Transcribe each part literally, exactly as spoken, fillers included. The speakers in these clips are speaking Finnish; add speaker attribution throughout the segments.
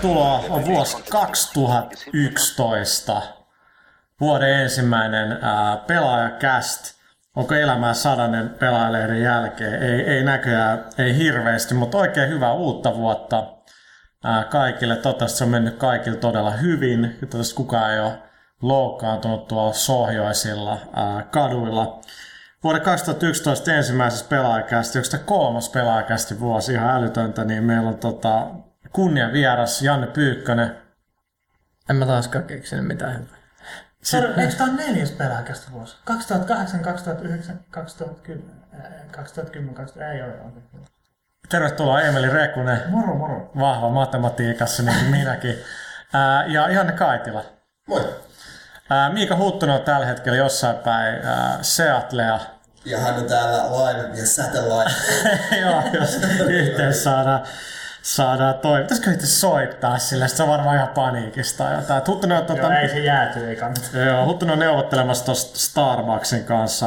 Speaker 1: tervetuloa. On vuosi kaksituhattayksitoista. Vuoden ensimmäinen ää, pelaajakäst. Onko elämää sadannen pelaajalehden jälkeen? Ei, ei näköjään, ei hirveästi, mutta oikein hyvää uutta vuotta ää, kaikille. Toivottavasti se on mennyt kaikille todella hyvin. Toivottavasti kukaan ei ole loukkaantunut tuolla sohjoisilla ää, kaduilla. Vuoden kaksituhattayksitoista ensimmäisessä pelaajakästi, onko tämä kolmas pelaajakästi vuosi, ihan älytöntä, niin meillä on tota, kunniavieras Janne Pyykkönen.
Speaker 2: En mä taaskaan keksinyt mitään hyvää.
Speaker 3: Sitten... Eikö tämä ole neljäs pelaajakästi vuosi? kaksituhattakahdeksan, kaksituhattayhdeksän, kaksituhattakymmenen, kaksituhattakymmenen, kaksituhatta... Ei ole oikein.
Speaker 1: Tervetuloa Eemeli Rekunen.
Speaker 3: Moro, moro.
Speaker 1: Vahva matematiikassa, niin kuin minäkin. Ää, ja Janne Kaitila.
Speaker 4: Moi.
Speaker 1: Ää, Miika Huttunen on tällä hetkellä jossain päin ää, Seattlea.
Speaker 4: Ja hän on täällä live ja satellite.
Speaker 1: Joo, jos yhteen saadaan, saadaan toi. Pitäisikö itse soittaa sillä? Sitten se on varmaan ihan paniikista. Jotain. Huttunen on,
Speaker 3: Joo,
Speaker 1: tota,
Speaker 3: ei se jääty, ei kannata.
Speaker 1: Joo, Huttunen on neuvottelemassa tuosta Starbucksin kanssa,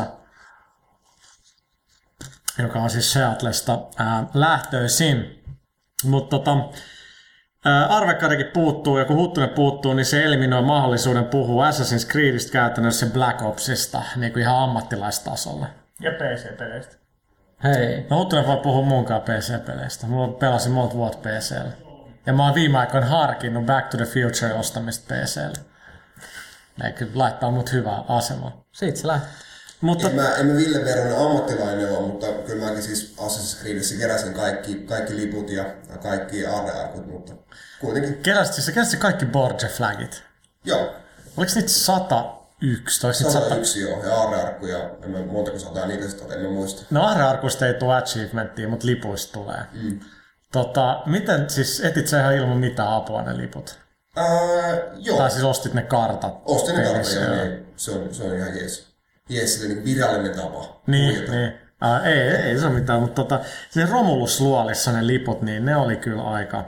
Speaker 1: joka on siis Seattlesta ää, lähtöisin. Mutta tota, Arvekkarikin puuttuu, ja kun Huttunen puuttuu, niin se eliminoi mahdollisuuden puhua Assassin's Creedistä käytännössä Black Opsista niin kuin ihan ammattilaistasolla.
Speaker 3: Ja P C-peleistä.
Speaker 2: Hei.
Speaker 1: No Huttunen voi puhua munkaan P C-peleistä. Mulla pelasin monta vuotta P C:llä. Ja mä oon viime aikoina harkinnut Back to the Future ostamista P C:llä. Ne kyllä laittaa mut hyvää asemaan.
Speaker 2: Siitä se lähtee.
Speaker 1: Mutta...
Speaker 4: En mä, en mä Ville Veronen ammattilainen ole, mutta kyllä mäkin siis Assassin's Creedissä keräsin kaikki, kaikki liput ja kaikki aarrearkut, mutta kuitenkin.
Speaker 1: Keräsit sä keräsit kaikki Borgia-flagit?
Speaker 4: Joo.
Speaker 1: Oliko niitä sata yksi?
Speaker 4: sata yksi joo, ja aarrearkkuja, en mä montako sataa niitä sitä, en mä muista.
Speaker 1: No aarrearkuista ei tule achievementtia, mutta lipuista tulee. Mm. Tota, miten siis etit sä ihan ilman mitään apua ne liput?
Speaker 4: Ää, joo.
Speaker 1: Tai siis ostit ne kartat?
Speaker 4: Ostin ne kartat, joo, niin se on, se on ihan jees. Jees, sille niin virallinen tapa.
Speaker 1: Niin,
Speaker 4: Muijata.
Speaker 1: niin. Äh, ei, ei, ei se ole mitään, mutta tota, se Romulus-luolissa ne liput, niin ne oli kyllä aika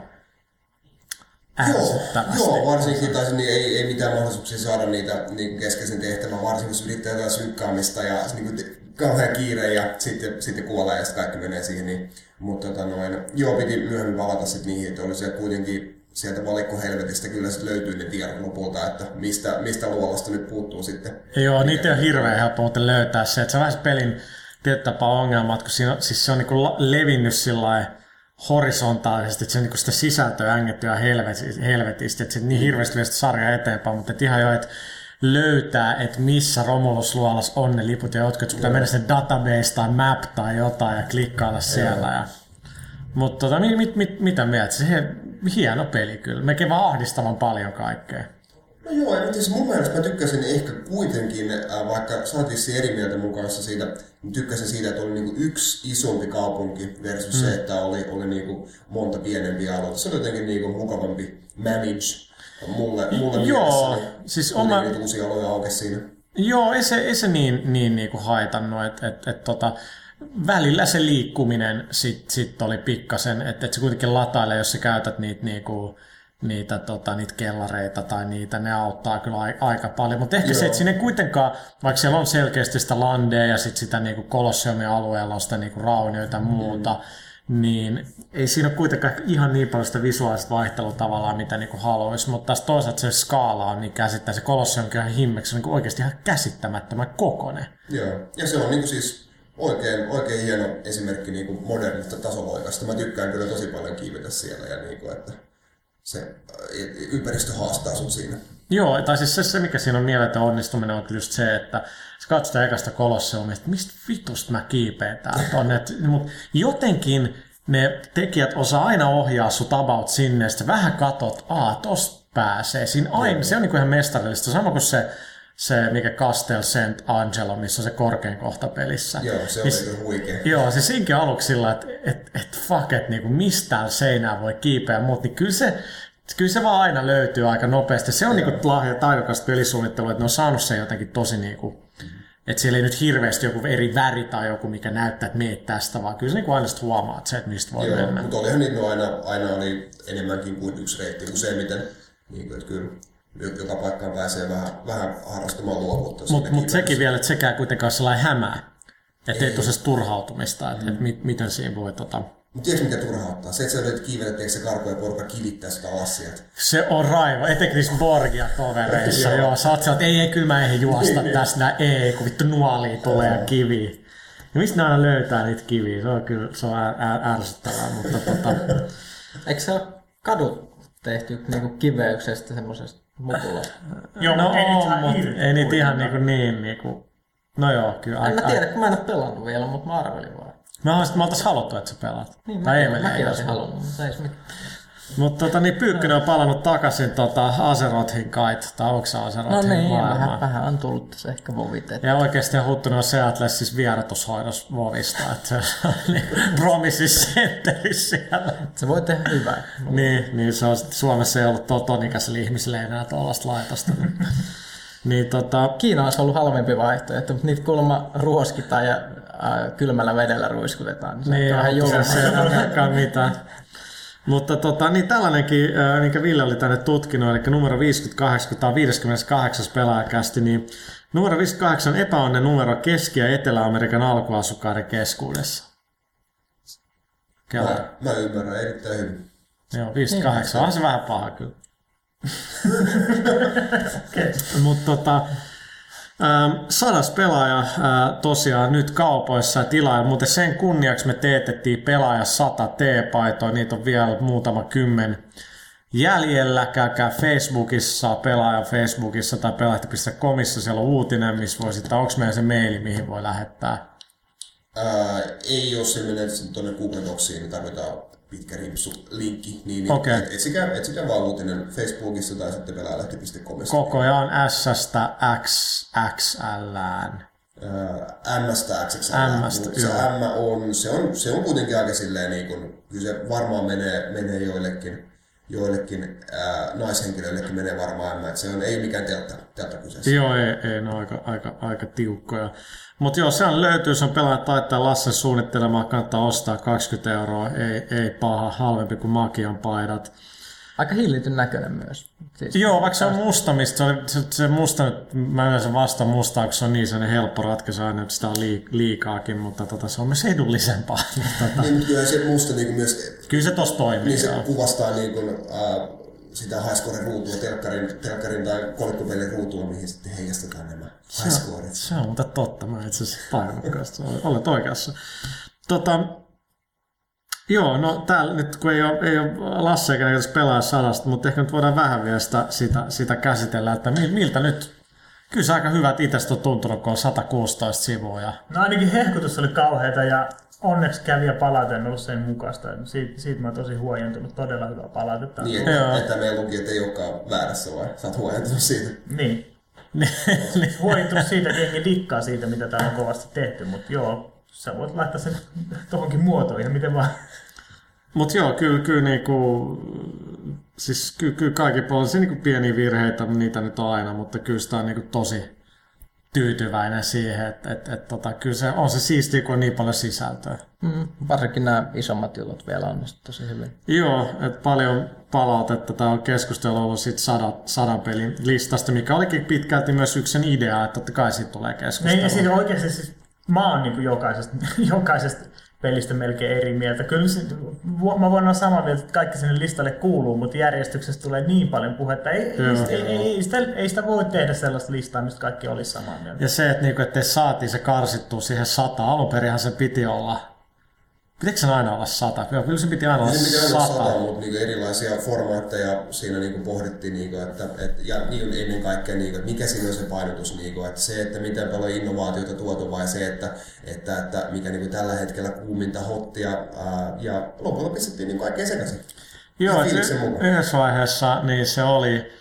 Speaker 1: ärsyttävästi.
Speaker 4: Joo, joo, varsinkin taisi, niin ei, ei mitään mahdollisuuksia saada niitä niin keskeisen tehtävän, varsinkin jos yrittää jotain synkkaamista ja niin kuin, kauhean kiire ja sitten, sitten kuolee ja sitten kaikki menee siihen. Niin, mutta tota, noin, joo, piti myöhemmin palata sitten niihin, että oli se kuitenkin sieltä valikkohelvetistä kyllä sitten löytyy ne tiedot lopulta, että mistä, mistä luolasta nyt puuttuu sitten.
Speaker 1: Joo, niitä ei ole hirveän helppo muuten löytää se, että se on vähän se pelin tietty tapaa ongelma, että kun siinä on, siis se on niin kuin levinnyt sillai horisontaalisesti, että se on niin kuin sitä sisältöä ängetty ja helvetistä, että se niin hirveästi vie sitä sarjaa eteenpäin, mutta et ihan jo, että löytää, että missä Romulus-luolassa on ne liput ja jotkut, että pitää mennä sinne database tai map tai jotain ja klikkailla siellä. Ja... Mutta tota, mit, mit, mit, mitä mieltä? Se hieno peli kyllä. Mekin vaan ahdistavan paljon kaikkea.
Speaker 4: No joo, ja siis mun mielestä mä tykkäsin ehkä kuitenkin, äh, vaikka saatiin eri mieltä mun kanssa siitä, niin tykkäsin siitä, että oli niinku yksi isompi kaupunki versus mm. se, että oli, oli niinku monta pienempiä alueita. Se oli jotenkin niinku mukavampi manage mulle, mulle
Speaker 1: joo,
Speaker 4: mielessä.
Speaker 1: Siis
Speaker 4: oli
Speaker 1: oma...
Speaker 4: niitä uusia aloja auki siinä.
Speaker 1: Joo, ei se, ei se niin, niin niinku haitannut, että et, et, tota, välillä se liikkuminen sit, sit oli pikkasen, että et se kuitenkin latailee, jos sä käytät niitä niinku... niitä, tota, niitä kellareita tai niitä, ne auttaa kyllä aika paljon. Mutta ehkä Joo. se, että siinä kuitenkaan, vaikka siellä on selkeästi sitä landea ja sit sitä niinku Kolosseumin alueella on sitä niinku raunioita ja muuta, mm. niin ei siinä ole kuitenkaan ihan niin paljon sitä visuaalista vaihtelua tavallaan, mitä niinku haluaisi. Mutta taas toisaalta se skaala on niin käsittää, se Kolosseumkin on ihan himmeksi, se on niinku oikeasti ihan käsittämättömän kokoinen.
Speaker 4: Joo, ja se on niinku siis oikein, oikein hieno esimerkki niinku modernista tasoloikasta. Mä tykkään kyllä tosi paljon kiivetä siellä ja niinku, että se ympäristö haastaa sun siinä.
Speaker 1: Joo, tai siis se, se mikä siinä on mieletön onnistuminen on just se, että sä katsot sitä ekasta Kolosseumia, että mistä vitusta mä kiipeen täältä tonne. Mutta jotenkin ne tekijät osaa aina ohjaa sut about sinne, ja sitten vähän katot, aa, tosta pääsee. Siinä aina, se on niinku ihan mestarillista, sama kuin se, se mikä Castel Sant'Angelo, missä on se korkein kohta pelissä.
Speaker 4: Joo, se on niin, niin huikea.
Speaker 1: Joo, se siinkin aluksi sillä, että et, et fuck, että niinku, mistä täällä seinää voi kiipeä, mutta niin kyllä se, kyllä se vaan aina löytyy aika nopeasti. Se on niinku lahja taidokasta pelisuunnittelua, että ne on saanut sen jotenkin tosi niinku, mm. että siellä ei nyt hirveästi joku eri väri tai joku, mikä näyttää, että meet tästä, vaan kyllä se niinku aina sitten huomaa, että se, että mistä voi
Speaker 4: Joo,
Speaker 1: mennä.
Speaker 4: mutta olihan niitä aina, aina oli enemmänkin kuin yksi reitti useimmiten, niin kuin, että kyllä joka paikkaan pääsee vähän, vähän harrastamaan luovuutta.
Speaker 1: Mutta mut sekin vielä, että sekään kuitenkaan sellainen hämää. Että ei tule turhautumista, että mm. et mit, miten siinä voi tota...
Speaker 4: Mutta tiedätkö mikä turhauttaa? Se, että sä yrität kiivetä, etteikö se karko ja porukka kivittää sitä alas sieltä.
Speaker 1: Se on raivo, etenkin niissä Borgia tovereissa. Joo, sä oot sieltä, ei, ei, kyllä mä eihän juosta tästä, ei, kun vittu nuolia tulee ja kiviä. Ja mistä ne aina löytää niitä kiviä? Se on kyllä, se on är, är, ärsyttävää, mutta tota...
Speaker 2: Eikö se ole kadut tehty niinku kiveyksestä semmosesta mukulasta?
Speaker 3: Joo,
Speaker 1: no
Speaker 3: mutta ei niitä saa
Speaker 1: mut
Speaker 3: irti.
Speaker 1: ei niitä ihan niinku niin niinku... No joo, kyllä.
Speaker 2: En mä tiedä, kun mä en ole pelannut vielä, mutta mä arvelin vaan.
Speaker 1: Mä olisin, mä oltais haluttu, että sä pelaat.
Speaker 2: Niin,
Speaker 1: tai
Speaker 2: mä,
Speaker 1: ei mene
Speaker 2: mäkin
Speaker 1: edes.
Speaker 2: olisin halunnut, mutta ei se mitään.
Speaker 1: Mutta tota, niin Pyykkönen on palannut takaisin tota, Azerothhin kait, tai onko se
Speaker 2: No
Speaker 1: Azerothhin
Speaker 2: niin,
Speaker 1: maailmaan?
Speaker 2: vähän, vähän on tullut tässä ehkä vovitettu.
Speaker 1: Ja oikeasti on huttunut on Seattle siis vierotushoidossa Vovista, että se on niin Promises Centerissä siellä.
Speaker 2: Se voi tehdä hyvää.
Speaker 1: Niin, niin se on, Suomessa ei ollut totonikäisellä ihmisellä enää tuollaista laitosta. niin, tota,
Speaker 2: Kiina olisi ollut halvempi vaihtoehto, mutta niitä kuulemma ruoskitaan ja äh, kylmällä vedellä ruiskutetaan. Niin se
Speaker 1: niin,
Speaker 2: on vähän
Speaker 1: on, se, se ei
Speaker 2: julmaa.
Speaker 1: olekaan mitään. Mutta tota, niin tällainenkin, äh, minkä Ville oli tänne tutkinut, eli numero viisikymmentäkahdeksan, kun tämä on viideskymmeneskahdeksas pelaajakästi, niin numero viisikymmentäkahdeksan on epäonnen numero Keski- ja Etelä-Amerikan alkuasukkaiden keskuudessa. Kello.
Speaker 4: Mä, mä ymmärrän erittäin hyvin.
Speaker 1: Joo, viisikymmentäkahdeksan. On se vähän paha kyllä. Mutta tota, ähm, sadas pelaaja äh, tosiaan nyt kaupoissa ja tilaaja. Muuten sen kunniaksi me teetettiin pelaaja sata T-paitoa. Niitä on vielä muutama kymmen jäljellä. Käykää Facebookissa, pelaaja Facebookissa tai pelaajat piste comissa. Siellä on uutinen, missä voi sitten, onko meidän se maili, mihin voi lähettää.
Speaker 4: Ää, ei, jos se menee tuonne Google Docsiin, niin tarvitaan pitkä rimpsu linkki. Niin, niin
Speaker 1: Okei.
Speaker 4: et, etsikää, etsikää vaan uutinen Facebookissa tai sitten pelaajalehti piste comissa.
Speaker 1: Koko ajan S-stä X X L:ään.
Speaker 4: M-stä X X L.
Speaker 1: M:stä,
Speaker 4: Mutta se
Speaker 1: joo.
Speaker 4: M on, se on, se on kuitenkin aika silleen, niin kun, kyllä se varmaan menee, menee joillekin, joillekin ää, naishenkilöillekin menee varmaan M, että se on, ei mikään teltta, teltta kyseessä.
Speaker 1: Joo, ei, ei ne on aika, aika, aika tiukkoja. Mutta joo, se löytyy, se on pelaaja taittaa Lassen suunnittelemaan, kannattaa ostaa kaksikymmentä euroa, ei, ei paha, halvempi kuin Magian paidat.
Speaker 2: Aika hillityn näköinen myös. Siis
Speaker 1: Joo, vaikka se on musta, mistä se, oli, se, se musta nyt, mä yleensä vastaan mustaa, kun se on niin sellainen helppo ratkaisu aina, että sitä on liik- liikaakin, mutta tota, se on myös edullisempaa. Tota,
Speaker 4: Niin, mutta kyllä se musta niin myös,
Speaker 1: kyllä se tossa toimii.
Speaker 4: niin se
Speaker 1: joo.
Speaker 4: kuvastaa niin kun, ää, sitä highscoren ruutua, telkkarin, telkkarin tai kolikkopelin ruutua, mihin sitten heijastetaan nämä highscoret.
Speaker 1: Se on muuten totta, mä itse asiassa tajunnutkaan, olet oikeassa. Tota, joo, no täällä nyt kun ei ole, ei ole Lasse eikä näitä pelaa sadasta, mutta ehkä nyt voidaan vähän vielä sitä, sitä, sitä käsitellä, että miltä nyt, kyllä se aika hyvät itsestä on tuntunut, kun on sata kuusitoista sivua. Ja...
Speaker 3: No ainakin hehkutus oli kauheata ja onneksi kävi ja palaute on ollut sen mukaista. Siitä, siitä mä oon tosi huojentunut, todella hyvää palautetta.
Speaker 4: Niin, että, että meidän lukijat ei olekaan väärässä vai? Sä oot huojentunut siitä.
Speaker 3: Niin. Huojentunut siitä, että jengi dikkaa siitä, mitä täällä on kovasti tehty, mutta joo, sä voit laittaa sen tohonkin muotoon ihan miten vaan.
Speaker 1: Mutta joo, kyllä, kyllä, niinku, siis kyllä, kyllä kaikki puolella, niinku pieniä virheitä, niitä nyt on aina, mutta kyllä sitä on niinku tosi tyytyväinen siihen, että et, et, tota, kyllä se on se siistiä, kun on niin paljon sisältöä.
Speaker 2: Mm, varsinkin nämä isommat jutut vielä onnistuivat tosi hyvin.
Speaker 1: Joo, että paljon palautetta. Tämä on keskustelu ollut siitä sadan, sadan pelin listasta, mikä olikin pitkälti myös yksi sen idea, että totta kai siitä tulee keskustelua.
Speaker 3: Ja siinä oikeasti siis, mä oon niin jokaisesta, jokaisesta pelistä melkein eri mieltä. Kyllä se, mä voin olla samaa mieltä, että kaikki sinne listalle kuuluu, mutta järjestyksessä tulee niin paljon puhetta. Ei, ei, ei, ei, ei, sitä, ei sitä voi tehdä sellaista listaa, mistä kaikki olisi samaa mieltä.
Speaker 1: Ja se, että niinku, ettei saatiin se karsittua siihen sata. Alun perinhan se piti olla. Pitikö sen aina olla sata? Joo, kyllä se piti aina olla
Speaker 4: Se piti aina
Speaker 1: sata.
Speaker 4: sata, mutta niinku erilaisia formaatteja siinä niinku pohdittiin, niinku, että, et, ja niin ennen kaikkea, niinku, että mikä siinä on se painotus. Niinku, että se, että miten paljon innovaatioita tuotu vai se, että, että, että mikä niinku tällä hetkellä kuuminta hottia. Ää, ja lopulta pistettiin niinku kaikkein sekaisin.
Speaker 1: Joo, yhdessä vaiheessa niin se oli,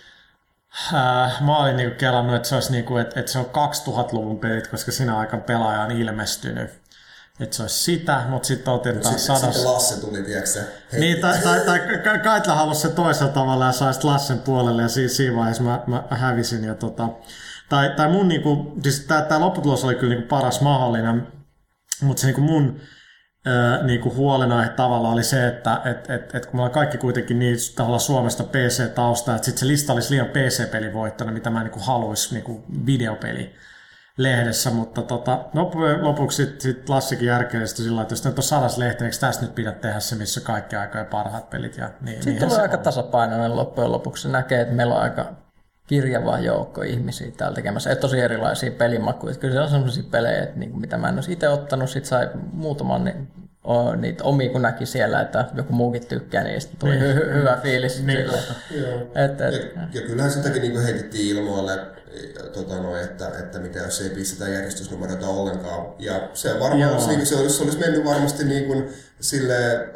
Speaker 1: äh, mä olin niinku kelannut, että se, olisi niinku, että, että se on kaksituhattaluvun pelit, koska siinä aikana pelaaja on ilmestynyt. Että se olisi sitä, mutta sitten oltiin taas
Speaker 4: Sitten,
Speaker 1: sadas.
Speaker 4: sitten Lasse tuli, tiedätkö
Speaker 1: Niin, tai, tai, tai Kaitla halusi se toisella tavalla ja sai Lassen puolelle ja siinä, siinä vaiheessa mä, mä hävisin. Ja tota, tai, tai mun niinku, siis tää lopputulos oli kyllä niinku paras mahdollinen, mutta se niinku mun ää, niinku huolenaihe tavallaan oli se, että et, et, et kun me ollaan kaikki kuitenkin niin tavallaan Suomesta P C-tausta, että sitten se lista olisi liian P C-peli voittona, mitä mä niinku haluaisin niinku videopeli. lehdessä, mutta tota, loppujen lopuksi sitten sit Lassikin järkeellisesti sillä, että jos nyt on sadas lehti, eikö tässä nyt pidä tehdä se, missä kaikki aikojen parhaat pelit? Ja niin,
Speaker 2: sitten tulee aika on. tasapainoinen loppujen lopuksi. Se näkee, että meillä on aika kirjava joukko ihmisiä täällä tekemässä, että tosi erilaisia pelimakuja. Kyllä se on sellaisia pelejä, että niin, mitä mä en olisi itse ottanut, sit sai muutaman niin, o, niitä omia, kun näki siellä, että joku muukin tykkää, niin sitten tuli niin. hy- hyvä fiilis.
Speaker 3: Niin.
Speaker 4: Et, et, ja, ja kyllähän sitäkin niin heitettiin ilmoille, tota no, että, että mitä jos ei pistetä järjestysnumeroita ollenkaan. Ja se varmaan olisi, niin, se olisi, se olisi mennyt varmasti niin kuin sille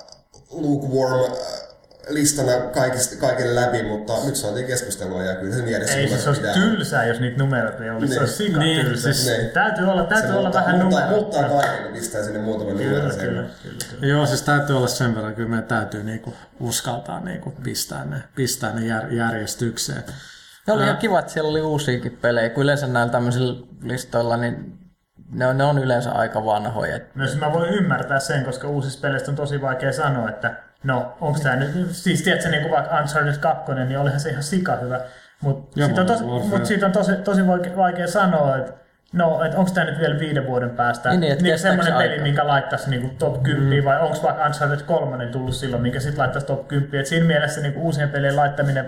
Speaker 4: lukewarm listana kaikista, kaikille läpi, mutta nyt saatiin keskustelua ja kyllä sen järjestysnumerot
Speaker 3: pitää. Ei, se olisi tylsää, jos niitä numeroita ei olisi. Ne. Se olisi sika
Speaker 1: niin,
Speaker 3: tylsää.
Speaker 1: siis,
Speaker 3: täytyy olla, täytyy olla
Speaker 4: muuttaa,
Speaker 3: vähän
Speaker 4: muuttaa,
Speaker 3: numeroita.
Speaker 4: Muuttaa kaikille, pistää sinne muutaman numeron.
Speaker 3: Kyllä, kyllä, kyllä.
Speaker 1: Joo, siis täytyy olla sen verran, kyllä meidän täytyy niinku uskaltaa niinku pistää ne, pistää ne jär, järjestykseen.
Speaker 2: Ja oli ihan kiva, että siellä oli uusiakin pelejä, kun yleensä näillä tämmöisillä listoilla, niin ne on, ne on yleensä aika vanhoja.
Speaker 3: No siis mä voin ymmärtää sen, koska uusissa peleissä on tosi vaikea sanoa, että no onko tää nyt, siis tiedätkö niin kuin vaikka Uncharted kaksi, niin olihan se ihan sika hyvä, mutta siitä on, tosi, mut siitä on tosi, tosi vaikea sanoa, että no, et onko tämä nyt vielä viiden vuoden päästä
Speaker 2: niin, niin,
Speaker 3: niin semmoinen peli, minkä laittaisi niinku top kymmenen, mm. vai onko vaikka Uncharted kolme tullut silloin, minkä sitten laittaisi top kymmenen. Et siinä mielessä niinku uusien pelien laittaminen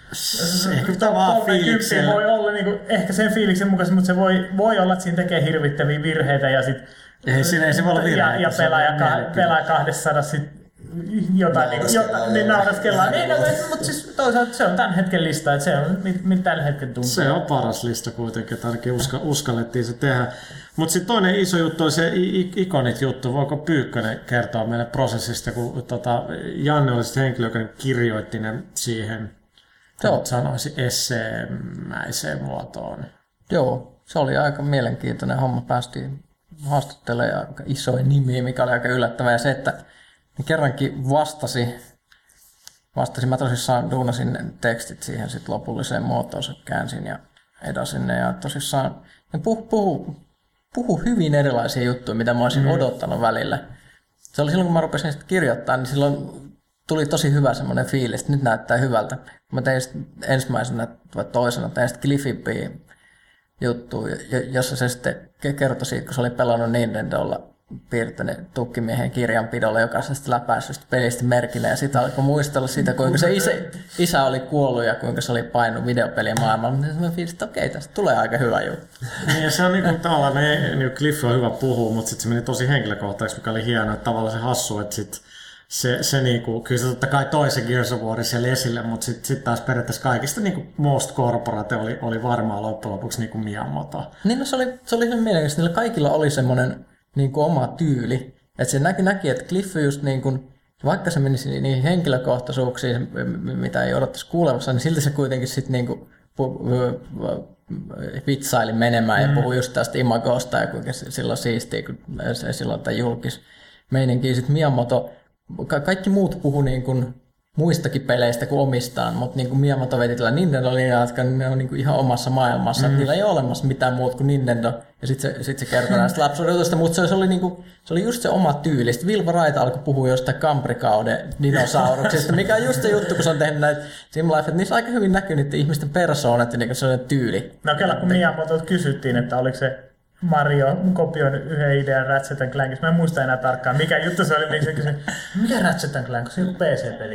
Speaker 1: ehkä top
Speaker 3: kolmekymmentä voi olla niinku, ehkä sen fiiliksen mukaisesti, mutta se voi, voi olla, että siinä tekee hirvittäviä virheitä ja sit,
Speaker 1: ei, siinä ei se voi olla virheitä.
Speaker 3: Ja, ja pelaaja, ka, pelaaja kahdessadas sit jotain niin, jotain, niin nauraskellaan. Niin, no, mutta siis toisaalta se on tämän hetken lista, että se on mitä tällä hetkellä tuntuu.
Speaker 1: Se on paras lista kuitenkin, että ainakin uska, uskallettiin se tehdä. Mutta sitten toinen iso juttu on se ikonit juttu. Voiko Pyykkönen kertoa meille prosessista, kun tota, Janne oli sitten henkilö, joka kirjoitti ne siihen, sanoisi, esseemäiseen muotoon.
Speaker 2: Joo, se oli aika mielenkiintoinen homma. Päästiin haastattelemaan aika isoja nimiä, mikä oli aika yllättävää. Ja se, että ne kerrankin vastasi, vastasi. Mä tosissaan duunasin tekstit siihen sit lopulliseen muotoon, käänsin ja edasin ne. Ja tosissaan ne puhu, puhu, puhu hyvin erilaisia juttuja, mitä mä olisin mm. odottanut välillä. Se oli silloin, kun mä rupesin sitä kirjoittaa, niin silloin tuli tosi hyvä semmoinen fiilis, että nyt näyttää hyvältä. Mä tein ensimmäisenä vai toisena tein sitten Cliffipia juttua, jossa se sitten kertoi siitä, kun se oli pelannut Nintendolla piirtänyt tukkimiehen kirjanpidolla jokaisesta läpäisystä pelistä merkille ja sitten alkoi muistella sitä, kuinka se isä, isä oli kuollut ja kuinka se oli painunut videopelimaailmalla. Niin mä fiilin, että okei, tästä tulee aika hyvä juttu.
Speaker 1: Niin ja se on niinku tavallaan, ne, niin Cliff on hyvä puhua, mutta sitten se meni tosi henkilökohtaiseksi, mikä oli hienoa, että tavallaan se hassu, että sit se, se niinku, kyllä se totta kai toisen Gears of Warin siellä esille, mutta sitten sit taas periaatteessa kaikista niinku most corporate oli, oli varmaan loppujen lopuksi niinku Miyamoto.
Speaker 2: Niin no se oli, se oli hyvin mielenkiintoista, niillä kaikilla oli semmoinen niin kuin oma tyyli. Että se näki, näki että Cliff just niin kuin, vaikka se menisi niihin henkilökohtaisuuksiin, mitä ei odottaisi kuulevassa, niin silti se kuitenkin sitten niin kuin vitsaili menemään mm. ja puhui just tästä imagosta ja kuinka silloin siistiä, kun se silloin tämä julkis meininkiä. Sitten Miyamoto, kaikki muut puhu niin kuin muistakin peleistä kuin omistaan, mutta niin kuin Miyamoto veti tällä Nintendo-linjalla, jotka ne on niin kuin ihan omassa maailmassa, mm. niillä ei ole olemassa mitään muuta kuin Nintendo, ja sitten se, sit se kertoo näistä lapsuudetusta, mutta se, se, oli niin kuin, se oli just se oma tyyli. Sitten Vilva Raita alkoi puhua jostain Kamprikauden dinosauruksista, mikä on just se juttu, kun se on tehnyt näitä Simlife, että niissä aika hyvin näkyy niiden ihmisten persoonat ja niin sellainen tyyli.
Speaker 3: No kyllä, kun Miyamotolta kysyttiin, että oliko se Mario kopioinut yhden idean Ratchet and Clankista. Mä en muista enää tarkkaan, mikä juttu se oli, niin se kysyi, mikä Ratchet and Clank, se on P C-peli.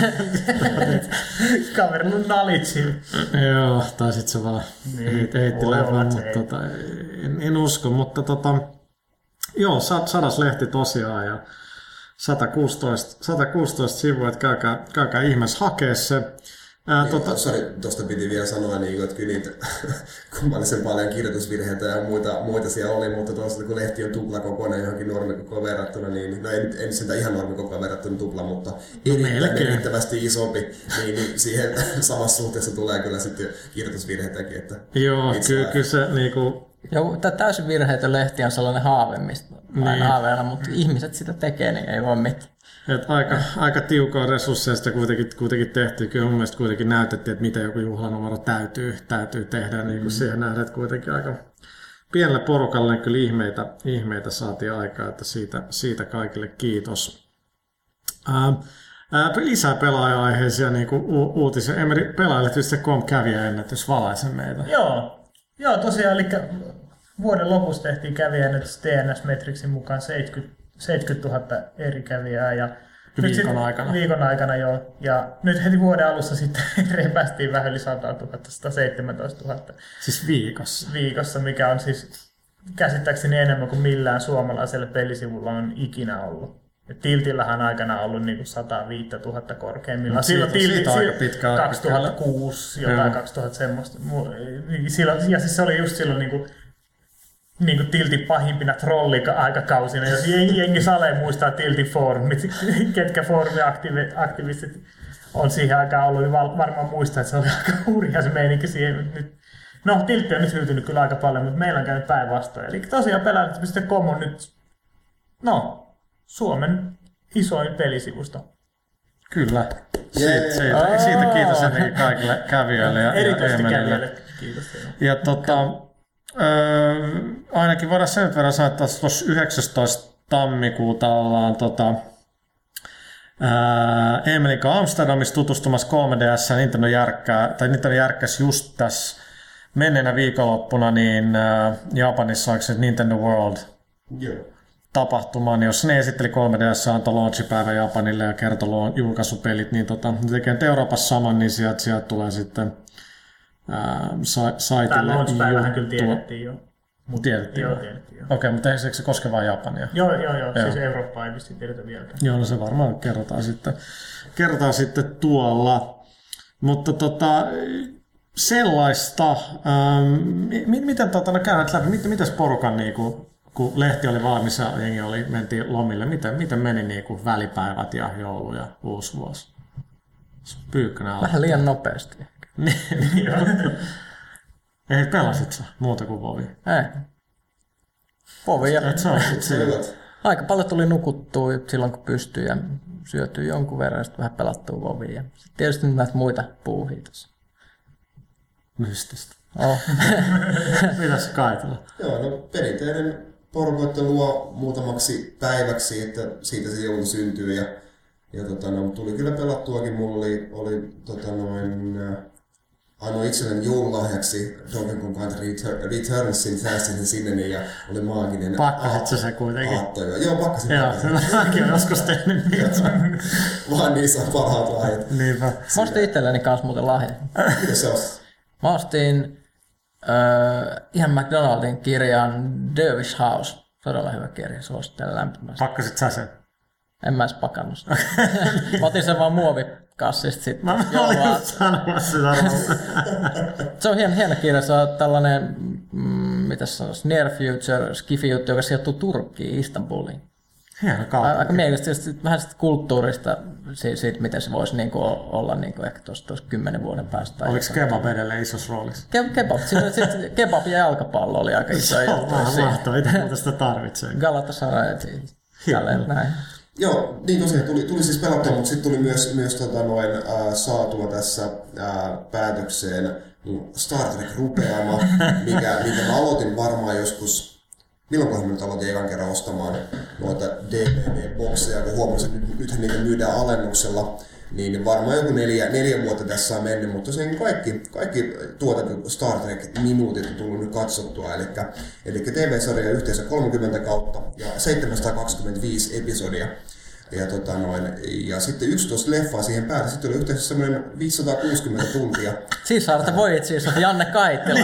Speaker 3: Kaverilla nalitsi.
Speaker 1: Joo, tai sit se vaan niin, heitti läpään, mutta tota, en, en usko, mutta tota, joo, sadas lehti tosiaan ja sata kuusitoista, sata kuusitoista sivua, että käykää, käykää ihmeessä hakea se. Ää,
Speaker 4: niin,
Speaker 1: tota...
Speaker 4: Sori, tuosta piti vielä sanoa, niin, että kyllä niitä kummallisen paljon kirjoitusvirheitä ja muita, muita siellä oli, mutta tuossa kun lehti on tupla kokoinen johonkin normikokoon verrattuna, niin no ei, ei sitä ihan normikokoon verrattuna tupla, mutta erittäin merkittävästi isompi, niin, niin siihen samassa suhteessa tulee kyllä sitten kirjoitusvirheitäkin. Että
Speaker 1: joo, kyllä ky- se niinku...
Speaker 2: Joo, tämä täysin virheetön lehti on sellainen haave, mistä niin. haaveilla, mutta ihmiset sitä tekee, niin ei voi mitään.
Speaker 1: Et aika, aika tiukoa resursseista kuitenkin, kuitenkin tehtiin. Kyllä mun mielestä kuitenkin näytettiin, että mitä joku juhlanumero täytyy, täytyy tehdä. Niin kuin siihen nähdään, että kuitenkin aika pienellä porukalla niin kyllä ihmeitä, ihmeitä saatiin aikaa, että siitä, siitä kaikille kiitos. Ää, ää, lisää pelaaja-aiheisia niin kuin u- uutisia. Emeri, pelailet just se kom kävijäennätys, valaise meitä.
Speaker 3: Joo. Joo, tosiaan, eli vuoden lopussa tehtiin kävijäennätys T N S-metriksin mukaan seitsemänkymmentätuhatta eri kävijää. Ja
Speaker 1: viikon aikana.
Speaker 3: Viikon aikana, joo. Ja nyt heti vuoden alussa sitten repästiin vähän yli sata tuhatta, sata seitsemäntoistatuhatta.
Speaker 1: Siis viikossa?
Speaker 3: Viikossa, mikä on siis käsittääkseni enemmän kuin millään suomalaisella pelisivulla on ikinä ollut. Ja Tiltillähän aikana ollut niinku sata viisituhatta korkeimmillaan.
Speaker 1: Silloin
Speaker 3: Tilti,
Speaker 1: siitä aika pitkä aika
Speaker 3: kaksituhattakuusi, jotain joo. kaksituhatta semmoista. Silloin, ja siis se oli just silloin niinku, niinku Tiltin pahimpina trolli-aikakausina. Jos jengi salee muistaa Tiltin foorumit, ketkä foorumiaktivistit on siihen aikaan ollut, niin varmaan muistaa, että se oli aika hurja se meininki siihen nyt. No, Tiltti on nyt hyytynyt kyllä aika paljon, mutta meillä on käynyt päinvastoin. Eli tosiaan pelaajalehti piste com on nyt, no, Suomen isoin pelisivusto.
Speaker 1: Kyllä. Siitä, siitä, siitä kiitos ennenkin kaikille kävijöille ja
Speaker 3: erityisesti kävijöille. Kiitos.
Speaker 1: Ja tota, äh, ainakin voidaan sen verran sanoa, että tuossa yhdeksästoista tammikuuta ollaan tota, äh, Emelin kanssa Amsterdamissa tutustumassa kolme D S Nintendo järkkää, tai Nintendo järkkäs just tässä menneenä viikonloppuna niin äh, Japanissa oliko se Nintendo World
Speaker 4: yeah.
Speaker 1: tapahtuma, niin jos ne esitteli kolme D S, antoi launchipäivän Japanille ja kertoi julkaisupelit, niin tota, ne tekee Euroopassa saman, niin sieltä, sieltä tulee sitten ää, sa- saitille
Speaker 3: tämä launchpäivähän kyllä tiedettiin jo. Mut,
Speaker 1: tiedettiin
Speaker 3: joo,
Speaker 1: jo.
Speaker 3: tiedettiin jo.
Speaker 1: Okei, okay, mutta eikö se koske vain Japania?
Speaker 3: Joo, joo, joo. joo. Siis Eurooppaa ei vissiin tiedetä vielä.
Speaker 1: Joo, no se varmaan kerrotaan sitten, kerrotaan sitten tuolla. Mutta tota, sellaista, ähm, miten tota, no käydään läpi, miten, mitäs porukan niinku, kun lehti oli valmis ja jengi oli, mentiin lomille, miten, miten meni niinku välipäivät ja joulu ja uusi vuosi? Pyykkönen aloittaa.
Speaker 2: Vähän liian nopeasti.
Speaker 1: Ei pelasit sä muuta kuin Vovi?
Speaker 2: Ei. Vovi ja... Aika paljon tuli nukuttua silloin kun pystyi ja syötyä jonkun verran ja sitten vähän pelattua Vovia. Ja sitten tietysti näitä muita puuhia tässä.
Speaker 1: Mystistä.
Speaker 2: Oh.
Speaker 1: Mitäs Kaitila?
Speaker 4: Joo, no perinteinen porukoittelu luo muutamaksi päiväksi, että siitä se joulu syntyy ja, ja tota, no, tuli kyllä pelattuakin. Mulla oli, oli tota, noin, äh, annoin itselleni joululahjaksi Donkey Kong Country Returnsin, säästin sen sinne niin, ja oli maaginen
Speaker 1: Pakkasit sä se kuitenkin?
Speaker 4: Aatto, joo. Joo, pakkasin.
Speaker 1: Joo, mäkin olen joskus tehnyt niitä.
Speaker 4: Vaan niissä on parhaat lahjat.
Speaker 1: Niinpä.
Speaker 2: Mä ostin itselleni kanssa muuten lahja.
Speaker 4: Mitä se ostit?
Speaker 2: Mä ostin äh, ihan McDonaldin kirjan Dervish House. Todella hyvä kirja, suosittelen lämpimästi.
Speaker 1: Pakkasit sä sen?
Speaker 2: En mä edes pakannut sitä. Mä otin sen vaan muovikassista sitten.
Speaker 1: Mä olin just sanomassa sitä.
Speaker 2: Se on hieno, hieno kirja. Se on tällainen, mm, mitäs sanoisi, Near Future skifi-juttu, joka sijoittuu Turkkiin, Istanbuliin.
Speaker 1: Hieno kaupunki.
Speaker 2: Aika mielenkiintoista, vähän sitä kulttuurista, siitä miten se voisi niinku olla niinku ehkä tuossa kymmenen vuoden päästä.
Speaker 1: Oliko kebab edelleen isossa roolissa?
Speaker 2: Ke- kebab. Sitten kebab ja jalkapallo oli aika iso.
Speaker 1: Se on vähän mahtavaa, itse muuta sitä tarvitsee.
Speaker 2: Galatasaray, näin.
Speaker 4: Joo, niin tosiaan tuli, tuli siis pelattua, mutta sitten tuli myös, myös tota noin, äh, saatua tässä äh, päätökseen Star Trek-rupeama, mikä, mikä mä aloitin varmaan joskus, milloinkohan mä nyt aloitin ekan kerran ostamaan noita D V D-bokseja, kun huomasin, että nyt, nythän niitä myydään alennuksella, niin varmaan joku neljä, neljä vuotta tässä on mennyt, mutta tosiaan kaikki, kaikki tuotetut Star Trek-minuutit on tullut nyt katsottua, eli, eli T V-sarja yhteensä kolmekymmentä kautta ja seitsemänsataakaksikymmentäviisi episodia. Ja, tota noin, ja sitten yksitoista leffaa siihen päälle. Sitten oli yhteensä semmoinen viisisataakuusikymmentä tuntia.
Speaker 2: Siis saarta voi itse asiassa Janne Kaitila.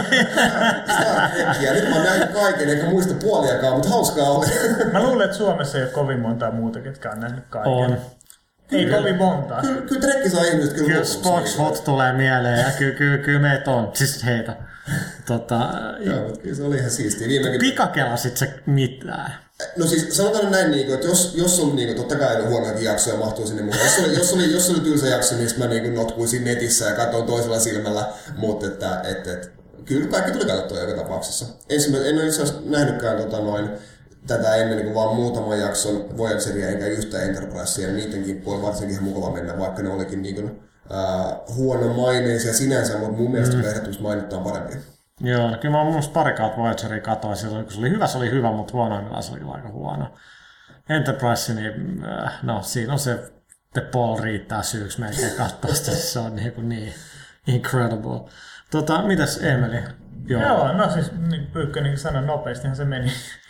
Speaker 4: Star Trekia. Nyt mä oon nähnyt kaiken, eikä muista puoliakaan, mutta hauskaa oli.
Speaker 3: Mä luulen, että Suomessa ei ole kovin montaa muuta, ketkä on nähnyt kaiken.
Speaker 1: On.
Speaker 3: Ei kyllä, kovin montaa.
Speaker 4: Kyllä, kyllä Trekki saa ihmiset kyllä
Speaker 1: Kyllä
Speaker 4: lopuksi.
Speaker 1: Spox Hot tulee mieleen ja kyllä, kyllä, kyllä meitä on. Siis heitä. Tota,
Speaker 4: Joo, mutta kyllä se oli ihan siistiä. Viimekin...
Speaker 1: Pikakelasit sä mitään?
Speaker 4: No siis sanotaan näin, että jos, jos on niin totta kai huonoakin jaksoja mahtuu sinne mukaan. Jos oli, jos oli, jos oli tylsä jakso, niin mä niin notkuisin netissä ja katsoin toisella silmällä. Mutta että, että, että, kyllä kaikki tuli katsottua joka tapauksessa. Ensimmäinen, en ole itse asiassa nähnytkään tota noin, tätä ennen niin vaan muutaman jakson Voyageria eikä yhtä Enterprisea. Ja niidenkin puolella varsinkin ihan mukava mennä, vaikka ne olikin niin kuin, äh, huonomaineisia sinänsä, mutta mun mielestä mm. ehdottomasti mainittaa paremmin.
Speaker 1: Joo, no kyllä mä mun mielestä pari kautta Voyageria katoin. Kun se oli hyvä, se oli hyvä, mutta huonoimmillaan se oli aika huono. Enterprise, niin no siinä on se, The Paul riittää syyksi melkein katsoa sitä. Se on niin, niin incredible. Tota, mitäs Eemeli?
Speaker 3: Joo. Joo, no siis niin Pyykkönen sanoi nopeastihan se meni.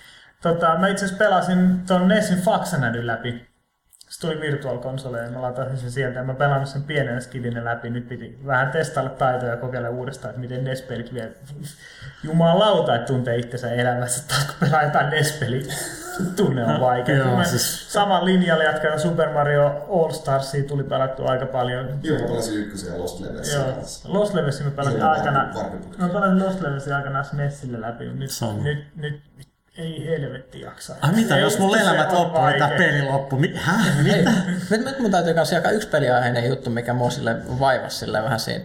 Speaker 3: Tota, mä itse asiassa pelasin ton Nessin Faxanadyn läpi. Se tuli Virtual Console ja mä latasin sen sieltä ja mä pelannut sen pienen skidinen läpi. Nyt piti vähän testailla taitoja ja kokeilla uudestaan, että miten N E S-pelit vielä jumalauta, että tuntee itsensä elämässä. Taas kun pelaa jotain N E S-peliä, tunne on vaikea.
Speaker 1: Joo, siis...
Speaker 3: Saman linjalle jatkana Super Mario All Starsia tuli pelattua aika paljon.
Speaker 4: Joo, mä pelasin ykkösen ja Lost Levelsia.
Speaker 3: Joo, Lost Levelsia mä pelasin aikana. Mä pelasin Lost Levelsia aikana S N E Sille läpi. Nyt, nyt, nyt ei helvetti jaksaa.
Speaker 1: Ah mitä, ei, jos mun elämät loppuu, niin tää peli loppuu. Häh? Mitä?
Speaker 2: Nyt, nyt mun täytyy kanssa jakaa yksi peliaiheinen juttu, mikä mua sille vaivasi sille vähän siinä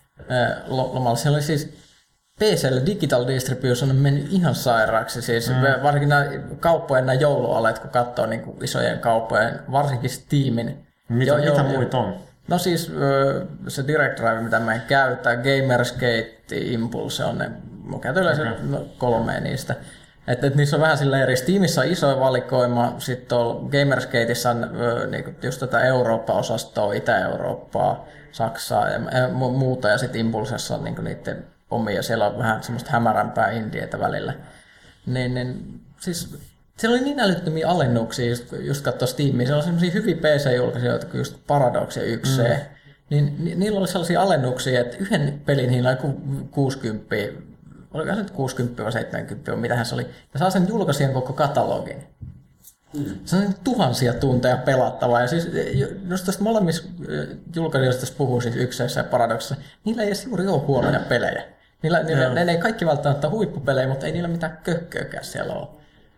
Speaker 2: äh, lomalla. Siellä oli siis P C:lle Digital Distribution on mennyt ihan sairaaksi. Siis mm. varsinkin nämä kauppojen nämä joulualet, kun katsoo niin kuin isojen kauppojen, varsinkin Steamin.
Speaker 1: Mitä, jo, mitä jo, muita on?
Speaker 2: No siis se Direct Drive, mitä mä en käytä, Gamersgate, Impulse on ne, mä käytän yleensä okay. no, kolmea niistä. Että et niissä on vähän silleen eri. Steamissa on iso valikoima, sitten tuolla Gamersgateissa on niinku just tätä Eurooppa-osastoa, Itä-Eurooppaa, Saksaa ja muuta, ja sitten Impulsessa on niinku niiden omia, siellä on vähän semmoista hämärämpää indietä välillä. Niin, niin siis siellä oli niin älyttömiä alennuksia, just, just katsoa Steamia, siellä on semmoisia hyviä P C-julkaisijoita kuin just Paradox ja yksi C. Mm. Niin ni, niillä oli sellaisia alennuksia, että yhden pelin hinnan kuusikymmentä, oliko se nyt kuusikymmentä vai seitsemänkymmentä, mitähän se oli, ja saa sen julkaisijan koko katalogin. Mm. Se on tuhansia tunteja pelattavaa, ja siis jos tästä molemmissa julkaisijoista puhuu, siis Yksessä ja Paradoxissa, niillä ei edes juuri ole huonoja pelejä. Niillä, niillä, ne ei kaikki välttämättä huippupelejä, mutta ei niillä mitään kökköäkään siellä ole.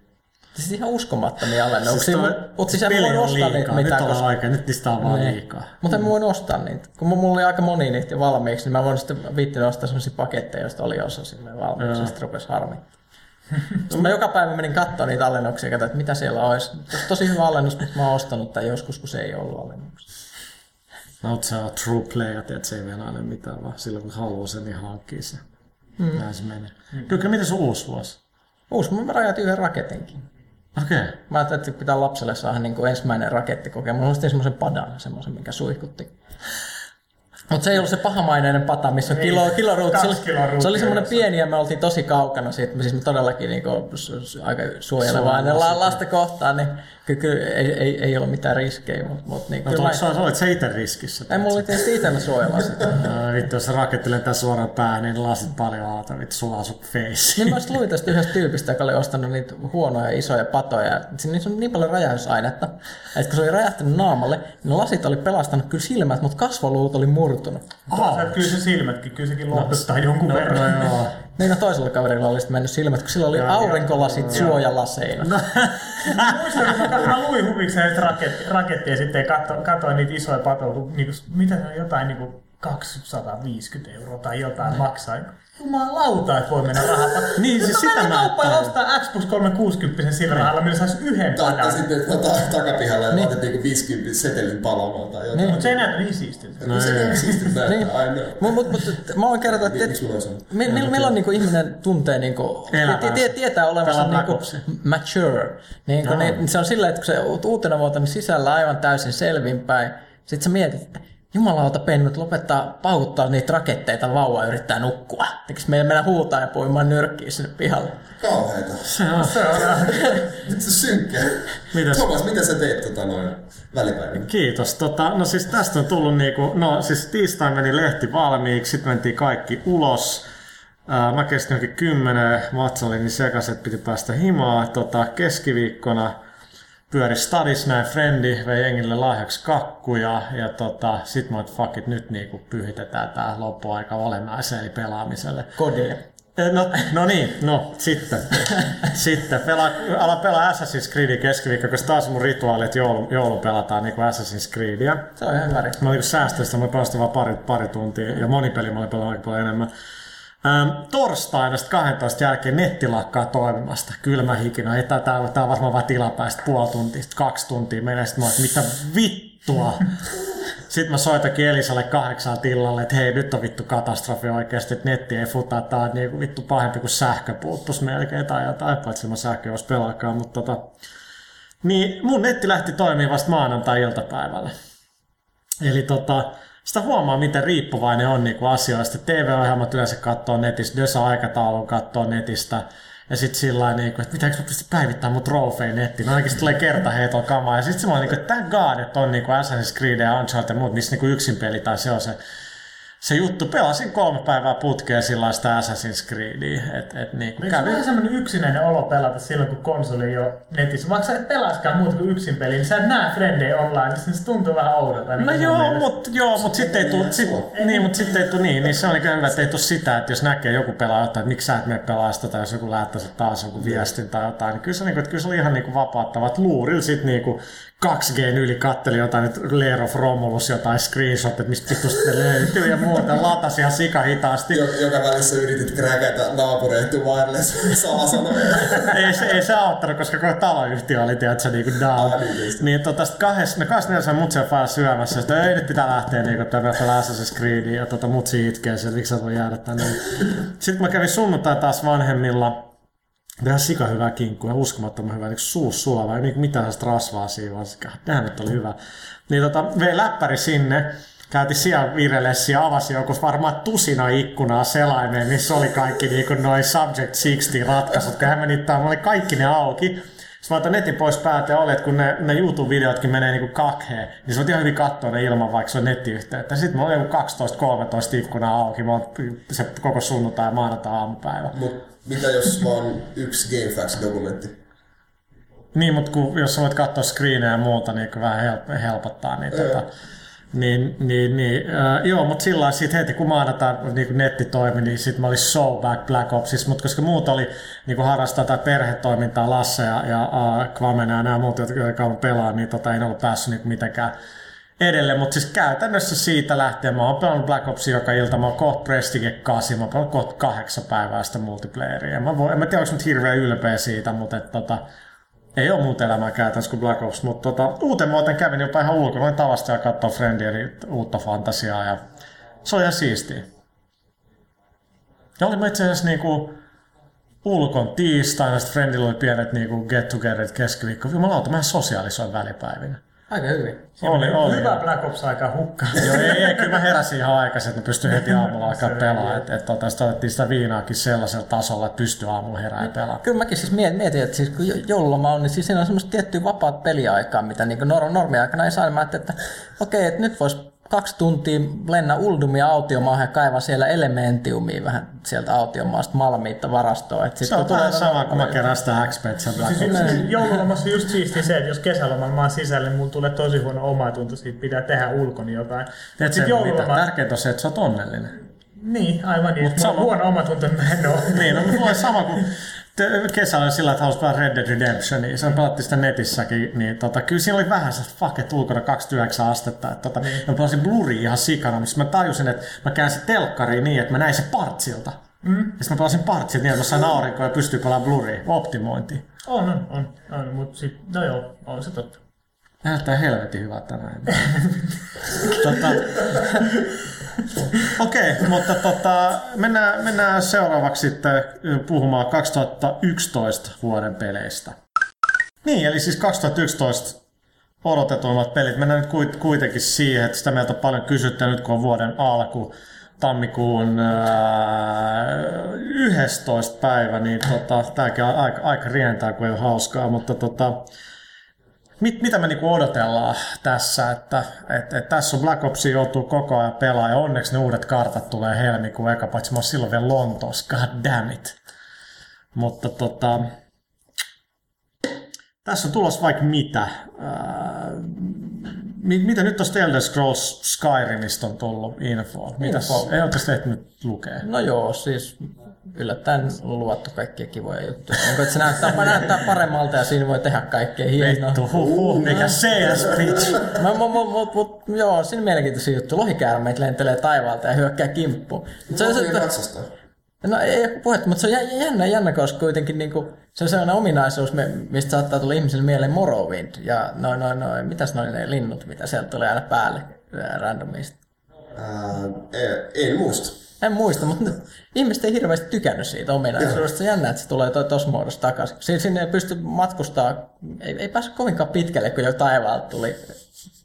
Speaker 2: Siis ihan uskomattomia alennuksia, siis mutta siis en voi ostaa niitä mitään.
Speaker 1: Nyt ollaan oikein, nyt niistä on vaan ne. liikaa.
Speaker 2: Mutta en voin ostaa niitä. Kun mulla oli aika moni niitä valmiiksi, niin mä voin sitten viittin ostaa sellaisia paketteja, joista oli osa sinne valmiiksi, ja sitten rupesi harmittaa. Mä joka päivä menin katsoa niitä alennuksia ja katsoin, että mitä siellä olisi. Olisi tosi hyvä alennus, mutta mä oon ostanut tämän joskus, kun se ei ollut alennuksia.
Speaker 1: No, oot sä true player, että se ei venäile mitään, vaan silloin kun haluaa sen, niin hankkii se. Mm. Näin se menee. Mm. Kyllä, miten sun uusi vuosi?
Speaker 2: Uusi, mä rajatin yhden raketinkin.
Speaker 1: Okei. Okay.
Speaker 2: Mä ajattelin, että pitää lapselle saada niin kuin ensimmäinen rakettikokemus. Mä ostin semmoisen padan, semmoisen, minkä suihkutti. Mutta se ei ollut se pahamaineinen pata, missä on kilo, kiloruutti. Se oli semmoinen pieni ja me oltiin tosi kaukana siitä. Siis me todellakin niin kuin, aika suojelevainen lasta kohtaan, niin kyllä ei, ei, ei ole mitään riskejä. Mut, mut, niin,
Speaker 1: no, kyllä sä olit sä itse riskissä?
Speaker 2: Ei, mulla oli tietysti itsellä suojella sitä.
Speaker 1: No, vittu, jos sä raketti lentää suoraan päähän, niin lasit paljon aata, vittu sulaa sun feissiin.
Speaker 2: Niin mä luin tästä yhdestä tyypistä, joka oli ostanut niitä huonoja isoja patoja. Niissä on niin paljon räjäysainetta, että kun se oli räjähtänyt naamalle, niin lasit oli pelastanut kyllä silmät, mutta kasvoluut oli murtunut.
Speaker 3: Oh, kyllä se silmätkin, kyllä sekin lohduttaa no, jonkun no, verran.
Speaker 1: No, joo.
Speaker 2: Niin no toisella kaverilla oli mennyt silmät, kun sillä oli ja, aurinkolasit ja, suojalaseina. No.
Speaker 3: Muistan, kun mä, mä luin huvikseen raketti, rakettia ja sitten katsoin, katsoin niitä isoja patoja, kun niinku, mitä se on jotain niinku kaksisataaviisikymmentä euroa tai jotain maksaa. Jumalauta, että voi mennä rahalla.
Speaker 1: Niin, siis sitä mä
Speaker 3: ajattelin. Ostaa Xbox kolmesataakuusikymmentä sillä rahalla, millä saisi yhden padan.
Speaker 4: Tai sitten ta- takapihalla ja laitet niinku viisikymmentä setelin palamaan tai jotain.
Speaker 3: Niin. Mutta se ei näytä niin siistiltä.
Speaker 4: No, se ei siistiltä näyttää, niin. I know.
Speaker 2: Mut, mut, mä voin kertoa, että milloin niinku ihminen tuntee, niinku, tietää olevansa niinku mature. Niinku, niin, se on sillä, että kun se uutena vuotena niin sisällä aivan täysin selvinpäin, sit sä mietit, että jumalauta pennut lopettaa paukuttaa niitä raketteita, vauva yrittää nukkua. Tekis meidän mennä huutaa ja puimaan nyrkkiä sinne pihalle.
Speaker 4: Kauheeta.
Speaker 1: Se on.
Speaker 3: Se on.
Speaker 4: Se synkkää. Mitäs? Thomas, mitä sä teet tota noin välipäivänä?
Speaker 1: Kiitos. Tota, no siis tästä on tullut niinku, no siis tiistain meni lehti valmiiksi, sit mentiin kaikki ulos. Ää, mä kestin johonkin kymmenen, vatsa oli niin sekaisin, että piti päästä himaa. Tota, keskiviikkona pyöri stadis näin frendi, vei jengille lahjaksi kakkuja ja tota, sit mä oon, fuck it, nyt niinku pyhitetään tää loppuaika olennaiseen eli pelaamiselle.
Speaker 2: Kodia.
Speaker 1: No, no niin, no sitten. sitten pelaa, ala pelaa Assassin's Creedin keskiviikko, koska taas mun rituaali, että joulu, joulu pelataan niinku Assassin's Creedia.
Speaker 2: Se on ihan hyvä.
Speaker 1: Mä olin säästöistä, mä pelasin vaan pari, pari tuntia ja monipeli mä olin pelannut aika paljon enemmän. Ähm, torstaina sitten kahdentoista jälkeen netti lakkaa toimimasta. Kylmä hikina. Ei, tää, tää, tää on varmaan vaan tilapäistä puoli tuntia, kaksi tuntia menee. Sitten mä oon, mitä vittua? Sitten mä soitakin Elisalle kahdeksan tilalle, että hei, nyt on vittu katastrofi oikeasti, että netti ei futa. Tää on niinku vittu pahempi kuin sähkö puuttus melkein tai jotain. Paitsi mä sähkö jos pelaakaan, mutta tota... Niin mun netti lähti toimimaan vasta maanantai-iltapäivällä. Eli tota... sitä huomaa, miten riippuvainen on niinku asioista. T V-ohjelmat yleensä katsoo netistä, Dösa-aikataulun katsoo netistä. Ja sitten sillä lailla, että pitääkö mä pysty päivittämään mun trofeja nettiin. No ainakin tulee kertaheitolla kamaa. Ja sitten semmoinen, että thank god, että on niinku Assassin's Creed ja Uncharted ja muut, missä niinku yksin peli tai se on se, se juttu. Pelasin kolme päivää putkeen sillä sitä Assassin's Creedia. Et, et niinku
Speaker 3: Eikö
Speaker 1: kävi...
Speaker 3: se ole semmoinen yksinäinen olo pelata silloin, kun konsoli ei ole netissä? Vaikka sä et pelaskaan muuta kuin yksin peliä, niin sä et näe frendejä online, niin se tuntuu vähän oudolta.
Speaker 1: No
Speaker 3: niin
Speaker 1: joo, mutta joo, mut sitten ei tule sit, niin, mut sit ei tule niin, niin se on hyvä, että ei tule sitä, että jos näkee joku pelaa jotain, että miksi sä et mene pelaa sitä, tai jos joku lähettää taas joku viestin tai jotain, niin kyllä se, niin kuin, että kyllä se oli ihan niin kuin vapauttava, että luurilla sit niin kuin kaksi G:n yli katteli jotain, että Lair of Romulus jotain screenshot, että mistä vittu sitten löytyy ja muuta, latasi ihan sikahitaasti.
Speaker 4: Joka välissä yritit kräkätä naapureita wireless salasanoja.
Speaker 1: ei, se, ei se auttanut, koska koko taloyhtiö oli tiedätkö, niinku down. Niin tota sit kahdessa, no kahdessa neljässä mutsi on vaan syömässä, ja sitten ei nyt pitää lähteä niinku pelaa Assassin's Creedia, ja tota mutsi itkee se, että miksi sä voi jäädä tänne. Sitten kun mä kävin sunnuntai taas vanhemmilla, ihan sika hyvää kinkkua ja uskomattoman hyvää, niin suus sulava, ei mitään sellaista rasvaa siinä, vaan tähän nyt oli hyvä. Niin tota, vei läppäri sinne, käytiin siellä virelessä ja avasi joku varmaan tusina ikkunaa selaimeen, missä oli kaikki niinku noin Subject kuusikymmentä ratkaisut, kun hän meni täällä, oli kaikki ne auki. Sitten mä otan netin pois päältä ja oli, että kun ne, ne YouTube-videotkin menee niinku kakheen, niin se voit ihan hyvin katsoa ne ilman, vaikka se on nettiyhteyttä. Sitten mulla oli joku kaksitoista kolmetoista ikkunaa auki, mä se koko sunnuntai ja maanantai aamupäivä.
Speaker 4: Mut mitä jos vaan yksi GameFAQs-dokumentti?
Speaker 1: Niin, mutta kun, jos sä voit katsoa screenejä ja muuta, niin vähän helpottaa. Niin, tota, niin, niin, niin äh, joo, mutta sillä lailla sit heti kun maanantai niin netti toimi, niin sit mä olin so back Black Opsissa, mutta koska muut oli niin harrastaa tai perhetoimintaa, Lasse ja, ja uh, Kvamena ja nämä muut, jotka on pelaa, niin tota, en ollut päässyt niin mitenkään edelleen, mutta siis käytännössä siitä lähtien mä oon pelannut Black Opsia joka ilta, mä oon kohta Prestige kahdeksan, mä oon pelannut kohta kahdeksan päivää sitä multiplayeria. Mä voin, en mä tiedä, onko nyt hirveän ylpeä siitä, mutta et, tota, ei ole muuta elämää käytännössä kuin Black Ops, mutta tota, uuteen vuoteen kävin jopa ihan ulkona, olin tavasta ja katsoa Friendien uutta fantasiaa ja se oli ihan siistiä. Ja olimme itse asiassa niinku ulkon tiistaina, sitten Friendillä oli pienet niinku get-togetherit keskiviikko. Jumalauta, mä sosiaalisoin välipäivinä.
Speaker 2: Aika hyvin.
Speaker 1: Oli, oli.
Speaker 3: Hyvä Black Ops-aikaa hukkaan.
Speaker 1: Joo, ei, ei, kyllä mä heräsin ihan aikaisin, että mä pystyn heti aamulla alkaa pelaa. Että et, tota, sitten otettiin sitä viinaakin sellaisella tasolla, että pystyy aamulla herää ja pelaa.
Speaker 2: Kyllä mäkin siis mietin, että siis kun joululoma on, niin siis siinä on semmoista tiettyä vapaat peliaikaa, mitä niin normi-aikana ei saa. Mä ajattelin, että okei, että nyt vois kaksi tuntia lennä Uldumia autiomaahan ja kaivaa siellä Elementiumia vähän sieltä autiomaasta malmiitta varastoa. Et sit,
Speaker 1: se on
Speaker 2: tulee
Speaker 1: vähän sama, kun mä kerään sitä X-Petsen Black
Speaker 3: Siis
Speaker 1: Opsia.
Speaker 3: joululomassa just siistiä se, että jos kesälomalla mä oon sisällä, niin mulla tulee tosi huono omatunto, siitä pitää tehdä ulkona jotain.
Speaker 1: Teet sen joululoma... mitä? Tärkeintä on se, että sä oot onnellinen.
Speaker 3: Niin, aivan niin. Mutta
Speaker 1: sama...
Speaker 3: huono omatunto, niin mä en oo.
Speaker 1: Niin, no mulla oli sama kuin kesällä oli sillä, että halusi pelaa Red Dead Redemptionia. Se pelattiin sitä netissäkin, niin tota, kyllä siinä oli vähän se fuck, että ulkona kaksikymmentäyhdeksän astetta. Että, tota, niin. Mä pelasin Bluria ihan sikana, mutta mä tajusin, että mä käänsin telkkariin niin, että mä näin se partsilta. Mm. Ja sitten mä pelasin partsilta niin, että mä sain aurinkoa ja pystyy pelaamaan Bluria. Optimointi.
Speaker 3: On, on, on. on mutta sit, no joo, on se totta.
Speaker 1: Näyttää helvetin hyvää tänään. tota, Okei, okay, mutta tota, mennään, mennään seuraavaksi sitten puhumaan kaksituhattayksitoista vuoden peleistä. Niin, eli siis kaksituhattayksitoista odotetuimmat pelit. Mennään nyt kuitenkin siihen, että sitä meiltä on paljon kysytty nyt, kun on vuoden alku, tammikuun yhdestoista päivä, niin tota, tämäkin on aika, aika rientää, kun ei ole hauskaa, mutta tota, Mit, mitä me niinku odotellaan tässä, että et, et tässä on Black Ops joutuu koko ajan pelaa ja onneksi ne uudet kartat tulee helmikuun eka, paitsi mä oon silloin vielä Lontoossa, god damn it. Mutta tota, tässä on tulossa vaikka mitä. Ää, mitä nyt tuosta Elder Scrolls Skyrimista on tullut info? Mitäs? Info. Ei oikeasti ehtinyt lukea.
Speaker 2: No joo, siis yllättäen luvattu kaikkia kivoja juttuja. Onko, että se näyttää, näyttää paremmalta ja siinä voi tehdä kaikkea hienoa.
Speaker 1: Vittu, huhuh, mikä sales pitch.
Speaker 2: Mä, mä, mä, mä, joo, siinä mielenkiintoisia juttu. Lohikäärmeet lentelee taivaalta ja hyökkää kimppuun.
Speaker 4: Se on se ratsastaa.
Speaker 2: No ei ole puhetta, mutta se on jännä, jännä koska kuitenkin niinku, se on sellainen ominaisuus, mistä saattaa tulla ihmisille mieleen Morrowind. Ja noin, noin, noin, mitäs noin ne linnut, mitä sieltä tulee aina päälle randomista?
Speaker 4: Äh, en muista.
Speaker 2: En muista, mutta ihmiset ei hirveästi tykännyt siitä ominaisuudesta. Se jännä, että se tulee tuossa muodossa takaisin. Sinne ei pysty matkustaa, ei, ei päässyt kovinkaan pitkälle, kun jo taivaalta tuli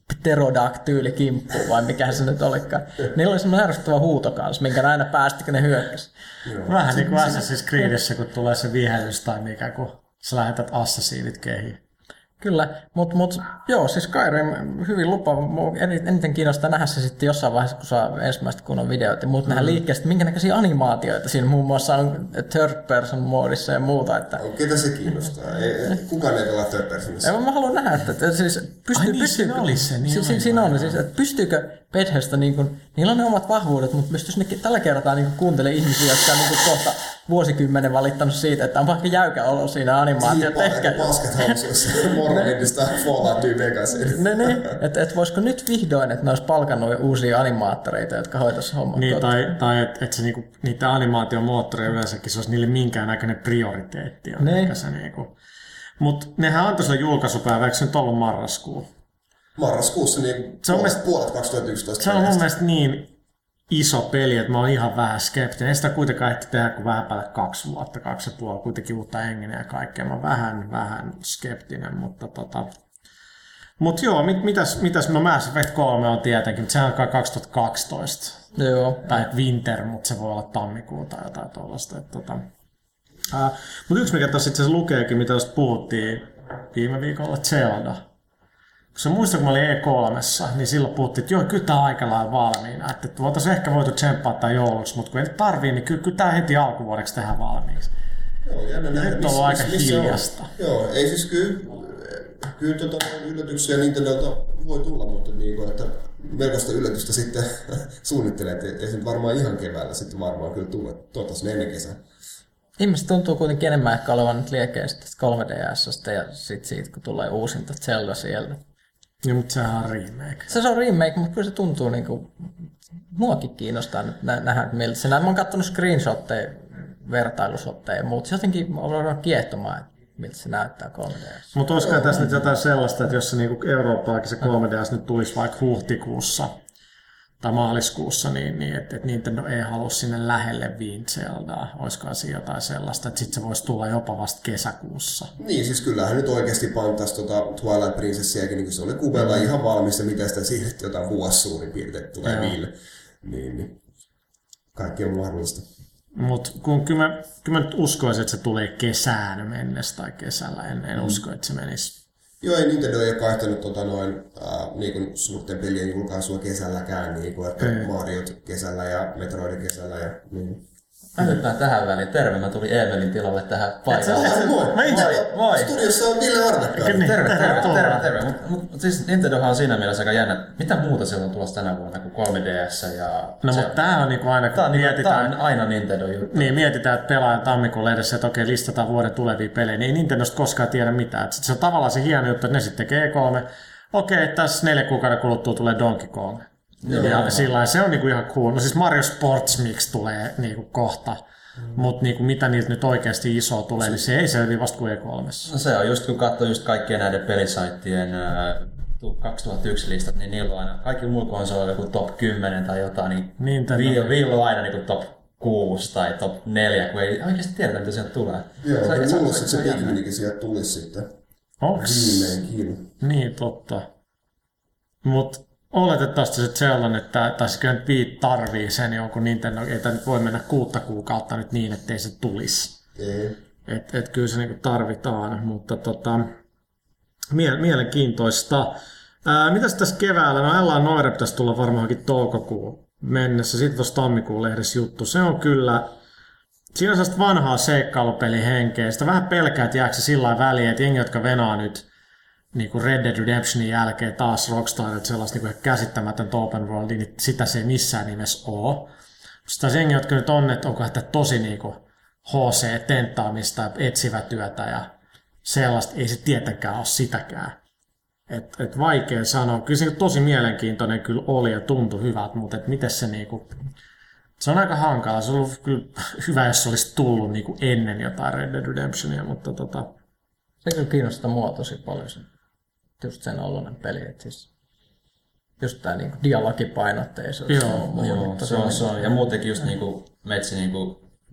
Speaker 2: pterodactyli kimppu vai mikä se nyt olikaan. Niillä oli semmoinen ärsyttävä huuto kanssa, minkä aina päästi, kun ne hyökkäsi.
Speaker 1: Vähän niin kuin Assassin's Creedissä, kun tulee se vihellys tai mikä, kun sä lähetät assasiinit kehiin.
Speaker 2: Kyllä, mutta mut, joo, siis Skyrim hyvin lupaava. Eniten kiinnostaa nähdä se sitten jossain vaiheessa, kun saa ensimmäistä kunnon videoita ja muut mm. nähdä liikkeestä, minkä näköisiä animaatioita siinä muun muassa on third person moodissa ja muuta. Että...
Speaker 4: Ketä se kiinnostaa? Ei, kukaan ei ole third personissa.
Speaker 2: Ei, mä haluan nähdä, että, että siis pystyy,
Speaker 1: Ai niin,
Speaker 2: pystyy,
Speaker 1: siinä oli se. Niin
Speaker 2: siis,
Speaker 1: oli,
Speaker 2: siinä
Speaker 1: oli,
Speaker 2: on, siis, että pystyykö Bethesda, niin kun, niillä on ne omat vahvuudet, mutta pystyisi ne tällä kertaa niin kuuntelemaan ihmisiä, jotka on niin kohta vuosikymmenen valittanut siitä, että on vaikka jäykä olo siinä animaatio.
Speaker 4: Ehkä paskat hausuissa Morrowindista Fallout New Vegasin.
Speaker 2: Ne, ne. Että et voisiko nyt vihdoin, että ne olisi palkannut uusia animaattoreita, jotka hoitaisi hommat.
Speaker 1: Niin, tai, tai että et se niinku, niiden animaatiomoottoreja yleensäkin, se olisi niille minkäännäköinen prioriteetti.
Speaker 2: Ne.
Speaker 1: Niinku. Mutta nehän antoi sille julkaisupäivä, eikö se nyt ollut marraskuu?
Speaker 4: Marraskuussa niin
Speaker 1: se on
Speaker 4: puolet, puolet kaksituhattayksitoista.
Speaker 1: Se on mun mielestä niin iso peli, että mä oon ihan vähän skeptinen. Ei sitä kuitenkaan ehti tehdä kuin vähän päälle kaksi vuotta, kaksi ja puoli, kuitenkin uutta hengenä ja kaikkea. Mä oon vähän, vähän skeptinen, mutta tota... Mut joo, mit, mitäs, mitäs, no Mass Effect kolme on tietenkin, mutta sehän on kaksituhattakaksitoista.
Speaker 2: Joo.
Speaker 1: Tai et winter, mutta se voi olla tammikuuta tai jotain tuollaista. Tota. Uh, mutta yksi mikä tuossa itse asiassa lukeekin, mitä tuosta puhuttiin viime viikolla, Zelda. Se muistan, kun mä olin E kolme, niin silloin puhuttiin, että joo, kyllä tämä on aika lailla valmiina. Että, että voitaisiin ehkä voitu tsemppaa tämän jouluksi, mutta kun ei tarvii, niin kyllä, kyllä tämä heti alkuvuodeksi tehdään valmiiksi.
Speaker 4: Joo, jännä nähdä.
Speaker 1: Nyt on ollut aika hiljasta.
Speaker 4: Joo, ei siis kyllä, kyllä tuota, yllätyksiä Nintendolta voi tulla, mutta niin kuin, että melkoista yllätystä sitten suunnittelee, että ei se nyt varmaan ihan keväällä sitten varmaan kyllä tulla, toivottavasti ennen kesää.
Speaker 2: Ihmiset tuntuu kuitenkin enemmän ehkä olevan nyt liekkeistä kolme D S:stä ja sitten siitä, kun tulee uusinta Zelda sieltä.
Speaker 1: Ja, mutta sehän on remake.
Speaker 2: Se on remake, mutta kyllä se tuntuu niinku... Muakin kiinnostaa nyt nä- nähdä, miltä se näin. Mä oon kattonut screenshotteja, vertailusotteja ja muut. Se jotenkin on kiehtomaa, että miltä se näyttää kolme D S.
Speaker 1: Mutta olisiko tässä nyt jotain sellaista, että jos se niinku Eurooppaakin se kolme D S nyt tulisi vaikka huhtikuussa tai maaliskuussa, niin, niin että et Nintendo ei halua sinne lähelle Wind Zeldaa. Olisiko siinä jotain sellaista, että sitten se voisi tulla jopa vasta kesäkuussa.
Speaker 4: Niin, siis kyllähän nyt oikeasti pantaisi tuota Twilight Princessiäkin, niin se oli kuvella mm. ihan valmista, mitä sitä siirretty jotain vuosi suurin piirtein tulee viille. Niin, niin. Kaikki on mahdollista.
Speaker 1: Mutta kyllä mä, kyllä mä nyt uskoisin, että se tulee kesään mennessä tai kesällä. En, en mm. usko, että se menisi.
Speaker 4: Joo, ei Nintendo ei ole kaihtanut tota noin, äh, niin suurten pelien julkaisua kesälläkään, niin kuin, että mm. Mariot kesällä ja Metroid kesällä. Ja, niin.
Speaker 5: Mä hyppään tähän väliin. Terve, mä tulin Eemelin tilalle tähän paikalle.
Speaker 4: Moi, moi,
Speaker 1: moi,
Speaker 4: moi. Studiossa on Ville Arvekkaan.
Speaker 1: Niin,
Speaker 5: terve, terve, terve,
Speaker 1: terve.
Speaker 5: terve. Mutta mut, siis Nintendohan on siinä mielessä aika jännä. Mitä muuta siellä on tulossa tänä vuonna kuin kolme D S ja...
Speaker 1: No mutta tää on niinku aina, kun
Speaker 5: tää on,
Speaker 1: mietitään...
Speaker 5: Tää on aina Nintendo juttu.
Speaker 1: Niin, mietitään, että pelaajan tammikuun lehdessä, että okei, listataan vuoden tulevia pelejä, niin ei Nintendosta koskaan tiedä mitään. Et se on tavallaan se hieno juttu, että ne sitten tekee E kolme. Okei, tässä neljä kuukauden kuluttua tulee Donkey Kong. Joo, ja sillä se on niinku ihan cool. No siis Mario Sports Mix tulee niinku kohta. Mm. Mutta niinku, mitä niiltä nyt oikeasti isoa tulee, niin se ei selviä vasta kuin E kolme. No
Speaker 5: se on just, kun katsoo just kaikkien näiden pelisaittien äh, kaksituhattayksi listat, niin niillä on aina, kaikki muilla konsoleilla joku top kymmenen tai jotain, niin Viilla on aina niinku top kuusi tai top neljä, kun ei oikeasti tiedetä, mitä sieltä tulee.
Speaker 4: Joo, se, niin luulisin, että se Pikminikin sieltä tulisi sitten.
Speaker 1: Onks?
Speaker 4: Viimeinkin.
Speaker 1: Niin, totta. Mut oletettavasti se Zelda nyt, tai se kyllä nyt Wii tarvii sen jonkun Nintendo, ei tämä nyt voi mennä kuutta kuukautta nyt niin, ettei se tulisi.
Speaker 4: Ei.
Speaker 1: Et, et kyllä se niinku tarvitaan, mutta tota, mie- mielenkiintoista. Ää, mitäs tässä keväällä? No Ella Noire pitäisi tulla varmaankin toukokuun mennessä. Sitten tuossa tammikuun lehdessä juttu. Se on kyllä, siinä on sellaista vanhaa seikkailupelihenkeä. Sitä vähän pelkää, että jääkö se sillä lailla väliin, että jengi, jotka venaa nyt niin kuin Red Dead Redemptionin jälkeen taas Rockstarilta sellaista niin käsittämätöntä open worldia, niin sitä se ei missään nimessä ole. Sitä jengi, jotka nyt on, että onko että tosi niin kuin H C-tenttaamista ja etsivätyötä ja sellaista, ei se tietenkään ole sitäkään. Et, et vaikea sanoa. Kyllä se tosi mielenkiintoinen kyllä oli ja tuntui hyvältä, mutta et miten se niinku, se on aika hankala. Se on ollut kyllä hyvä, jos se olisi tullut niinku ennen jotain Red Dead Redemptionia, mutta tota...
Speaker 2: Se kyllä kiinnostaa mua tosi paljon se, just sen oloinen peli, että siis just tää niinku dialogipainotteisuus.
Speaker 5: Joo, joo, se on, se on, ja muutenkin just niinku metsi niinku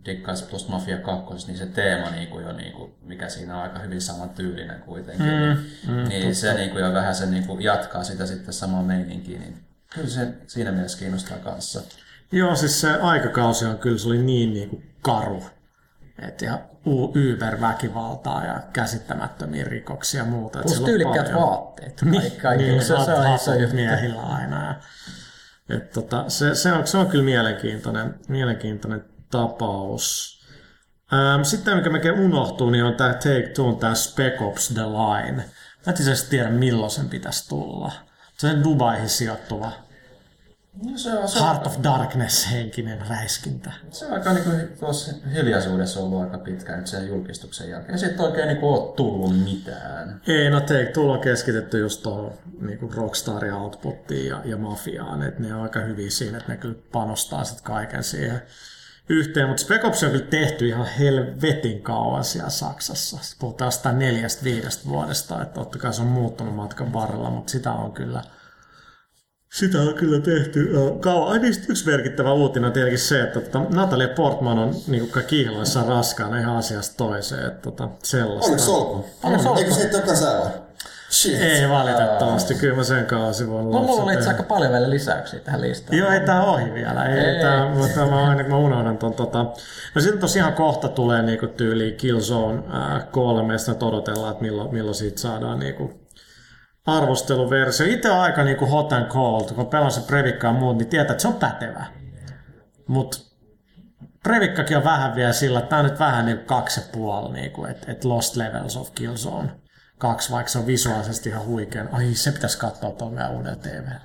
Speaker 5: dikkaisi plus Mafia kaksi, niin se teema niinku jo, niinku, mikä siinä on aika hyvin samantyylinen kuitenkin,
Speaker 1: Mm,
Speaker 5: niin,
Speaker 1: mm,
Speaker 5: niin se niinku jo vähän se niinku jatkaa sitä sitten samaa meininkiä, niin kyllä se siinä mielessä kiinnostaa kanssa.
Speaker 1: Joo, siis se aikakausi on kyllä, se oli niin, niin kuin karu. Että ihan yberväkivaltaa ja käsittämättömiä rikoksia ja muuta.
Speaker 2: Plus tyylikkäät vaatteet.
Speaker 1: Niin,
Speaker 2: kaikilla.
Speaker 1: niin,
Speaker 2: se, se on iso juttu.
Speaker 1: miehillä aina. Ja, et tota, se, se, on, se on kyllä mielenkiintoinen, mielenkiintoinen tapaus. Ähm, sitten mikä mekin unohtuu, niin on tämä Take-Two, tämä Spec Ops The Line. Mä en tietysti tiedä, milloin sen pitäisi tulla. Se on Dubaihin sijoittuva.
Speaker 5: No se on, se
Speaker 1: Heart of Darkness-henkinen räiskintä.
Speaker 5: Se on aika niinku tuossa hiljaisuudessa ollut aika pitkään nyt sen julkistuksen jälkeen. Ei siitä oikein niinku ole tullut mitään.
Speaker 1: Ei, no Take-Two on keskitetty just tuohon niinku Rockstarin outputtiin ja, ja Mafiaan. Et ne on aika hyviä siinä, että ne kyllä panostaa sit kaiken siihen yhteen. Mutta Spec Ops on kyllä tehty ihan helvetin kauan siellä Saksassa. Puhutaan jostain neljästä viidestä vuodesta. Että totta kai se on muuttunut matkan varrella, mutta sitä on kyllä... Sitä on kyllä tehty kauan. Niistä yksi merkittävä uutinen on tietenkin se, että tota, Natalie Portman on niin kiihloissa raskaana ihan asiasta toiseen. Että, tota, sellaista.
Speaker 4: Onneksi olkoon. Eikö se ei olekaan sä vai? Shit.
Speaker 1: Ei valitettavasti. Kyllä mä sen kausi voin
Speaker 2: no, mulla oli itse aika paljon vielä lisäyksiä tähän listaan.
Speaker 1: Joo, ei tää ohi vielä. Ei, ei, tää, ei. Mutta mä aina mä unohdan ton. Tota. No sitten tosiaan kohta tulee niinku tyyliin Killzone äh, kolme. Sitten odotellaan, että milloin, milloin siitä saadaan niinku arvosteluversio. Itse on aika niinku hot and cold, kun pelasin Previkkaa ja muut, niin tietää, että se on pätevä. Mut Previkkakin on vähän vielä sillä, että tää on nyt vähän niinku kaksi ja puoli, niinku, että et Lost Levels of Killzone kaksi, vaikka se on visuaalisesti ihan huikean. Ai, se pitäisi katsoa tuolla meidän uudella T V:llä.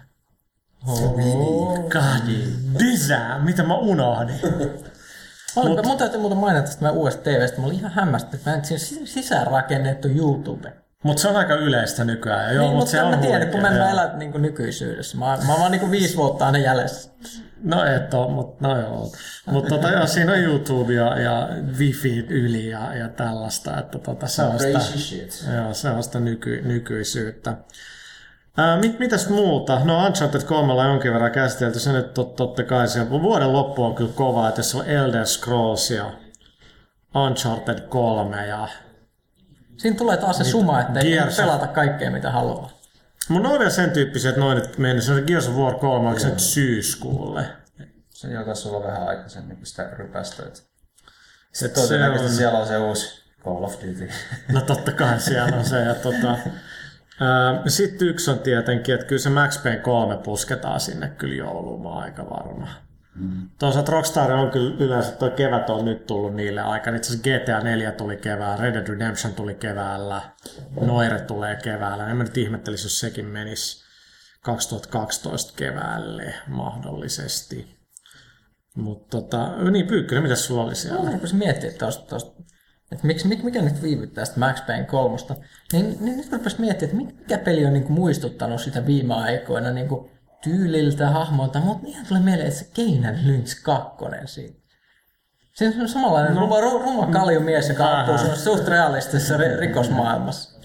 Speaker 1: Oh, god damn, mitä mä unohdin.
Speaker 2: Mut, mun täytyy muuten mainita tästä meidän uudesta T V:stä. Mä olin ihan hämmästynyt, että mä en siinä sisäänrakennettu YouTube.
Speaker 1: Mutta se on aika yleistä nykyään. Joo,
Speaker 2: niin,
Speaker 1: mut
Speaker 2: mutta
Speaker 1: se on
Speaker 2: mä tiedän,
Speaker 1: huikea,
Speaker 2: kun mä en
Speaker 1: joo.
Speaker 2: elä niin nykyisyydessä. Mä, mä oon vaan niin viisi vuotta aina jäljessä.
Speaker 1: No et oo, mutta no joo. Mutta tota, joo, siinä on YouTube ja, ja Wi-Fi yli ja, ja tällaista. Että tota, se on sitä, joo, se on sitä nyky, nykyisyyttä. Ää, mit, mitäs muuta? No Uncharted kolme on jonkin verran käsitelty. Se nyt tot, totta kai se vuoden loppu on kyllä kova, että jos on Elder Scrolls ja Uncharted kolme ja
Speaker 2: siinä tulee taas se suma, että ei pelata kaikkea mitä haluaa.
Speaker 1: Mun on vielä sen tyyppisiä, että noin nyt meni. Se on Gears of War kolme, onko se nyt syyskuulle?
Speaker 5: Se jotaisi olla vähän aikaisemmin kuin sitä rypästä.
Speaker 1: Se
Speaker 5: todennäköisesti on... siellä on se uusi Call of Duty.
Speaker 1: No totta kai siellä on se. Ja tota, sitten yksi on tietenkin, että kyllä se Max Payne kolme pusketaan sinne kyllä jouluun, mä oon aika varma. Mm. Toisaalta Rockstar on kyllä yleensä, tuo kevät on nyt tullut niille aikana. Itse asiassa G T A neljä tuli keväällä, Red Dead Redemption tuli keväällä, Noire tulee keväällä. En mä nyt ihmettelisi, jos sekin menisi kaksituhattakaksitoista keväälle mahdollisesti. Mutta tota, niin Pyykkönen, mitäs sulla oli siellä?
Speaker 2: Mä rupesin miettimään tosta, tosta, että miksi, mikä nyt viivyttää sitä Max Payne kolmosta. Niin, niin nyt rupesin miettimään, että mikä peli on niin kuin muistuttanut sitä viime aikoina niin kuin tyyliltä, hahmoilta, mutta ihan tulee mieleen, että se Keinan Lynch kakkonen siitä. Se on samanlainen no, ruma, ruma kaljumies, joka auttuu suht realistisessa rikosmaailmassa.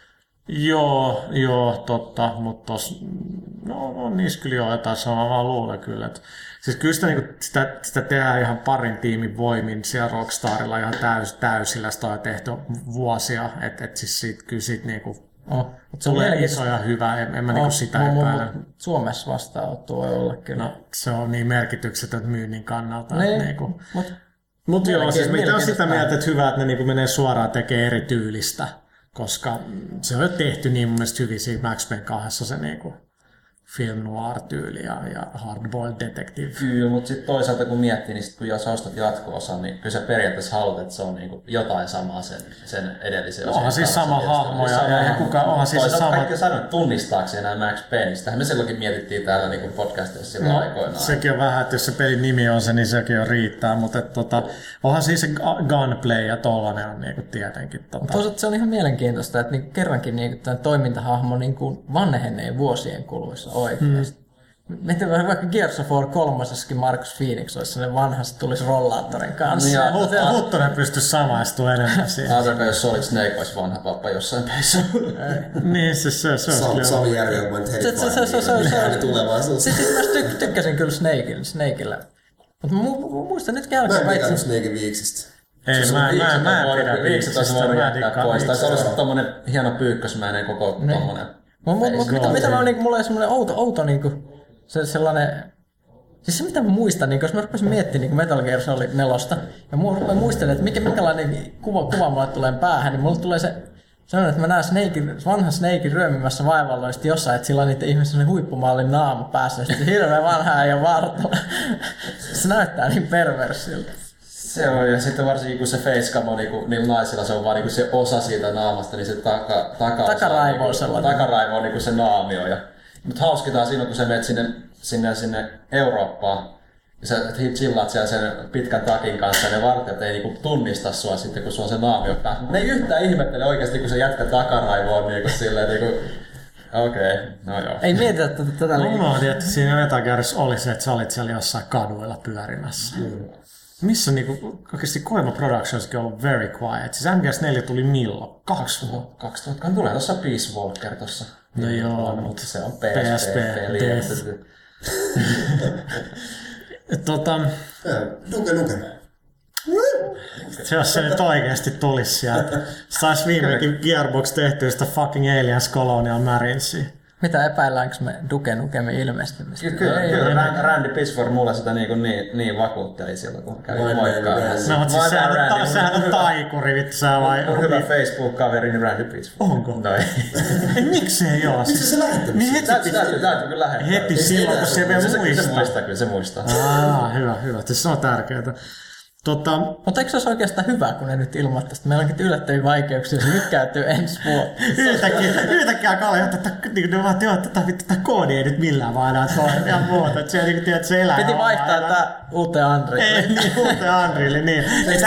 Speaker 1: Joo, joo, totta, mutta tos, no, on niissä kyllä jo jotain samaa, vaan luulen kyllä. Että, siis kyllä sitä, niin sitä, sitä tehdään ihan parin tiimin voimin siellä Rockstarilla ihan täys, täysillä, sitä on tehty vuosia, että et siis siitä, kyllä siitä niinku oh, se tulee iso ja hyvä, en, en mä oh, niinku sitä oh, epäile.
Speaker 2: Suomessa vastaanotto voi olla kyllä.
Speaker 1: No, se on niin merkityksetön myynnin kannalta.
Speaker 2: Ne,
Speaker 1: niinku.
Speaker 2: Mutta
Speaker 1: mut joo, siis mitä on sitä mieltä, että hyvä, että ne niinku menee suoraan tekemään eri tyylistä. Koska se on jo tehty niin mun mielestä hyvin siinä Max Payne kahdessa se niinku film noir-tyyli ja, ja hardboiled detective.
Speaker 5: Kyllä, mutta sitten toisaalta kun miettii, niin sit kun jos ostat jatko-osan, niin kyllä sä periaatteessa haluat, että se on niinku jotain samaa sen, sen edellisen osan.
Speaker 1: Onhan siis sama hahmo ja, ja, ja kuka onhan siis
Speaker 5: toisaalta
Speaker 1: sama...
Speaker 5: kaikki sanoo, että tunnistaako enää Max Payne. Sitähän me silloinkin mietittiin täällä niinku podcastissa silloin no, aikoinaan.
Speaker 1: Sekin on vähän, että jos se pelin nimi on se, niin sekin on riittää, mutta et, tota, onhan siis se gunplay ja tollanen on niinku tietenkin. Tota...
Speaker 2: Toisaalta se on ihan mielenkiintoista, että niinku kerrankin niinku tämän toimintahahmo niinku vanhenee vuosien kuluessa oikeasti. Hmm. Mietin vähän vaikka Gears of War kolmosessakin Marcus Phoenix olisi sellainen vanha, se tulisi rollaattorin kanssa.
Speaker 1: Ja Hut- Huttonen pystyisi samaistumaan enemmän siihen.
Speaker 5: Ajatelkaa, jos Solid Snake olisi vanha pappa jossain pelissä.
Speaker 1: Niin, se se se
Speaker 4: on. Sami Järvelman heti
Speaker 2: tulevaisuus. Sitten mä tykkäsin kyllä Snakeille. Mutta mu- muistan nyt
Speaker 4: Mä en
Speaker 2: jälkeen.
Speaker 4: pidä Snakein viiksistä.
Speaker 1: Ei, mä, mä, mä en pidä
Speaker 5: viikset olisi voinut jättää pois. Tai se olisi tommonen hieno pyykkösmäinen koko
Speaker 2: Ne.
Speaker 5: tommonen.
Speaker 2: Mut, mut, mut, mitä, mitä mä, niinku, mulla oli semmoinen outo, outo niinku, se, sellainen... Siis se mitä mä muistan, niin jos mä rupesin miettimään niin Metal Gear Solid nelosta, ja mä muistelin, että mikä, minkälainen kuva, kuva mulle tulee päähän, niin mulle tulee se sellainen, että mä näen Snakein, vanhan Snakein ryömimässä vaivalloisesti jossain, että sillä on niiden ihmisten huippumaalin naama päässä, ja sitten hirveän vanha ja vartalo. Se näyttää niin perversiltä.
Speaker 5: Se on, ja sitten varsinkin kun se facecam on niinku, niillä naisilla, se on vaan niinku se osa siitä naamasta, niin se taka, taka
Speaker 2: Takaraivo on
Speaker 5: niinku,
Speaker 2: sellainen.
Speaker 5: Takaraivo on niinku se naamio. Ja, mutta hauskitaan siinä, kun sä menet sinne, sinne, sinne Eurooppaan, ja sä chillaat siellä sen pitkän takin kanssa, ja ne vartijat ei niinku tunnista sua sitten, kun sulla on se naamio päässä. Ne ei yhtään ihmettele oikeasti, kun se jätkä takaraivo on niinku silleen niinku... Okei, okay, no joo.
Speaker 2: Ei mietitä tätä, tätä
Speaker 1: liikaa. Mä oon, että siinä Metal Gearissa oli se, että sä olit siellä jossain kaduilla pyörimässä. Mm. Missä niinku, oikeasti Koema Productionskin on ollut very quiet. Siis M G S neljä tuli milloin? Kaksi vuotta.
Speaker 5: kaksituhatta tulee tuossa Peace Walker tossa.
Speaker 1: No niin, joo, mutta
Speaker 5: se on P S P-peli.
Speaker 1: tota...
Speaker 4: Duke Nuke.
Speaker 1: Se jos se nyt oikeesti tulisi sieltä. Sais viimeinkin Gearbox tehtyä sitä fucking Aliens Colonial Marinesiä.
Speaker 2: Mitä epäilläänkö me Duke Nukemme ilmestymistä?
Speaker 5: Kyllä, ei, kyllä Randy, Randy Pitchford mulle sitä niin, niin, niin vakuutteli silloin, kun kävi moikkaan.
Speaker 1: No, mutta siis sehän on, ta- sehän on taikuri, vittu sä vai...
Speaker 5: Mun hyvä Facebook-kaveri, niin Randy Pitchford.
Speaker 1: Onko?
Speaker 5: No ei.
Speaker 1: Ei, miksi ei oo?
Speaker 4: Miksi se lähettänyt?
Speaker 1: Niin heti,
Speaker 5: täytyy, täytyy, täytyy kyllä lähettää.
Speaker 1: Heti silloin, kun se vielä muistaa.
Speaker 5: Se muistaa, kyllä se muistaa.
Speaker 1: Aa, hyvä, hyvä. Se on tärkeää. Tota...
Speaker 2: Mutta eikö se olisi oikeastaan hyvä, kun ne nyt ilmoittaisi, että meillä onkin yllättäviä vaikeuksia, se lykkäytyy ensi vuotta.
Speaker 1: Yhtäkkiä, yhtäkkiä Kalle, että ne vaan teot, että tämä koodi ei nyt millään vaan enää toimi ja muuta. Että se, niin, tiedät, se elää.
Speaker 2: Piti vaihtaa tämä uuteen Unrealille.
Speaker 1: Ei, niin, uuteen Unrealille, niin.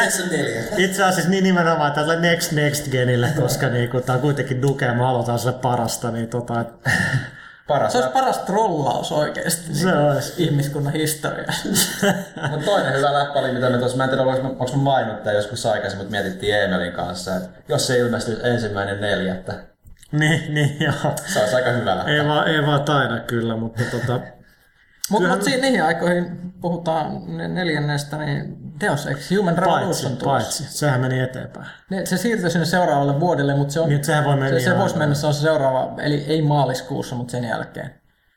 Speaker 1: Itse asiassa niin nimenomaan tällä Next Next Genille, koska niin, tämä on kuitenkin Duke ja me halutaan se parasta, niin tota...
Speaker 5: Paras.
Speaker 2: Se olisi paras trollaus oikeesti
Speaker 1: se
Speaker 2: niin
Speaker 1: olisi
Speaker 2: ihmiskunnan historiassa.
Speaker 5: Mutta toinen hyvä läppä oli, mitä me tuossa, mä en tiedä, onko mä mainittu tämän joskus aikaisemmin, mutta mietittiin Emelin kanssa, että jos se ilmestyisi ensimmäinen neljättä.
Speaker 1: Niin, niin joo.
Speaker 5: Se olisi aika hyvä läppä.
Speaker 1: Ei vaan, ei vaan taida kyllä, mutta tota...
Speaker 2: Mutta mut siinä niihin aikoihin puhutaan neljännestä, niin Deus Ex Human Revolution
Speaker 1: tulossa. Paitsi, sehän meni eteenpäin.
Speaker 2: Ne, se siirtyi sinne seuraavalle vuodelle, mutta se on...
Speaker 1: Niin, sehän voi mennä
Speaker 2: se, se voisi mennä, se on se seuraava, eli ei maaliskuussa, mutta sen jälkeen.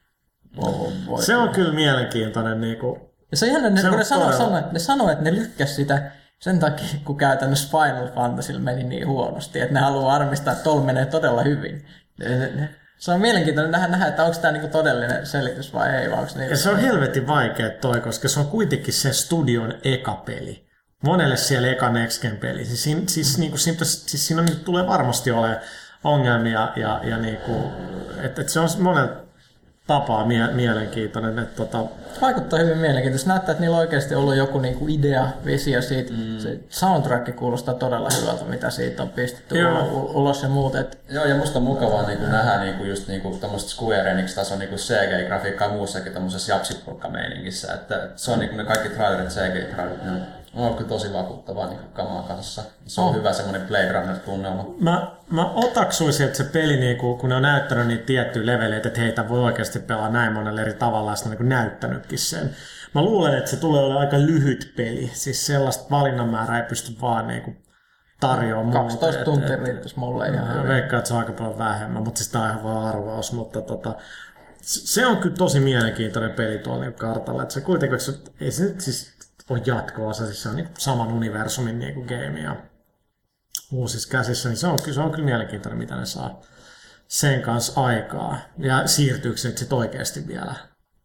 Speaker 1: Oh, se on kyllä mielenkiintoinen niinku...
Speaker 2: Ja se on ihan, ne, kun ne sanoo, sanoo, ne sanoo, että ne lykkäs sitä sen takia, kun käytännössä Final Fantasylla meni niin huonosti, että ne haluaa varmistaa, että tuolla menee todella hyvin. Ne, ne, ne. Se on mielenkiintoinen nähdä, nähdä että onko tämä niinku todellinen selitys vai ei. Vai onko
Speaker 1: ja se on helvetin vaikea toi, koska se on kuitenkin se studion eka peli. Monelle siellä eka Next Gen peli. Siis, siinä, siis, niinku, siinä, siis siinä on, tulee varmasti olemaan ongelmia, ja, ja niinku, että et se on monella tapaa mie- mielenkiintoinen. Et, tota...
Speaker 2: Vaikuttaa hyvin mielenkiintoista. Näyttää, että niillä on oikeasti ollut joku niinku idea, visio siitä. Mm. Se soundtrack kuulostaa todella hyvältä, mitä siitä on pistetty Joo. ulos ja muut. Et...
Speaker 5: Joo, ja musta on mukavaa niin nähdä niin just niin tämmöistä Square Enix-tason niin C G-grafiikkaa muussakin tämmöisessä japsipulkkameiningissä. Että se on niin ne kaikki trailerit, C G-trailerit, ne on kyllä tosi vakuuttavaa niin kamaa kanssa. Se on oh. hyvä semmoinen Blade Runner-tunnelma.
Speaker 1: Mä, mä otaksuisin, että se peli, niin kun ne on näyttänyt niitä tiettyjä leveleitä, että heitä voi oikeasti pelaa näin monella eri tavalla, ja sitä on niin näyttänytkin sen. Mä luulen, että se tulee olemaan aika lyhyt peli. Siis sellaista valinnanmäärää ei pysty vaan niin tarjoamaan.
Speaker 2: kaksitoista tuntia riittäisi mulle ihan hyvin.
Speaker 1: Veikkaan, että se on aika paljon vähemmän, mutta siis tää on ihan vaan arvaus. Mutta tota, se on kyllä tosi mielenkiintoinen peli tuolla niin kartalla. Että se kuitenkin, se, ei se nyt siis ole jatko-osa, siis se on niin saman universumin niin game ja uusissa käsissä, niin se on, se on kyllä mielenkiintoinen, mitä ne saa sen kanssa aikaa. Ja siirtyykö se nyt sit oikeasti vielä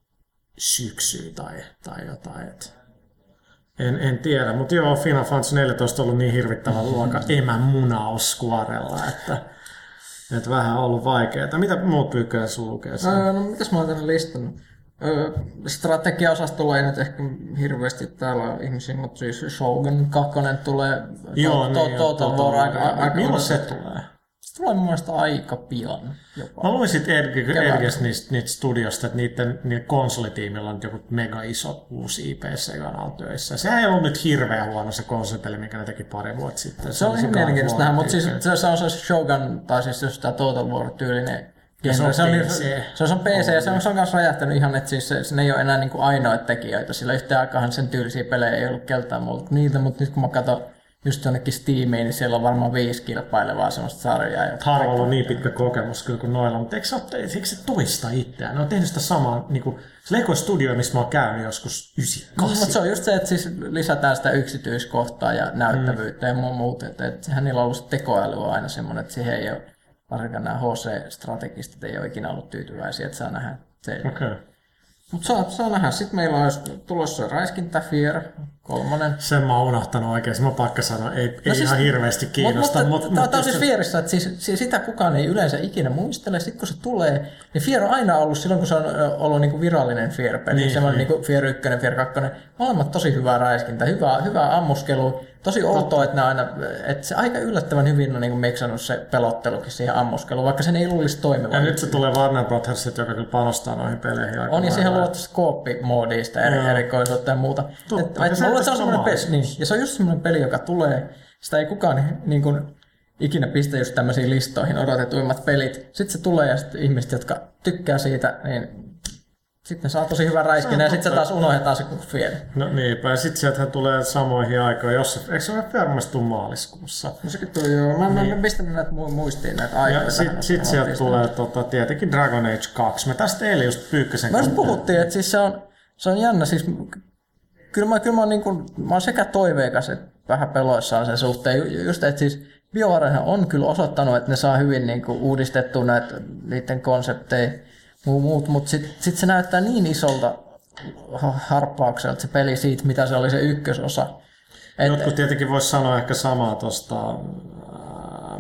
Speaker 1: syksyyn tai, tai jotain. Et en, en tiedä, mutta joo, Final Fantasy neljätoista on ollut niin hirvittävän luokan emämunaus Squarella, että, että vähän on ollut vaikeaa. Mitä muut Pyykkönen sun lukee?
Speaker 2: Öö, no mitäs mä oon tänne listannut? Öö, strategia-osastolla ei nyt ehkä hirveästi täällä ole ihmisiä, mutta siis Shogun kaksi tulee.
Speaker 1: Joo,
Speaker 2: to,
Speaker 1: niin.
Speaker 2: to, Total War aika, aika
Speaker 1: milloin se tulee?
Speaker 2: Se tulee mun mielestä aika pian jopa.
Speaker 1: Mä luin sit Erges niistä, niistä studiosta, että niiden, niiden konsolitiimillä on joku mega iso uusi I P C-kanal töissä. Sehän ei ollut nyt hirveän huono se konsolipeli, minkä ne teki pari vuotta sitten.
Speaker 2: Se, se on ihan mielenkiintoista nähdä, mutta siis se, se on se Shogun, tai siis just tämä Total War-tyylinen Se on,
Speaker 1: se on
Speaker 2: P C. Se on, se on P C ja se on, se on myös räjähtänyt ihan, että siis se, se ei ole enää niin kuin ainoita tekijöitä. Sillä yhteen aikaan sen tyylisiä pelejä ei ollut keltään muulta niitä, mutta nyt kun mä katson just jonnekin Steamiin, niin siellä on varmaan viisi kilpailevaa semmoista sarjaa.
Speaker 1: Harvalla on niin pitkä kokemus kyllä kuin noilla, mutta eikö se, eikö se toista itseään? Ne on tehnyt sitä samaa, niin kuin se Lego Studio, missä mä oon käynyt joskus yhdeksänkymmentäkahdeksan.
Speaker 2: No, mutta se on just se, että siis lisätään sitä yksityiskohtaa ja näyttävyyttä mm. ja muuta. Että, että sehän niillä on ollut tekoäly on aina semmoinen, että siihen ei ole, varsinkaan nämä H C-strategistit ei ole ikinä ollut tyytyväisiä, että saa nähdä.
Speaker 1: Okei. Okay.
Speaker 2: Mutta saa, saa nähdä. Sitten meillä on tulossa Räiskintä Fear, kolmonen.
Speaker 1: Sen mä oon unohtanut oikein. Mä pakka sanoa, ei, no ei siis, ihan hirveästi kiinnosta.
Speaker 2: Mutta,
Speaker 1: mutta,
Speaker 2: mutta,
Speaker 1: mutta
Speaker 2: tämä on siis Fearissa, että siis, siis sitä kukaan ei yleensä ikinä muistele. Sitten kun se tulee, niin Fear on aina ollut silloin, kun se on ollut niinku virallinen Fear-peli. Niin, semmoinen niin. Niinku Fear yksi, Fear kaksi. Molemmat tosi hyvää räiskintä, hyvää, hyvää ammuskelua. Tosi outoa, että, aina, että se aika yllättävän hyvin on niin miksannut se pelottelukin siihen ammuskeluun, vaikka sen ei luulisi toimivan.
Speaker 1: Ja nyt se tulee Warner Brothersit, joka kyllä panostaa noihin peleihin.
Speaker 2: On ja siihen luotu skooppimoodiista eri, erikoisuutta ja muuta.
Speaker 1: Totta,
Speaker 2: et, et, se, se on semmoinen peli, niin, ja se on just semmoinen peli, joka tulee, sitä ei kukaan niin kuin, ikinä pistä just tämmöisiin listoihin odotetuimmat pelit. Sitten se tulee ja sitten ihmiset, jotka tykkää siitä, niin sitten saa tosi hyvän räiskinä ja sitten se taas unohdetaan se kuin Fear.
Speaker 1: No niinpä, ja sitten sieltähän tulee samoihin aikoihin, jos eikö se ole Fear maaliskuussa?
Speaker 2: No sekin tuli joo, mä, niin. mä pistänyt näitä muistiin näitä aikoja.
Speaker 1: Ja sitten sit sieltä tulee tota, tietenkin Dragon Age kaksi. Me tästä eilen just Pyykkösen
Speaker 2: kanssa. Mä just puhuttiin, että siis se on, se on jännä, siis kyllä mä, kyllä mä, oon, niin kuin, mä oon sekä toiveikas että vähän peloissaan sen suhteen. Just, että siis BioWarehan on kyllä osoittanut, että ne saa hyvin niin kuin uudistettua näitä niiden konsepteja. Muut, mutta sitten sit se näyttää niin isolta harppaukselta se peli siitä, mitä se oli se ykkösosa.
Speaker 1: Et, Jotkut tietenkin voisi sanoa ehkä samaa tuosta äh,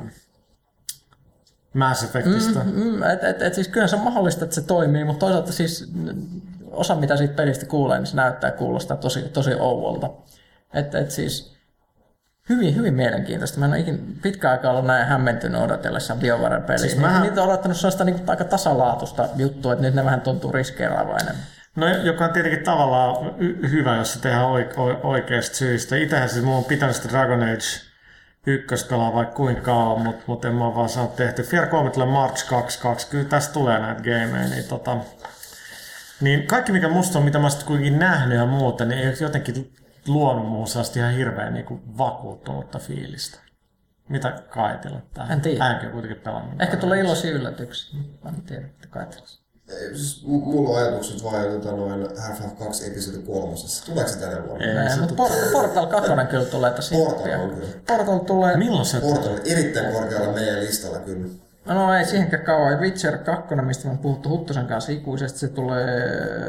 Speaker 1: Mass Effectista.
Speaker 2: Mm, mm, et, et, et siis kyllä se on mahdollista, että se toimii, mutta toisaalta siis osa mitä siitä pelistä kuulee, niin se näyttää kuulostaa tosi, tosi ouvolta. Et, et siis Hyvin, hyvin mielenkiintoista. Mä en ole ikin pitkään aikaa ollut näin hämmentynyt odotellessaan BioWaren peliä. Siis mähän... Niitä on odottanut sellaista niin kuin, aika tasalaatusta juttua, että nyt ne vähän tuntuu riskeeraavaa enemmän.
Speaker 1: No, joka on tietenkin tavallaan y- hyvä, jos se tehdään oike- oikeasta syystä. Itsehän siis mulla on pitänyt sitä Dragon Age ykköspelaa vaikka kuinka kauan, mutta mut en mä ole vaan saanut tehty. Fear kolme tulee March kaksikymmentäkaksi, kyllä tästä tulee näitä gameja. Niin, tota, niin kaikki mikä musta on, mitä mä sitten kuitenkin nähnyt ja muuta, niin ei jotenkin luonut muuhun sellaista ihan hirveän niin kuin vakuuttunutta fiilistä. Mitä Kaitilla tähän?
Speaker 2: En tiedä.
Speaker 1: Hänkin on kuitenkin pelannut.
Speaker 2: Ehkä tulee iloisia yllätyksiä. Mä en tiedä, mitä Kaitilla.
Speaker 4: Siis, mulla on ajatukset vaan tota, noin Half-Life kaksi episodi kolmosessa. Tuleeko se tänä vuonna?
Speaker 2: Ei, ei mutta Por- Portal kaksi kyllä tulee tässä.
Speaker 4: Portal on kyllä.
Speaker 2: Portal tulee...
Speaker 1: Milloin se
Speaker 4: Portal on erittäin korkealla meidän listalla kyllä.
Speaker 2: No ei siihenkään kauan. Witcher kaksi, mistä on puhuttu Huttusen kanssa ikuisesti, se tulee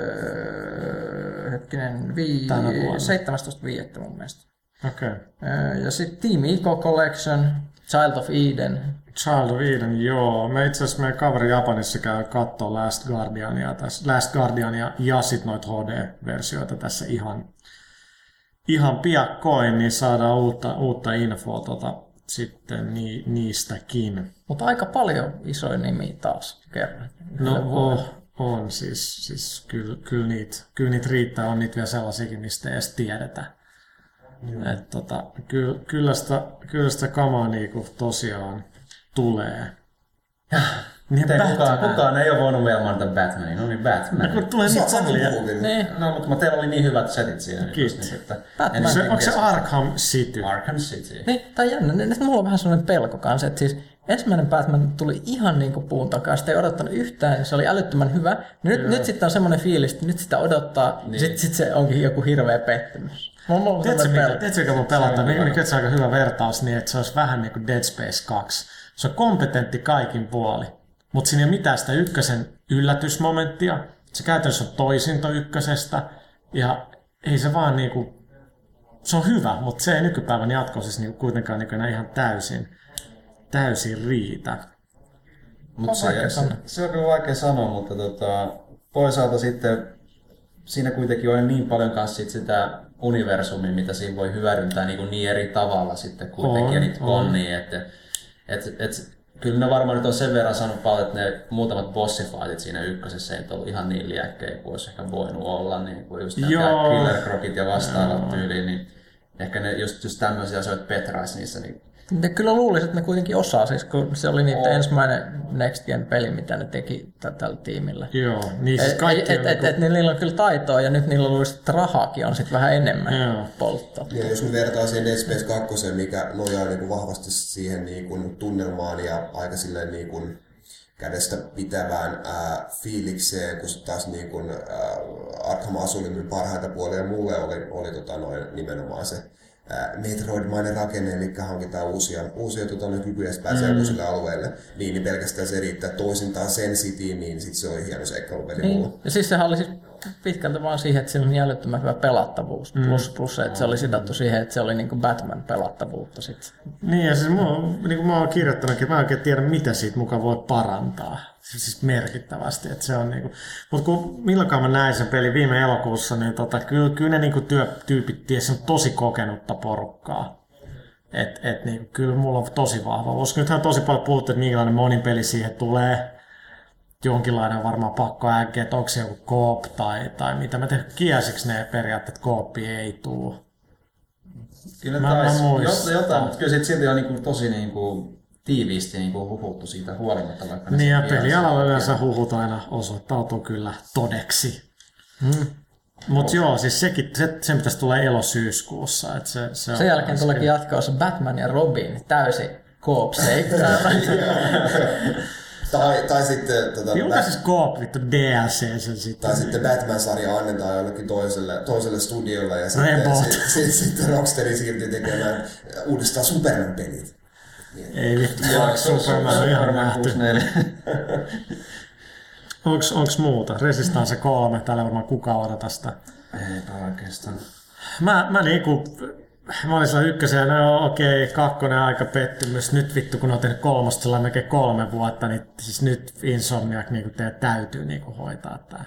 Speaker 2: hetkinen vii... seitsemästoista viidettä mun mielestä.
Speaker 1: Okei. Okay.
Speaker 2: Ja sitten Team Eco Collection, Child of Eden.
Speaker 1: Child of Eden, joo. Me itse asiassa meidän kaveri Japanissa käy kattoo Last Guardiania, tässä, Last Guardiania ja sit noita H D-versioita tässä ihan, ihan piakkoin, niin saadaan uutta, uutta infoa tota, sitten ni, niistäkin.
Speaker 2: Mutta aika paljon isoja nimiä taas kerran.
Speaker 1: No on, on siis, siis kyllä, kyllä, niitä, kyllä niitä riittää, on niitä vielä sellaisiakin, mistä ei edes tiedetä. Et, tota, kyllä, kyllä, sitä, kyllä sitä kamaa niinku tosiaan tulee.
Speaker 5: Niin kukaan, kukaan ei ole voinut vielä mainita Batmania. No niin, Batman.
Speaker 1: No, tulee niitä sallia.
Speaker 2: Niin.
Speaker 5: No, mutta teillä oli niin hyvät setit siinä.
Speaker 1: Kiitos.
Speaker 5: Niin,
Speaker 1: Batman. Se, onko se Arkham City?
Speaker 5: Arkham City.
Speaker 2: Niin, tai jännä. Nyt mulla on vähän sellainen pelko kanssa, että siis ensimmäinen Batman tuli ihan niin kuin puun takaa. Sitä ei odottanut yhtään, se oli älyttömän hyvä. Nyt, nyt sitten on semmoinen fiilis, että nyt sitä odottaa, niin. sitten sit se onkin joku hirveä pettymys.
Speaker 1: Tiedätkö, mikä mun pelataan? Mikä on aika hyvä vertaus, niin että se olisi vähän niin kuin Dead Space kaksi. Se on kompetentti kaikin puoli, mutta siinä ei ole mitään sitä ykkösen yllätysmomenttia. Se käytännössä on toisinto ykkösestä, ja ei se vaan niinku, se on hyvä, mutta se ei nykypäivän jatkoisessa niinku kuitenkaan niinku enää ihan täysin, täysin riitä.
Speaker 5: Mut se, se, se on kyllä vaikea sanoa, mutta tota, toisaalta sitten siinä kuitenkin on niin paljon kanssa sitä universumia, mitä siinä voi hyödyntää niin, niin eri tavalla sitten kuitenkin, ja niitä on niin, että et, et, kyllä ne varmaan nyt on sen verran sanonut paljon, että ne muutamat bossifightit siinä ykkösessä ei ollut ihan niin liäkkejä kuin olisi ehkä voinut olla, niin kuin just nämä Killer Crocit ja vastaavat tyyliin, niin ehkä ne just, just tämmöisiä asioita petraisi niissä, niin
Speaker 2: Ne kyllä luulisin, että ne kuitenkin osaa, siis kun se oli niiden oh. ensimmäinen Next Gen peli, mitä ne teki tällä tiimillä.
Speaker 1: Joo, niin siis
Speaker 2: kaikki et, on... Et, et, et, niillä on kyllä taitoa ja nyt niillä luulisin, että rahaakin on sitten vähän enemmän Joo. polttoa.
Speaker 4: Ja jos me vertaa siihen Dead Space kaksi, mikä nojaa niin vahvasti siihen niin tunnelmaan ja aika silleen niin kädestä pitävään ää, fiilikseen, kun taas niin kuin, ää, Arkham Asylumin parhaita puolia mulle oli, oli tota, noin, nimenomaan se Metroid-mainen rakenne, eli hankitaan uusia, uusia tuota, kykyjä ja pääsee mm. uusille alueille, niin, niin pelkästään se riittää. Toisintaan Sen Cityin, niin sit se oli hieno seikkailupeli
Speaker 2: niin.
Speaker 4: mulla.
Speaker 2: Ja siis sehän oli siis pitkältä vaan siihen, että siinä on älyttömän hyvä pelattavuus, mm. plus, plus että se oli sidattu siihen, että se oli niin kuin Batman-pelattavuutta sit.
Speaker 1: Niin ja siis mä, niin kuin mä oon kirjoittanutkin, mä en oikein tiedä mitä siitä mukaan voi parantaa. Siis merkittävästi, että se on niinku, mutta kun milloinkaan mä näin sen pelin viime elokuussa, niin tota, kyllä, kyllä ne niinku työtyypit ties on tosi kokenutta porukkaa. Et, et niinku, kyllä mulla on tosi vahva. Koska nythän tosi paljon puhuttu, että minkälainen monin peli siihen tulee. Jonkinlainen varmaan pakko äkkiä, että onko se joku koop tai, tai mitä. Mä tein kiesiksi ne periaatteet, että kooppi ei tule.
Speaker 5: Kyllä mä, taisi, mä jotain, mutta kyllä silti on niinku tosi niinku tiiviisti niin kuin huhuttu siitä huolimatta. Vaikka
Speaker 1: niin ja pelialalla yleensä huhut aina osoittautuu kyllä todeksi. Hmm. Mutta joo, siis sekin, se, sen pitäisi tulla elosyyskuussa. Että se, se
Speaker 2: sen jälkeen tuleekin jatkossa Batman ja Robin täysin koop-seikkailla.
Speaker 4: tai, tai sitten... Tota,
Speaker 1: Julka siis koop vittu D L C sen sitten.
Speaker 4: Tai sitten Batman-sarja annetaan jollekin toiselle, toiselle studiolle ja sitten, sitten, sitten, sitten Rocksteady siirtyy tekemään uudestaan Superman-pelit.
Speaker 1: Ei vittu, Superman on ihan nähty. onks, onks muuta? Resistance kolme, täällä varmaan kukaan odota sitä.
Speaker 5: Eipä oikeastaan.
Speaker 1: Mä, mä niinku, mä olin sillä ykkösen, no okei, okay, kakkonen aika pettymys. Nyt vittu, kun on tehnyt kolmosta sellainen melkein kolme vuotta, niin siis nyt Insomniac niinku teidän täytyy niinku hoitaa tää.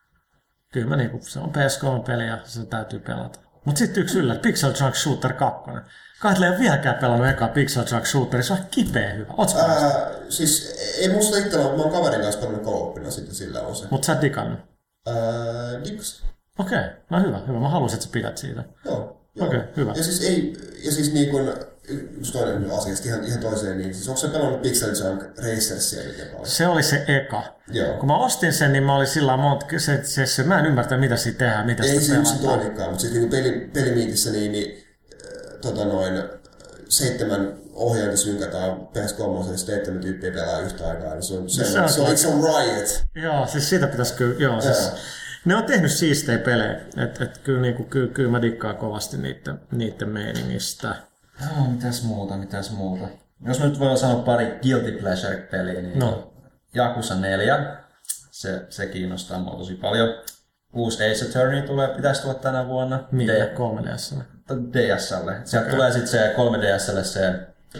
Speaker 1: Kyllä mä niinku, se on P S kolme peli ja se täytyy pelata. Mut sit yksi yllä, Pixel Junk Shooter kaksi. Kahdelle ei ole vieläkään pelannut ekaa Pixel Junk Shooter, se on kipeä hyvä. Ootko
Speaker 4: Ää, siis ei musta itsellä, mä oon kaverin kanssa pelannut co-opina sitten sillä osin.
Speaker 1: Mut sä et digannut?
Speaker 4: Ää, digas.
Speaker 1: Okei, okay. No hyvä, hyvä. Mä haluaisin, että sä pidät siitä.
Speaker 4: Joo. Joo.
Speaker 1: Okei, okay, hyvä.
Speaker 4: Ja siis ei, ja siis niin kun, yksi toinen asia, ihan, ihan toiseen, niin siis onko sä pelannut Pixel Junk Racersia miten paljon?
Speaker 1: Se oli se eka.
Speaker 4: Joo.
Speaker 1: Kun mä ostin sen, niin mä olin sillä monta, se, se, se, mä en ymmärtänyt mitä siitä tehdään, mitä
Speaker 4: ei
Speaker 1: sitä
Speaker 4: se yksin toimikaan, mutta siis niin peli, pelimiitissä niin, niin äh, tota noin, seitsemän ohjainta synkätään P S kolme ja seitsemän tyyppiä pelaa yhtä aikaa, niin se on, se, se, on, se on, it's a riot.
Speaker 1: Joo, siis siitä pitäisi kyllä, joo, siis, ne on tehnyt siistejä pelejä, että et, kyllä, niinku, kyllä, kyllä mä dikkaan kovasti niiden, niiden meiningistä.
Speaker 5: Joo, mitäs muuta, mitäs muuta. Jos mä nyt voin sanoa pari Guilty Pleasure-peliä, niin no. Yakuza neljä, se, se kiinnostaa mua tosi paljon. Uusi Ace Attorney tulee, pitäisi tulla tänä vuonna.
Speaker 1: Mitä? kolme D S L?
Speaker 5: D S L. Sieltä okay. tulee sitten se kolme D S L se,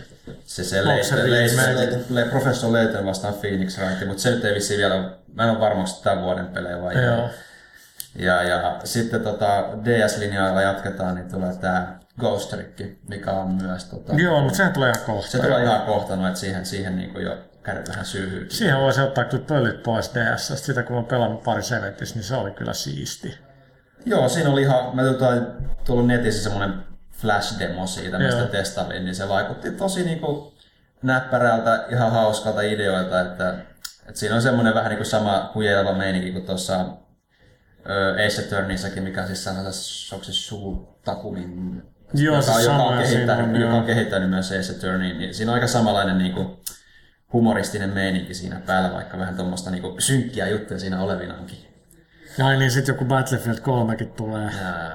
Speaker 5: se, se Layton, Layton, Professor Layton vastaan Phoenix Wright, mutta se nyt ei vissiin vielä, mä en ole varmasti tämän vuoden pelejä vai
Speaker 1: Joo.
Speaker 5: Ja, ja sitten tota D S-linjalla jatketaan, niin tulee tää Ghost Trick, mikä on myös... Tota,
Speaker 1: Joo, mutta sehän tulee ihan kohta.
Speaker 5: Se tulee ihan kohta, no, että siihen, siihen niin kuin jo kädet vähän syyhyy.
Speaker 1: Siihen voisi ottaa kyllä pölyt pois D S. Sitä kun on pelannut pari Seventis, niin se oli kyllä siisti.
Speaker 5: Joo, siinä oli ihan... Mä tullut netissä semmonen flash-demo siitä, mistä Joo. testailin, niin se vaikutti tosi niin kuin näppärältä, ihan hauskalta ideoilta, että, että siinä on semmoinen vähän niin kuin sama kujeleva meininki kuin tuossa Ace Attorneyssakin, mikä on siis sellaisessa, onko se Shu Takumin,
Speaker 1: Joo,
Speaker 5: joka,
Speaker 1: se
Speaker 5: joka, on
Speaker 1: kehittänyt,
Speaker 5: on, joka on kehittänyt myös Ace Attorney, niin siinä on aika samanlainen niin kuin humoristinen meininki siinä päällä, vaikka vähän tuommoista niin kuin synkkiä juttuja siinä olevinaankin.
Speaker 1: Ai niin, sit joku Battlefield kolmekin tulee.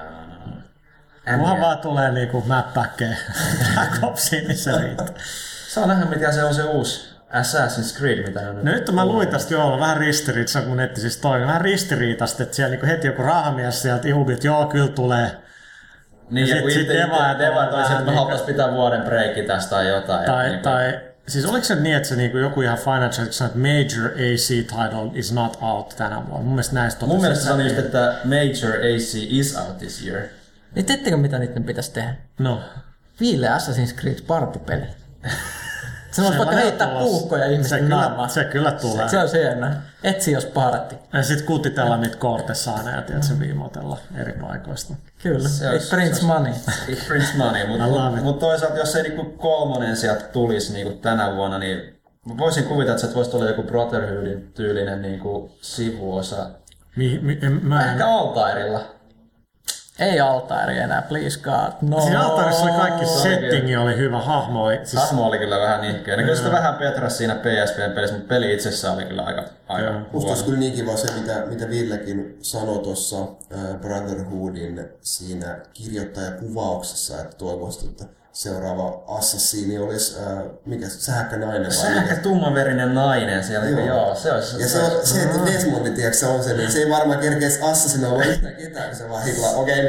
Speaker 1: Kunhan vaan tulee niinku mäppäkkeen kopsiin, niin se riittää.
Speaker 5: Saa nähdä, mitä se on se uusi Assassin's Creed, mitä on nyt.
Speaker 1: No nyt mä luin tästä joo, vähän ristiriitasta, kun netti siis toimi. Vähän ristiriitasta, että siellä niinku heti joku rahamies sieltä ihubi, että joo, kyllä tulee.
Speaker 5: Niin, ja, ja kun itse Deva toisi, että mä haluaisin pitää vuoden breikki tästä tai jotain.
Speaker 1: Tai,
Speaker 5: niin
Speaker 1: tai siis oliko se niin, että se niinku joku ihan financial, että Major A C title is not out tänä vuonna? Mun mielestä näistä
Speaker 5: Mun mielestä se on just, että Major A C is out this year.
Speaker 2: Niin teettekö mitä niiden pitäisi tehdä?
Speaker 1: No.
Speaker 2: Viile Assassin's Creed partypeli. Se voisi vaikka heittää puukkoja ihmisten naamaan.
Speaker 1: Se kyllä tulee.
Speaker 2: Se on hienoa. Etsi jos pahatti.
Speaker 1: Ja sit kutitella niitä kortesaaneja ja tiedätkö, viimotella eri paikoista.
Speaker 2: Kyllä.
Speaker 5: Se
Speaker 2: It prints money.
Speaker 5: It prints money. Mutta mut, mut toisaalta jos ei niinku kolmonen sieltä tulisi niinku tänä vuonna, niin voisin kuvitella, että se voisi olla joku Brotherhoodin tyylinen niinku sivuosa.
Speaker 1: Mi, mi, mä en...
Speaker 5: Ehkä Altairilla.
Speaker 2: Ei Altairi enää, please God. No.
Speaker 1: Siinä Altairissa oli kaikki, settingi oli hyvä, hahmo oli...
Speaker 5: Siis... Hahmo oli kyllä vähän nihkeä. Ne kyllä sitä vähän petras siinä P S P:n pelissä, mutta peli itsessään oli kyllä aika, aika
Speaker 4: musta olisi kyllä niin kiva se, mitä, mitä Villekin sanoi tuossa äh, Brotherhoodin siinä kirjoittajakuvauksessa, että toivoisi, että seuraava assassiini olisi, äh, mikä sähäkkä nainen vai
Speaker 5: sähäkkä tummanverinen nainen siellä, joo. joo se olisi...
Speaker 4: Ja se, on, se että Desmondi, tiedätkö, se on se, niin se ei varmaan kerkeisi assassinoilla yhtään ketään, kun se vaan hitlaa, okei,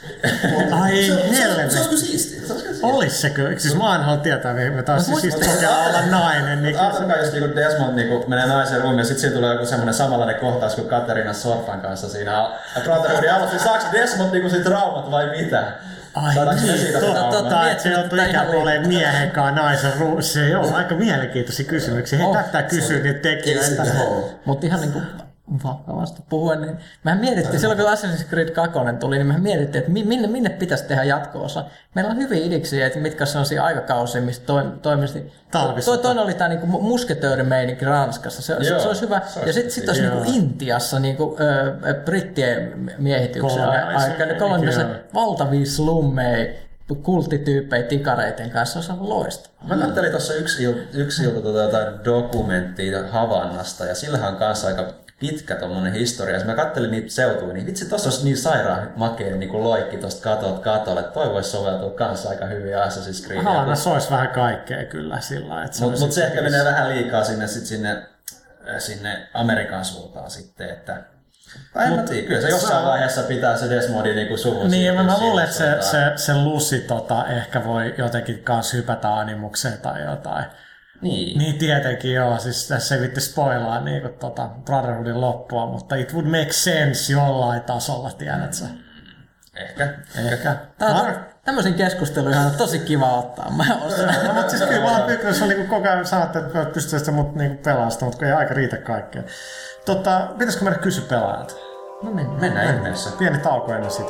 Speaker 4: okay,
Speaker 1: ai
Speaker 4: se,
Speaker 1: helvetti.
Speaker 4: Se, se, se olisi siistiä.
Speaker 1: Olis se kyllä, siis mä en halua tietää, me taas siis kokeilla olla nainen. Niin
Speaker 5: Ajatelkaa just niinku Desmond niinku menee naisen ruumiin ja sit siinä tulee joku semmonen samanlainen kohtaus kuin Katerina Sorfan kanssa siinä Brotherhoodin alussa. Saaks Desmond niinku sit traumat vai mitä?
Speaker 1: Ai niin, totta, että se joutuu ikään kuin olemaan miehen kanssa naisen ruumiin. Se on aika mielenkiintoisia kysymyksiä. Hei, tätä kysyy niitä tekijöitä.
Speaker 2: Mutta ihan niinku vakavasti puhuen, niin mehän mietittiin, silloin kun Assassin's Creed kaksi tuli, niin mehän mietittiin, että minne, minne pitäisi tehdä jatko-osa. Meillä on hyviä idiksiä, että mitkä on sellaisia aikakausia, mistä toimisi. Toi, toinen oli tämä niinku musketöörimeininki Ranskassa, se, se, se olisi hyvä. Se ja sitten sit olisi niinku Intiassa niinku, ö, brittien miehityksen aikana, koloniassa valtavia slummeja, kulttityyppejä tikareiden kanssa, se on loistavaa.
Speaker 5: Mä katselin tuossa yksi, il, yksi ilta tuota jotain dokumenttia Havannasta ja sillähän on kanssa aika pitkä tommonen historia. Mä katselin niitä seutuja, niin vitsi tossa olisi niin sairaan makea niin loikki tosta katolta katolle. Toi voisi soveltua kanssa aika hyvin Assassin's Creed.
Speaker 1: Havannassa olisi vähän kaikkea kyllä sillä. Että se
Speaker 5: Mutta mut se ehkä menee vähän liikaa sinne, sit sinne, sinne Amerikan suuntaan sitten, että tai en tiedä, kyllä se jossain se, vaiheessa pitää se Desmondin niinku suvun.
Speaker 1: Niin, mä, mä luulen, että se, se, se Lucy tota, ehkä voi jotenkin kans hypätä animukseen tai jotain.
Speaker 5: Niin.
Speaker 1: Niin tietenkin joo, siis tässä ei vitti spoilaa niinku tota Brotherhoodin loppua, mutta it would make sense jollain tasolla, tiedätkö?
Speaker 5: Ehkä.
Speaker 1: Ehkä.
Speaker 2: Tämmöisen keskusteluja on tosi kiva ottaa. Mä
Speaker 1: no, mutta siis kyllä vaan Pyykkönen on niinku koko ajan sanotte, että pystyy sitä mut niinku pelastaa, mutta kun ei aika riitä kaikkeen. Tota, pitäisikö mennä kysyä pelaajalta?
Speaker 2: No mennään.
Speaker 5: Mennään ihmeessä.
Speaker 1: Pieni tauko ennen sitä.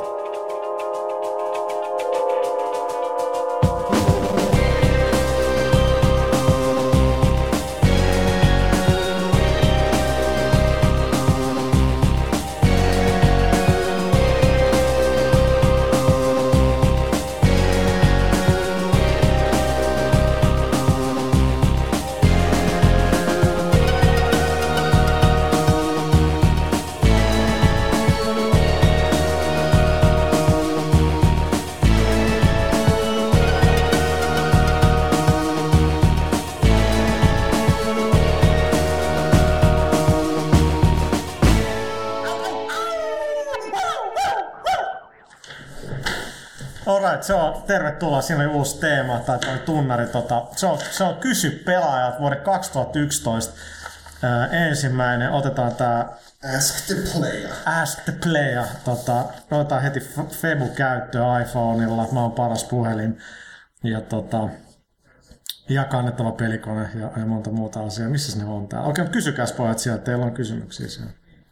Speaker 1: Se on, tervetuloa, siinä oli uusi teema, tai toi tunnari. Tota, se, on, se on Kysy pelaajat vuoden kaksituhattayksitoista ää, ensimmäinen. Otetaan tää
Speaker 4: Ask the Player.
Speaker 1: Ask the Player. Tota, otetaan heti Febu käyttöön iPhoneilla. Mä oon paras puhelin. Ja tota, ja kannettava pelikone ja, ja monta muuta asiaa. Missäs ne on täällä? Okei, kysykääs pojat sieltä, teillä on kysymyksiä siellä.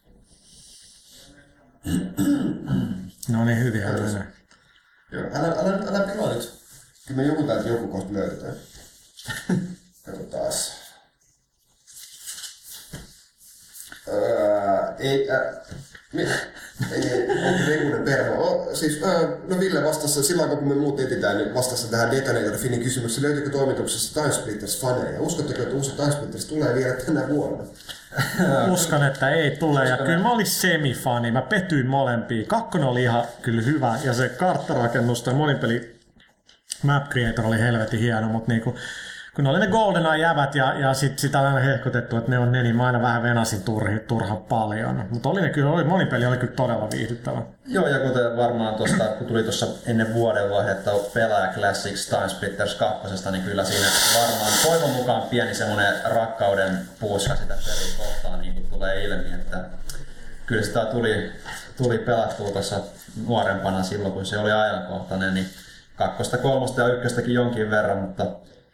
Speaker 1: No niin, hyviä ne.
Speaker 4: Joo, älä, älä, älä pilaa nyt. Kyllä me joku täältä joku kohta löydetään. Katsotaas. Öö, ei, äh, mi, ei, onko Rekunen perho? Oh, siis, äh, no Ville vastassa, silloin kun me muut etitään, niin vastassa tähän Detonator Finin kysymykseen, löytyykö toimituksessa Timesplitters faneja? Uskotteko, että uusi Timesplitters tulee vielä tänä vuonna?
Speaker 1: Uskon, että ei tule. Ja kyllä mä olin semifani. Mä petyin molempiin. Kakkonen oli ihan kyllä hyvä. Ja se karttarakennus tai monipeli Map Creator oli helvetin hieno. Mutta niinku, kun ne oli ne GoldenEye-jävät ja, ja sit, sitä on aina hehkutettu, että ne on ne, niin mä aina vähän venasin turhi, turhan paljon. Mutta oli ne kyllä, oli, monipeli oli kyllä todella viihdyttävä.
Speaker 5: Joo, ja kuten varmaan tuosta, kun tuli tuossa ennen vuodenvaihdetta Pelaaja Classics Timesplitters kaksi, niin kyllä siinä varmaan toivon mukaan pieni semmoinen rakkauden puuska sitä peliä kohtaan niin tulee ilmi, että kyllä sitä tuli, tuli pelattua tuossa nuorempana silloin, kun se oli ajankohtainen, niin kakkosta, kolmosta ja ykköstäkin jonkin verran, mutta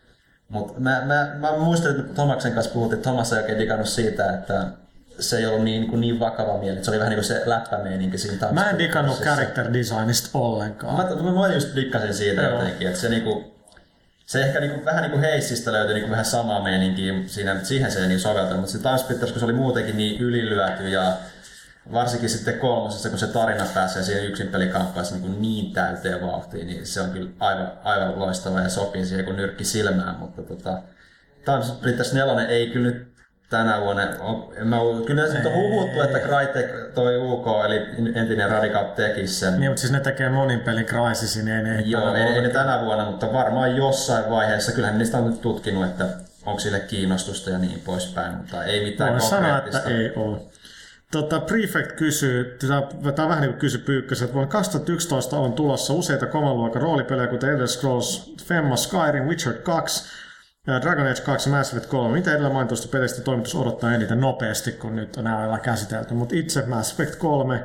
Speaker 5: Mutta mä, mä, mä muistelin, että Tomaksen kanssa puhuttiin, että Thomas ei oikein digannut siitä, että se ei ollut niin, niin, niin vakava mieli. Se oli vähän niin kuin se läppämeininki siinä.
Speaker 1: Mä en digannut character designista ollenkaan.
Speaker 5: Mä, mä just dikkasin siitä Joo. jotenkin, että se niinku... Se ehkä niinku, vähän niin kuin Heissistä löytyi niinku vähän samaa meininkiä siinä, että siihen se ei niin soveltanut, mutta se Timesplitters, kun se oli muutenkin niin ylilyöty ja varsinkin sitten kolmosessa, kun se tarina pääsee siihen yksin pelikamppaissa niin, niin täyteen vauhtiin, niin se on kyllä aivan, aivan loistava ja sopii siihen kuin nyrkki silmään, mutta tota, Timesplitters neljä ei kyllä nyt tänä vuonna, mä, kyllä se on huhuttu, että Crytek, toi U K, eli entinen Radical tekisi sen.
Speaker 1: Niin, mutta siis ne tekee monin pelin Crysisin, niin ei ne
Speaker 5: Joo, ei, ei ne tänä vuonna, mutta varmaan jossain vaiheessa, kyllähän niistä on nyt tutkinut, että onko sille kiinnostusta ja niin poispäin, mutta ei mitään
Speaker 1: Voin
Speaker 5: konkreettista.
Speaker 1: sanoa, että ei ole. Tota, Prefect kysyy, tämä on vähän niin kuin kysy Pyykkösen, että vuonna kaksituhattayksitoista on tulossa useita kovan luokan roolipelejä, kuten Elder Scrolls, Femma, Skyrim, Witcher kaksi, Dragon Age kaksi ja Mass Effect kolme. Mitä edellä mainituista pelistä toimitus odottaa eniten nopeasti, kun nyt on nämä käsitelty? Mutta itse Mass Effect kolme.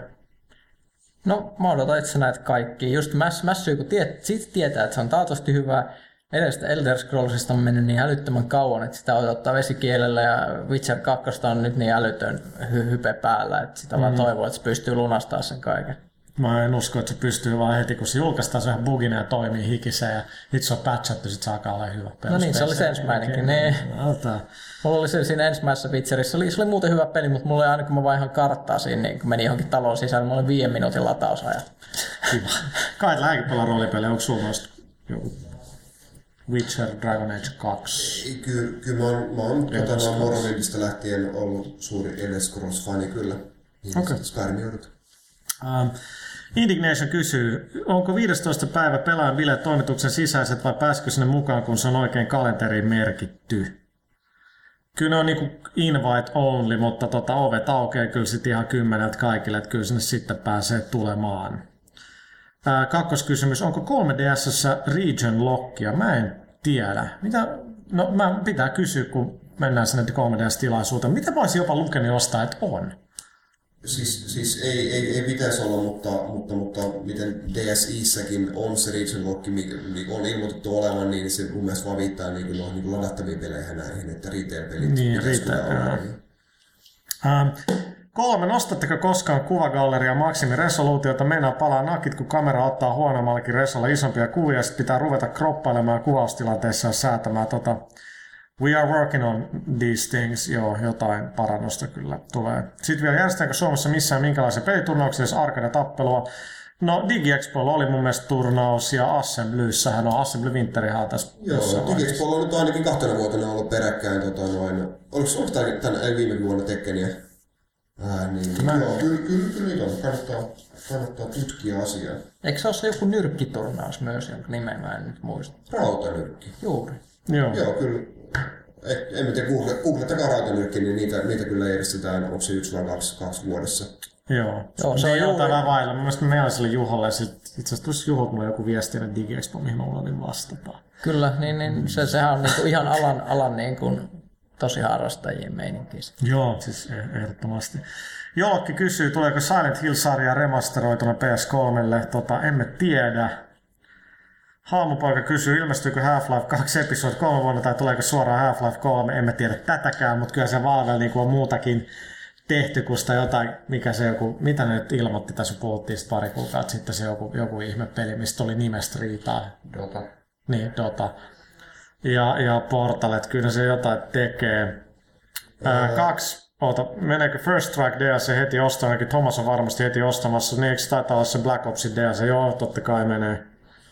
Speaker 2: No, mä odotan itse näitä kaikkia. Just Mass, Mass kun tiet, sit tietää, että se on taatusti hyvä. Edellisestä Elder Scrollsista on mennyt niin älyttömän kauan, että sitä odottaa vesikielellä ja Witcher kaksi on nyt niin älytön hy- hype päällä, että sitä mm. vaan toivoo, että se pystyy lunastamaan sen kaiken.
Speaker 1: Mä en usko, että se pystyy vaan heti, kun se julkaistaan, se on bugina ja toimii hikissä ja nyt se on patchattu, sit se alkaa olla hyvä.
Speaker 2: No niin, se oli se ensimmäinenkin. Niin. Mulla oli se siinä ensimmäisessä Witcherissa, se oli, se oli muuten hyvä peli, mutta mulla oli aina kun mä vaihan karttaa siinä, niin kun meni johonkin talon sisään, niin mulla oli viiden minuutin latausajat.
Speaker 1: Kiva. Kai lähdekin pelaa roolipeliä, onko sulla noista joku Witcher, Dragon Age kaksi?
Speaker 4: Kyllä, kyllä mä oon, mä oon tota, Morrowindista lähtien ollut suuri Elder Scrolls-fani kyllä. Niin okay. Skyrim joudut.
Speaker 1: Um, Indignation kysyy, onko viidestoista päivä pelaajan bileet toimituksen sisäiset vai pääsikö sinne mukaan, kun se on oikein kalenteriin merkitty? Kyllä ne on niinku invite only, mutta tota, ovet aukeaa kyllä sitten ihan kymmeneltä kaikille, että kyllä sinne sitten pääsee tulemaan. Ää, kakkoskysymys, onko kolme D S:ssä region lockia? Mä en tiedä. Mitä? No mä pitää kysyä, kun mennään sinne kolme D S-tilaisuuteen. Mitä mä olisin jopa lukenut jostain, että on?
Speaker 4: Siis, siis ei, ei, ei pitäisi olla, mutta, mutta, mutta miten D S I:ssäkin on se region lock, mikä on ilmoitettu olevan, niin se mun mielestä vaan viittaa niin kuin, niin kuin ladattaviin peleihin näihin, että retail-pelit
Speaker 1: niin,
Speaker 4: pitäisi
Speaker 1: retail,
Speaker 4: kyllä olla.
Speaker 1: Ähm, kolme, nostatteko koskaan kuvagalleria maksimiresoluutiota? Meinaa palaa nakit, kun kamera ottaa huonommallakin resolla isompia kuvia, sitten pitää ruveta kroppailemaan kuvaustilanteessa ja säätämään tota... We are working on these things. Joo, jotain parannusta kyllä tulee. Sitten vielä järjestetäänkö Suomessa missään minkälaisia peliturnauksia, jos arcade-tappelua? No, DigiExpolla oli mun mielestä turnaus ja Assemblyssähän on Assembly Winterihan tässä.
Speaker 4: Joo, DigiExpolla on nyt ainakin kahtena vuotena ollut peräkkäin. Tota, noin, oliko tämä tämän viime vuonna Tekkeniä? Ää, niin, Mä... joo, kyllä, kyllä, kyllä niitä on. Kannattaa, kannattaa tutkia asiaa.
Speaker 2: Eikö se ole se joku nyrkkiturnaus myös, jonka nimen mä en nyt muista?
Speaker 4: Rautanyrkki.
Speaker 2: Juuri.
Speaker 4: Joo, joo kyllä. En tiedä, Google, googlettakaa rautanyrkki, niin niitä, niitä kyllä järjestetään, onko se yksi vai kaksi, kaksi vuodessa.
Speaker 1: Joo, Joo se on juuri... vailla. Mun mielestä me sille Juholle, itse asiassa tulisi Juholta mulle joku viesti ennen DigiExpo, mihin mä unohdin vastata.
Speaker 2: Kyllä, niin, niin se, sehän on niinku ihan alan, alan niin kuin tosi harrastajien meininkiä.
Speaker 1: Joo, siis ehdottomasti. Jolokki kysyy, tuleeko Silent Hill-sarja remasteroituna P S kolmelle, tota, emme tiedä. Haamupoika kysyy, ilmestyykö Half-Life kaksi episode kolme vuonna tai tuleeko suoraan Half-Life kolme, emme tiedä tätäkään, mutta kyllä se Valve niin on muutakin tehty, kun sitä jotain, mikä se joku, mitä ne nyt ilmoitti, tässä puhuttiin pari kuukautta sitten se joku, joku ihme peli, mistä oli nimestä riitaa.
Speaker 5: Dota.
Speaker 1: Niin, Dota. Ja, ja Portalet, kyllä se jotain tekee. Ää, kaksi, oota, meneekö First Strike D L C heti ostaa, ainakin Thomas on varmasti heti ostamassa, niin eikö taitaa olla se Black Opsin D L C, joo, totta kai menee.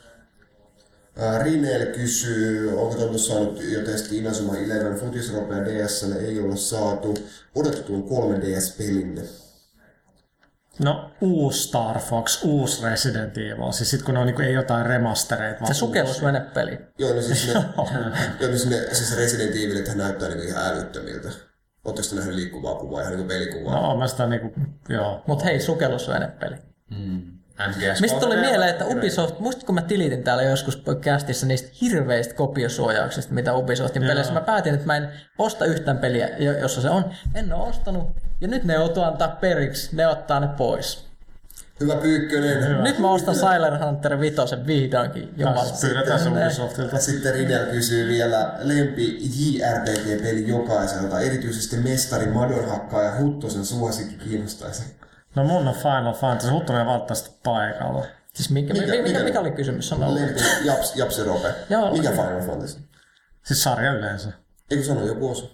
Speaker 4: Rineel kysyy, onko Totus saanut jo testi Inazuma Eleven futisropea D S:lle, ei ole saatu. Odotettuun kolme D S-pelille.
Speaker 1: No, uusi Star Fox, uusi Resident Evil. Siis sit kun ne on, niin kuin, ei jotain remastereita.
Speaker 2: Se sukellusvenepeli.
Speaker 4: Joo, no siis, ne, joo, no siis, ne, siis Resident Evilithän näyttää niin ihan älyttömiltä. Oletteko te nähnyt liikkuvaa kuvaa, ihan niin kuin pelikuvaa?
Speaker 1: No, mä sitä niinku, joo.
Speaker 2: Mut hei, sukellusvenepeli.
Speaker 5: Mm.
Speaker 2: Mistä tuli mieleen, että Ubisoft, muistatko kun mä tilitin täällä joskus kästissä niistä hirveistä kopiosuojauksista, mitä Ubisoftin peleissä. Mä päätin, että mä en osta yhtään peliä, jossa se on. En ole ostanut. Ja nyt ne joutuu antaa periksi, ne ottaa ne pois.
Speaker 4: Hyvä Pyykkönen. Hyvä.
Speaker 2: Nyt mä ostan Silent Hunter vitosen vihdoinkin. Jumala.
Speaker 1: Pyydetään se Ubisoftilta.
Speaker 4: Sitten Rinel kysyy vielä lempi J R P G-peli jokaiselta. Erityisesti mestari Madonhakkaa ja Huttosen suosikki kiinnostaisi.
Speaker 1: No mun on Final Fantasy. Huttonen ei valitettavasti paikalla.
Speaker 2: Siis mikä, mikä, mikä, mikä, mikä oli kysymys? Sano.
Speaker 4: Lempi Japs, Japsi Rope.
Speaker 2: Joo,
Speaker 4: mikä
Speaker 2: okay.
Speaker 4: Final Fantasy?
Speaker 1: Siis sarja yleensä.
Speaker 4: Eikö sano joku osa?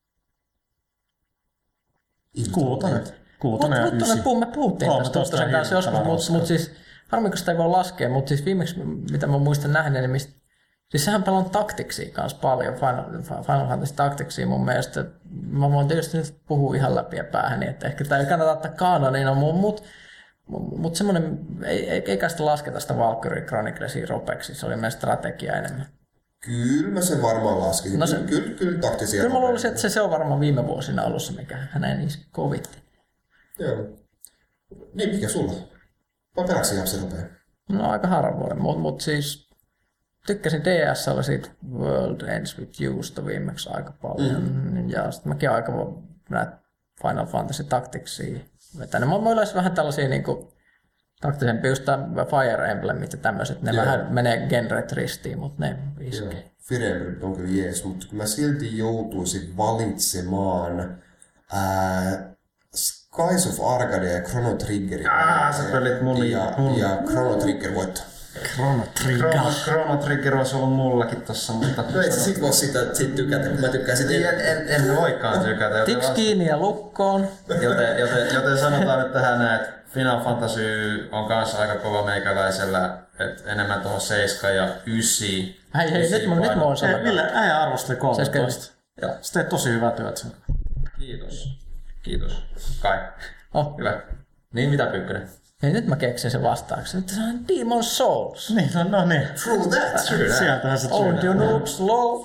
Speaker 1: Kuutonen. Kuutonen ja ysi.
Speaker 2: Me puhuttiin tästä Huttosen kanssa joskus, mutta mut siis harmi, kun sitä ei voi laskea, mutta siis viimeksi, mitä mä muistan nähneen, niin mistä, siis sehän pelaa taktiksia kanssa paljon, Final, Final Fantasy taktiksia mun mielestä. Mä voin tietysti nyt puhua ihan läpi ja päähän, niin että ehkä tämä ei kannata ottaa kanonina, mutta mut, mut semmoinen, ei, ei, eikä sitä lasketa sitä Valkyrie Chroniclesia ropeksi, se oli meidän strategia enemmän.
Speaker 4: Kyllä mä sen varmaan laskin. No se, kyllä, kyllä, kyllä taktisia.
Speaker 2: Kyllä mä luulisin, että se, se on varmaan viime vuosina ollut se, mikä hänen niin kovitti.
Speaker 4: Joo. Niin, mikä sulla? Vai peräksi Japsi Rope?
Speaker 2: No aika harvoin, mutta mut siis tykkäsin D S L siitä World Ends With Yousta viimeksi aika paljon. Mm. Ja sitten mäkin aika näitä Final Fantasy Tacticsia vetänyt. Mä oon vähän tällaisia niinku taktisempia, just tämä Fire Emblemit ja tämmöiset, ne Joo. vähän menee genret ristiin, mutta ne iskee.
Speaker 4: Fire Emblem on kyllä jees, mutta kun mä silti joutuisin valitsemaan ää, Skies of Arcadia ja Chrono Triggerin.
Speaker 5: Ah, sä pelit mun
Speaker 4: ja, ja Chrono Trigger voittaa.
Speaker 1: Chrono Trigger.
Speaker 5: Chrono, Chrono Trigger olisi ollut mullakin tossa, mutta...
Speaker 4: No et sä sit voi siitä, siitä tykätä, kun mä tykkään sitä.
Speaker 5: En, en, en voikaan tykätä.
Speaker 2: Tiks vasta... kiinni ja lukkoon.
Speaker 5: Joten, joten, joten sanotaan nyt tähän näin, että Final Fantasy on kanssa aika kova meikäläisellä, että enemmän tuohon seitsemän ja yhdeksän.
Speaker 2: Hei, hei, nyt mä, nyt mä oon sanonut.
Speaker 1: Ville, äijä arvosteli kolmetoista. Sä teet tosi hyvää työt sen.
Speaker 5: Kiitos. Kiitos. Kai.
Speaker 2: Oh.
Speaker 5: Hyvä. Niin, mitä Pyykkönen?
Speaker 2: Ja nyt mä keksin sen vastauksen. Nyt se on Demon Souls.
Speaker 1: Niin, no, no niin.
Speaker 4: True that.
Speaker 5: True that.
Speaker 1: Sieltähän se
Speaker 2: true that. Oh, you know, slow.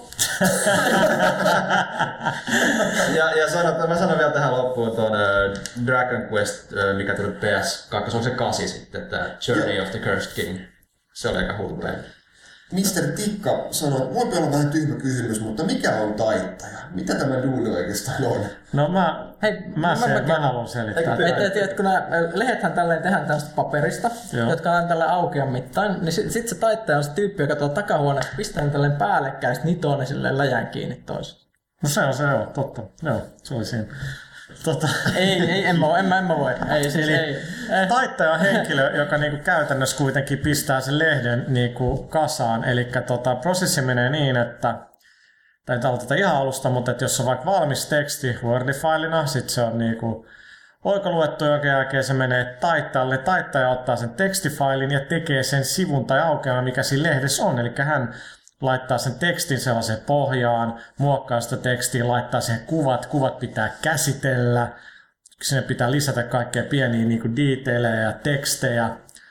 Speaker 5: ja, ja sanot, mä sanon vielä tähän loppuun tuon uh, Dragon Quest, uh, mikä tuli P S kaksi, se on se kasi sitten, tämä Journey of the Cursed King. Se oli aika hullu peli.
Speaker 4: mister Tikka sanoi, voi olla vähän tyhmä kysymys, mutta mikä on taittaja? Mitä tämä duuni oikeastaan on?
Speaker 1: No mä,
Speaker 2: Hei,
Speaker 1: mä, mä, se, mä, mä haluan selittää.
Speaker 2: Että tiedät, kun nämä lehethän tälleen tehdään tästä paperista, Joo. jotka on tällä aukean mittaan, niin sit, sit se taittaja on se tyyppi, joka tuolla takahuoneessa pistää tälleen päällekkäin ja sit nitoo ne silleen läjän kiinni toiseen.
Speaker 1: No se on se, joo, totta. Joo, se oli siinä. Tota.
Speaker 2: Ei, ei, en mä, en mä, en mä voi. Ei, siis
Speaker 1: Eli
Speaker 2: ei.
Speaker 1: Taittaja on henkilö, joka niinku käytännössä kuitenkin pistää sen lehden niinku kasaan. Eli tota, prosessi menee niin, että tai täällä tätä ihan alusta, mutta että jos on vaikka valmis teksti Word-failina, sitten se on niinku oikoluettu, jonka jälkeen se menee taittajalle. Taittaja ottaa sen tekstifailin ja tekee sen sivun tai aukeaman, mikä siinä lehdessä on. Eli hän laittaa sen tekstin sellaiseen pohjaan, muokkaa sitä tekstiä, laittaa siihen kuvat, kuvat pitää käsitellä, sinne pitää lisätä kaikkea pieniä niin kuin detailejä ja tekstejä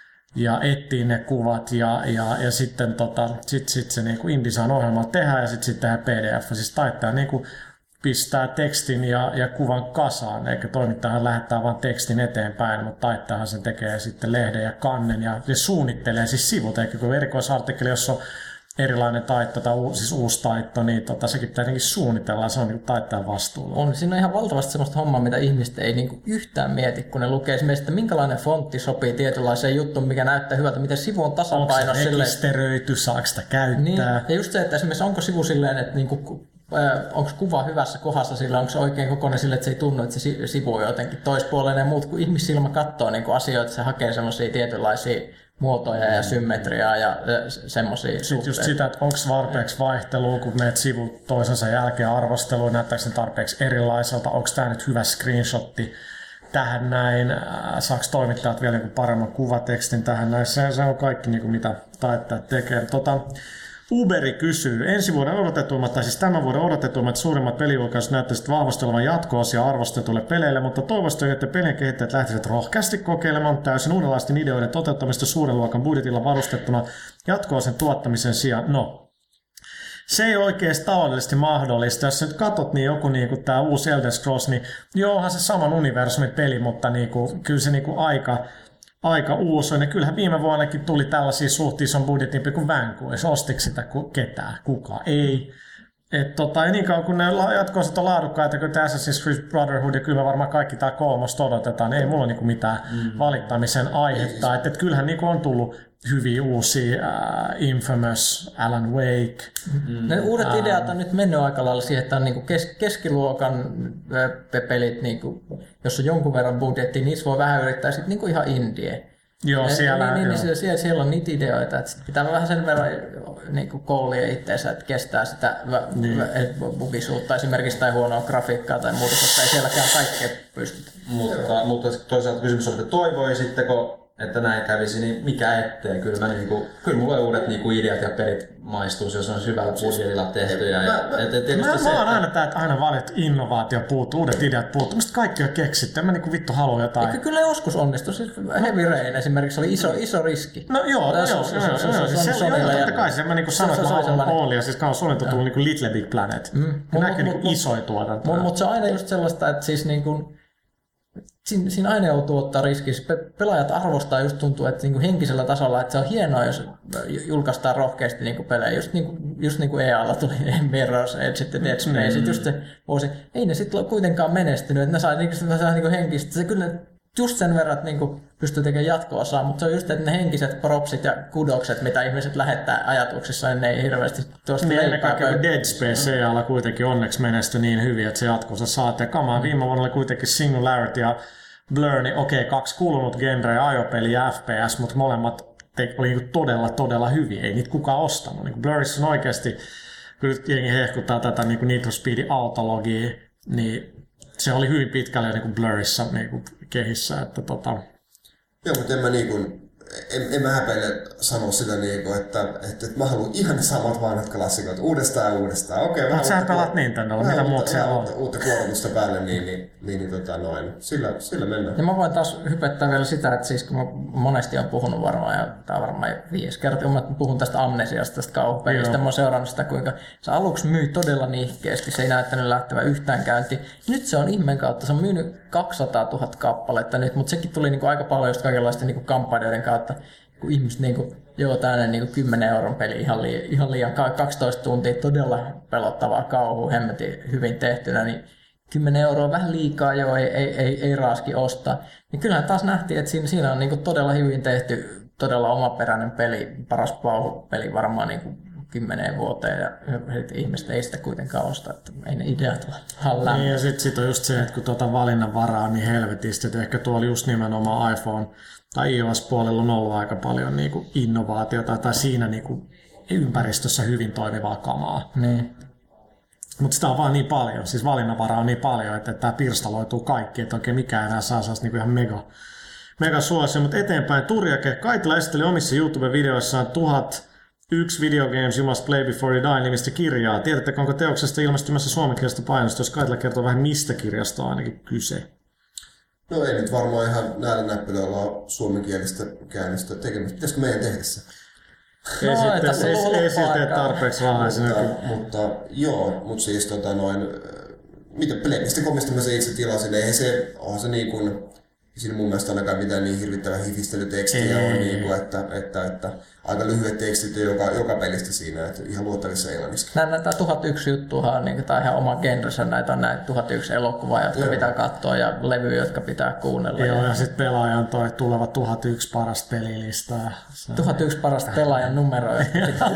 Speaker 1: ja etsiä ne kuvat ja, ja, ja sitten tota, sit, sit se niin kuin InDesign-ohjelma tehdään ja sitten sit tehdään P D F. Siis taittaja niin kuin pistää tekstin ja, ja kuvan kasaan, eikä toimittajahan lähettää vain tekstin eteenpäin, mutta taittajahan sen tekee sitten lehden ja kannen ja, ja suunnittelee siis sivut, eikä kun erikoisartikkeli, jos on erilainen taitto tai u, siis uusi taitto, niin tota, sekin pitää jotenkin suunnitella, se on niin taittajan vastuulla.
Speaker 2: On, siinä on ihan valtavasti sellaista hommaa, mitä ihmiset ei niin kuin yhtään mieti, kun ne lukee esimerkiksi, että minkälainen fontti sopii tietynlaiseen juttuun, mikä näyttää hyvältä, miten sivu on tasapainossa.
Speaker 1: Onko se rekisteröity, saako sitä käyttää?
Speaker 2: Niin, ja just se, että esimerkiksi onko sivu silleen, että niin kuin, onko kuva hyvässä kohdassa sillä, onko se oikein kokoinen sille, että se ei tunnu, että se sivu on jotenkin toispuolinen ja muut, kun ihmissilmä katsoo niin kuin asioita, se hakee semmoisia tietynlaisia muotoja ja symmetriaa ja semmoisia
Speaker 1: Sitten
Speaker 2: suhteita.
Speaker 1: just sitä, että onko tarpeeksi vaihtelua, kun menet sivut toisensa jälkeen arvosteluun, näyttääkö sen tarpeeksi erilaiselta, onko tämä nyt hyvä screenshotti tähän näin, saako toimittajat vielä niin paremman kuvatekstin tähän näin, se, se on kaikki niin kuin mitä taittajat tekee. Tota, Uberi kysyy, ensi vuoden odotetuimmat, tai siis tämän vuoden odotetuimmat suurimmat pelijulkaisut näyttäisivät vahvasti olevan jatko-osia arvostetuille peleille, mutta toivottavasti, että pelien kehittäjät lähtisivät rohkeasti kokeilemaan täysin uudenlaisten ideoiden toteuttamista suuren luokan budjetilla varustettuna jatko-osien tuottamisen sijaan. No, se ei oikeasti taloudellisesti mahdollista. Jos nyt katsot, niin joku niin kuin tämä uusi Elder Scrolls, niin joohan se saman universumin peli, mutta niin kuin, kyllä se niin kuin aika... aika uusi. Ja kyllähän viime vuonnakin tuli tällaisia suht ison budjetin kuin Vanquish. Ostiko sitä ketään? Kuka? Ei. Et tota, niin kauan kun ne jatko-osat on laadukkaita, kun tämä Assassin's Creed Brotherhood ja kyllä me varmaan kaikki tämä kolmosta odotetaan, niin ei mulla niinku mitään mm. valittamisen aihetta. Että et kyllähän niinku on tullut hyviä uusia, uh, Infamous, Alan Wake.
Speaker 2: Mm. Ne uudet um, ideat on nyt mennyt aika lailla siihen, että on niinku kes- keskiluokan pelit, niinku, jos on jonkun verran budjettia, niissä voi vähän yrittää sit niinku ihan indie.
Speaker 1: Joo, siellä,
Speaker 2: niin, niin,
Speaker 1: joo.
Speaker 2: Siellä, siellä on niitä ideoita, että pitää vähän sen verran niin koulia itseensä, että kestää sitä niin. bugisuutta esimerkiksi tai huonoa grafiikkaa tai muuta, koska ei sielläkään kaikkea pystytä.
Speaker 5: Mutta, mutta toisaalta kysymys on, että toivoisitteko, että näin kävisi, niin mikä ettei? Kyllä, mä niinku, kyllä mulle uudet niinku ideat ja pelit maistuisi, jos on syvällä budjetilla tehty. Ja,
Speaker 1: mä, mä, et, et, mä, se, mä oon aina tää, että aina vaan, että innovaatio puuttuu, uudet ideat puuttuu. Mistä kaikki on keksitty? En mä niinku vittu halua jotain.
Speaker 2: Eikö kyllä joskus onnistu? Siis Heavy Rain esimerkiksi oli iso, iso riski.
Speaker 1: No joo, joo, joo. Se oli totta kai se, mä niinku sanoin, että mä haluan Ollia, siis kauan Sonilta tullut niinku Little Big Planet. Ne näkyy niinku isoja tuotantoja.
Speaker 2: Mutta se on aina just sellaista, että siis niinku Siin, siinä aina joutuu ottaa riskiä. Pelaajat arvostaa, just tuntuu, että niinku henkisellä tasolla, että se on hienoa, jos julkaistaan rohkeasti niinku pelejä. Just niin kuin just niinku E A:lla tuli Mirror's Edge ja Dead Space. Mm. Just se vuosi. Ei ne sitten kuitenkaan menestynyt, että ne sai niinku, niinku henkistä. Se kyllä just sen verran, että niinku pystyy tekemään jatko-osaa, mutta se on just, että ne henkiset propsit ja kudokset, mitä ihmiset lähettää ajatuksissa, niin ne ei hirveästi tuosta
Speaker 1: niin ennen kaikkea kun Dead Space E A:lla kuitenkin onneksi menestyi niin hyvin, että se jatko-osa saatiin. Kamaa mm. viime vuonna oli kuitenkin Singularity ja Blur, niin okei, okay, kaksi kulunut genreä, ajopeli ja F P S, mutta molemmat te- oli niinku todella, todella hyviä. Ei niitä kukaan ostanut. Niinku Blurissa on oikeasti, kyllä jengi hehkuttaa tätä niinku Need for Speedin autologia, niin se oli hyvin pitkälle jo niinku Blurissa niinku kehissä. Että tota...
Speaker 4: Joo, mutta en mä niinku, en, en mä häpeile sanoa sitä niinku, että, että, että mä haluan ihan ne samat vanhat klassikot uudestaan ja uudestaan. Okei, okay,
Speaker 1: mutta sähän pelaat Nintendolla, mitä muut siellä on?
Speaker 4: Uutta, uutta kuorotusta päälle, niin, niin, niin, niin tota noin. Sillä, sillä mennään.
Speaker 2: Ja mä voin taas hypettää vielä sitä, että siis kun mä monesti on puhunut varmaan, ja tää on varmaan viisi kertaa, kun mä puhun tästä Amnesiasta, tästä kauhupelistä, mä oon seurannut sitä, kuinka se aluksi myy todella nihkeästi, se ei näyttänyt lähtevän yhtään käyntiin. Nyt se on ihmeen kautta, se on myynyt kaksisataatuhatta kappaletta nyt, mutta sekin tuli niinku aika paljon just kaikenlaisten niinku kampanjoiden kautta, kun ihmiset niinku, joo, tämmöinen niinku kymmenen euron peli ihan liian, ihan liian kaksitoista tuntia, todella pelottavaa kauhua, hemmetin hyvin tehtynä, niin kymmenen euroa vähän liikaa, joo, ei, ei, ei, ei raaski ostaa. Niin kyllähän taas nähtiin, että siinä, siinä on niinku todella hyvin tehty, todella omaperäinen peli, paras pauhupeli varmaan niinku kymmeneen vuoteen, ja ihmiset ei sitä kuitenkaan osta, että ei ne ideat vaan lämmö.
Speaker 1: Niin, ja sitten sit on just se, että kun tuota valinnan varaa on niin helvetistä, että ehkä tuolla just nimenomaan iPhone tai iOS-puolella on ollut aika paljon niinku innovaatiota tai siinä niinku ympäristössä hyvin toimivaa kamaa.
Speaker 2: Niin.
Speaker 1: Mutta sitä on vaan niin paljon, siis valinnanvaraa on niin paljon, että tämä pirstaloituu kaikki, että oikein mikään enää saa sellaista niinku ihan mega, mega suosia. Mutta eteenpäin Turjake Kaitila esitteli omissa YouTube-videoissaan tuhat yksi Video Games You Must Play Before You Die -nimistä kirjaa. Tiedättekö, onko teoksesta ilmestymässä suomenkielistä painosta, jos Kaitila kertoo vähän mistä kirjasta on ainakin kyse?
Speaker 4: No ei nyt varmaan ihan näillä näppylöillä ole suomenkielistä käännöstä tekemistä. Pitäisikö meidän tehdä se?
Speaker 1: Ei no, sitten, ei, ei sitten tee tarpeeksi rahaa.
Speaker 4: Mutta, mutta joo, mutta siis tota noin, mitä Playsta komista mä se itse tilasin, eihän se, onhan se niin kuin, siinä mun mielestä ainakaan mitään niin hirvittävän hifistelytekstiä on, niin kuin, että, että, että aika lyhyet tekstit joka, joka pelistä siinä, että ihan luottavissa englanniksi.
Speaker 2: Näitä tuhat yksi juttuahan on niin, ihan oma genrensä, näitä on näitä tuhat yksi elokuvaa, jotka joo. pitää katsoa ja levyjä, jotka pitää kuunnella.
Speaker 1: Joo, ja, ja sitten pelaajan toi tuleva tuhat yksi parasta pelilistaa.
Speaker 2: tuhat yksi parasta pelaajan numeroa.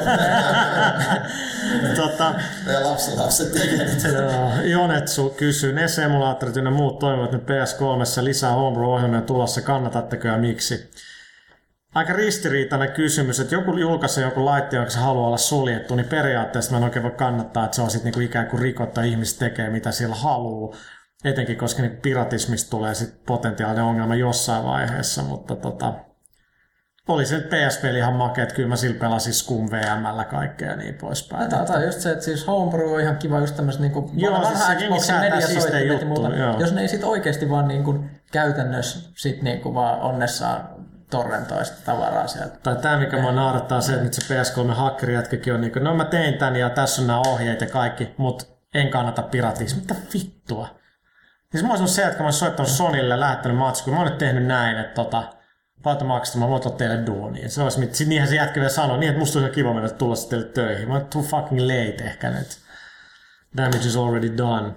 Speaker 4: tota, ja lapsenlapset tekevät.
Speaker 1: Jonetsu kysyy, ne simulaattorit ja muut toimivat nyt P S kolme lisää homebrew-ohjelmia tulossa, kannatatteko ja miksi? Aika ristiriitainen kysymys, että joku julkaisee joku laitteen, jonka se haluaa olla suljettu, niin periaatteessa mä en oikein voi kannattaa, että se on sitten niinku ikään kuin rikottu, ihmiset tekee mitä siellä haluaa. Etenkin, koska niinku piratismista tulee sit potentiaalinen ongelma jossain vaiheessa, mutta tota, oli se P S-peli ihan makea, että kyllä mä sillä pelasin Scum V M:llä kaikkea ja niin poispäin.
Speaker 2: Tämä on just se, että siis homebrew on ihan kiva just tämmöiset niinku
Speaker 1: vanha Xboxin mediasoittimet ja muuta.
Speaker 2: Jos ne ei sit oikeesti vaan niinku käytännössä sit niinku vaan onnessaan torrentoista tavaraa sieltä. Tai
Speaker 1: tämä, mikä mua naurattaa se, että nyt se P S kolme-hakkerijätkäkin on niin kuin, no mä tein tän ja tässä on nämä ohjeet ja kaikki, mutta en kannata piratismia. Mitä vittua? Siis mä olisin se, että mä olisin soittanut Sonylle ja lähettänyt matskuun. Mä oon nyt tehnyt näin, että tota, valta maksata, mä voin ottaa teille duunia. Se olisi, sit niinhän se jätkä vielä sanoi, niin että musta olisi kiva mennä tulla teille töihin. Mä oon too fucking late ehkä nyt. Damage is already done.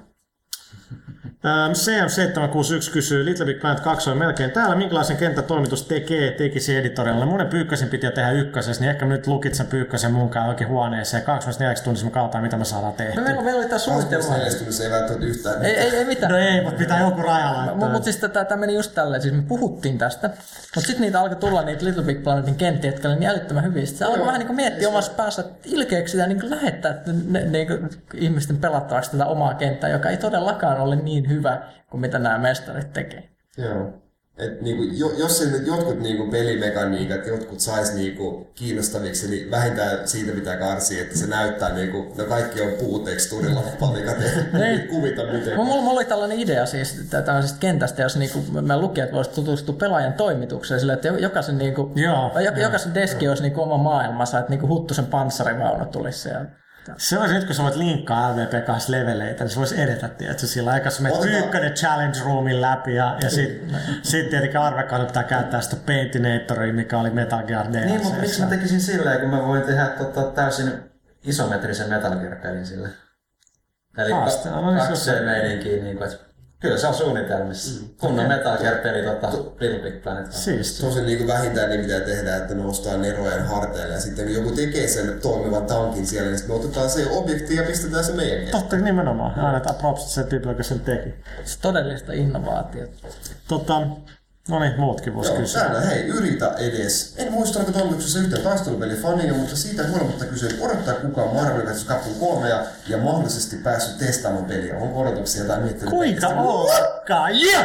Speaker 1: C M seitsemän kuusi yksi kysyy, Little Big Planet kaksi on melkein täällä. Minkälaisen kenttätoimitus tekee, tekisi editorialla? Monen Pyykkösen piti jo tehdä ykkösessä, niin ehkä mä nyt lukitsen Pyykkösen munkaan oikein huoneeseen. kaksikymmentäneljä tunnissa me katsotaan, mitä me saadaan tehtyä.
Speaker 2: Meillä, meillä oli tää suunnitelma.
Speaker 4: kaksikymmentäneljä tunnissa ei välttämättä yhtään.
Speaker 2: Ei, ei, ei mitään.
Speaker 1: No ei, mutta pitää joku raja laittaa.
Speaker 2: Mutta mut siis tämä meni just tälleen, siis me puhuttiin tästä, mutta sitten niitä alkoi tulla niitä Little Big Planetin kenttiä, jotka oli niin älyttömän hyviä. Sitten se alkoi vähän niin miettiä omassa päässä, että ilkeäksi sitä niin lähettää ne, ne, ihmisten pelattavaksi tätä omaa kenttää, joka ei todellakaan ole niin hyvä kuin mitä nämä mestarit tekee.
Speaker 4: Joo. Et niinku, jo, jos se nyt jotkut niinku pelimekaniikat, jotkut sais niinku kiinnostaviksi, niin vähintään siitä pitää karsia, että se näyttää niinku, no kaikki on puuteksturilla palikat, ei kuvita miten.
Speaker 2: Mulla, mulla oli tällainen idea siis tällaisesta kentästä, jos niinku, me lukijat voisivat tutustua pelaajan toimitukseen sille, että jokaisen, niinku,
Speaker 1: joo,
Speaker 2: jokaisen deski olisi niinku oma maailmansa, että niinku Huttusen panssarivaunu tulisi siellä.
Speaker 1: Se olisi nyt, kun sä voit linkkaa L V P kaksi leveleitä, niin se voisi edetä, että sillä aikaa sä menet Pyykkönen Challenge Roomin läpi ja, ja sitten sit tietenkin Arvekkaan pitää käyttää sitä Paintinatoria, mikä oli Metal Gear D L C.
Speaker 5: Niin, mutta miksi mä tekisin silleen, kun mä voin tehdä tota, täysin isometrisen Metal Gear-pelin sille. Eli kaksi C-meininkiä, niin kuin, että kyllä se on suunnitelmissa. Kunnon Metal Gear-peli tota, Little Big Planet.
Speaker 4: Siis tosi niin vähintään niin pitää tehdä, että noustaa nerojen harteille ja sitten kun joku tekee sen toimivan tankin siellä, niin sitten me otetaan se objekti ja pistetään se meidän kesken.
Speaker 1: Totta nimenomaan. Annetaan propsit sen tyypille, joka sen teki.
Speaker 2: Se todellista innovaatiota.
Speaker 1: Tota, no niin, muutkin vois kysyä.
Speaker 4: Täällä, hei, yritä edes. En muista, onko toimituksessa yhtään taistelupelifania, mutta siitä huolimatta kysyn, odottaa kukaan Marvel versus. Capcom kolme ja mahdollisesti päässyt testaamaan peliä. Onko odotuksia tai miettinyt?
Speaker 1: Kuinka ollakaan? Yeah!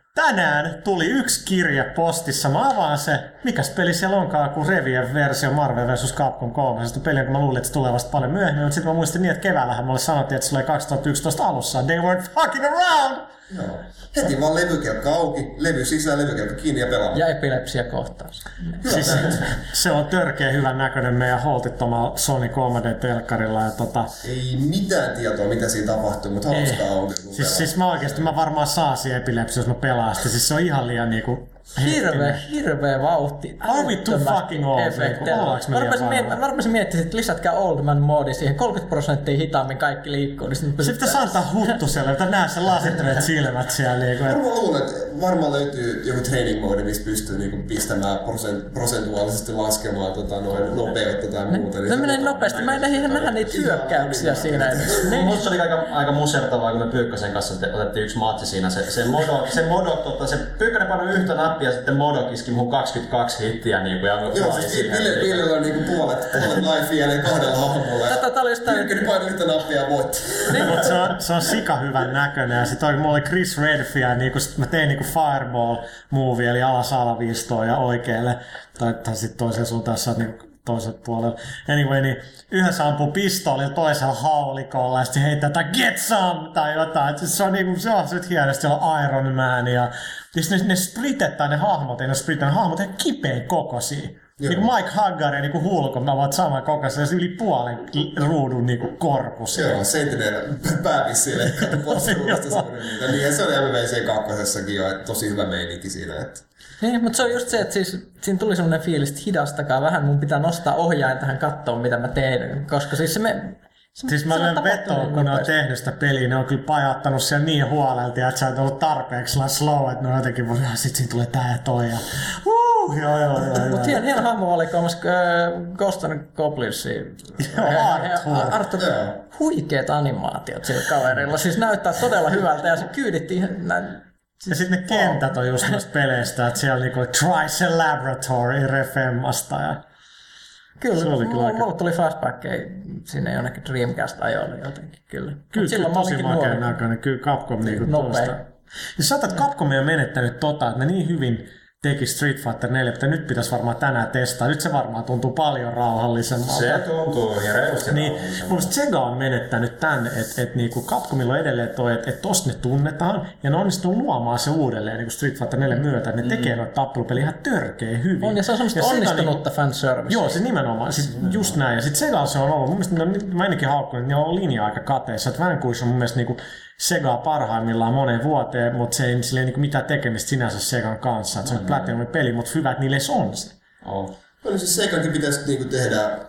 Speaker 1: Tänään tuli yksi kirje postissa. Mä avaan se. Mikäs peli siellä onkaan kuin Revien versio Marvel versus. Capcom kolme. Se peli, jonka mä luulin, että se tulee vasta paljon myöhemmin. Mutta sitten mä muistin niin, että keväällähän mulle sanottiin, että se tulee kaksituhattayksitoista alussa. They weren't fucking around!
Speaker 4: Joo. Heti vaan levykelkka auki, levy sisään, levykelkka kiinni ja pelaamaan.
Speaker 2: Ja epilepsia kohtaus.
Speaker 1: Siis, se on törkeä hyvän näköinen meidän holtittomalla Sony kolme D-telkkarilla. Ja tota...
Speaker 4: Ei mitään tietoa, mitä siinä tapahtuu, mutta hauskaa on.
Speaker 1: Siis, siis mä oikeesti mä varmaan saasin epilepsia, jos mä pelaan sitä. Siis se on ihan liian niinku...
Speaker 2: Hirveä, hirveä vauhti.
Speaker 1: Are we too fucking old?
Speaker 2: Mä rupesin miettimään, että lisätkää Old Man moodi siihen. kolmekymmentä prosenttia hitaammin kaikki liikkuu. Niin sitten
Speaker 1: pitäisi antaa Huttuselle, että näe sen lasittaneet silmät siellä. Niin
Speaker 4: varmaan luulen, että varmaan löytyy joku training moodi, missä pystyy niin pistämään prosent, prosentuaalisesti laskemaan tota, noin nopeutta tai muuta.
Speaker 2: Se menee nopeasti. Mä en ihan nähdä niitä hyökkäyksiä siinä.
Speaker 5: Niin. Musta oli aika, aika musertavaa, kun me Pyykkösen kanssa te, otettiin yksi matsi siinä. Se, se Modok, se, Modok, tota, se Pyykkönen pani yhtä nappia ja sitten Modok iski mun kaksikymmentäkaksi hittiä. Niin kuin, ja
Speaker 4: joo, siis Villellä on niin puolet, puolet life jälleen kahdella hahmolla.
Speaker 2: Tätä oli just tämän...
Speaker 4: Pyykkönen painoi yhtä nappia ja voitti.
Speaker 1: Niin, mutta se on, se on sika hyvän näköinen. Ja sit mulla oli Chris Redfield, niin kun mä tein niin Fireball-movie, eli alas alaviistoon ja oikealle. Tai, tai sitten toiseen suuntaan, sä oot niin toisella puolella. Anyway, niin yhdessä ampuu pistoolilla, toisella haulikolla ja sitten heittää tai get some tai jotain. Et se on niinku, se on nyt hienosti, siellä on Iron Man ja ne, ne splitetään ne hahmot, ei ne splitetään ne hahmot, ihan kipein kokoisia. Niin kuin Mike Haggar ja niin kuin Hulk on ovat saman kokoisia, se yli puolen ruudun niin kuin korpus.
Speaker 4: Joo, Sentinel pääpissi leikkaatu postuudesta. Niin se oli M V C kakkosessakin jo, että tosi hyvä meininki siinä. Että...
Speaker 2: Niin, mutta se on just se, että siis, siinä tuli semmoinen fiilis, että hidastakaa vähän, mun pitää nostaa ohjaajan tähän kattoon, mitä mä teen, koska siis se me... Se,
Speaker 1: siis mä olen vetoa, kun ne on tehnyt sitä peliä, ne on kyllä pajattanut siellä niin huolelta, että sä oot ollut tarpeeksi slow, että ne on jotenkin voi, sit siinä tulee tää ja toi ja uh, joo joo joo.
Speaker 2: Mut hieno, hieno hahmo oli kolmas äh, Ghost and Goblinsin.
Speaker 1: Joo, Arthur.
Speaker 2: Arthur, huikeet animaatiot sillä kaverilla, siis näyttää todella hyvältä ja se kyyditti näin.
Speaker 1: Siis ja sitten ne kentät on just noista peleistä, että siellä niinku Trice Laboratory Refemmasta ja...
Speaker 2: Kyllä, mulla, mulla tuli flashbackkejä sinne jonnekin Dreamcast-ajoille jotenkin, kyllä.
Speaker 1: Kyllä, kyllä tosi makeen näköinen, kyllä Capcom niinku tuosta. Ja sä otat, Capcom on menettänyt tota, että ne niin hyvin teki Street Fighter neljä, että nyt pitäisi varmaan tänään testaa. Nyt se varmaan tuntuu paljon rauhallisemmalta.
Speaker 5: Se tuntuu ja reilusti
Speaker 1: niin, mun Sega on menettänyt tän, että et niinku Capcomilla on edelleen toi, että et tosta ne tunnetaan ja ne onnistuu luomaan se uudelleen niin Street Fighter neljä myötä, että ne mm. tekee noita tappelupeliä ihan törkeä hyvin.
Speaker 2: On ja se on semmoista onnistunutta niinku, fanservice.
Speaker 1: Joo, se nimenomaan. Sit just näin. Ja sit Sega se on ollut, mun mielestä mä ainakin haukkunut, että niillä on linja aika kateessa. Että Vanquish on mun mielestä niinku Sega parhaimmillaan moneen vuoteen, mutta se ei sille niinku mitään tekemistä sinänsä Segan kanssa. Että se on Platinumin peli, mutta hyvä, että niille on se.
Speaker 4: Oh. No siis Segankin pitäisi niinku tehdä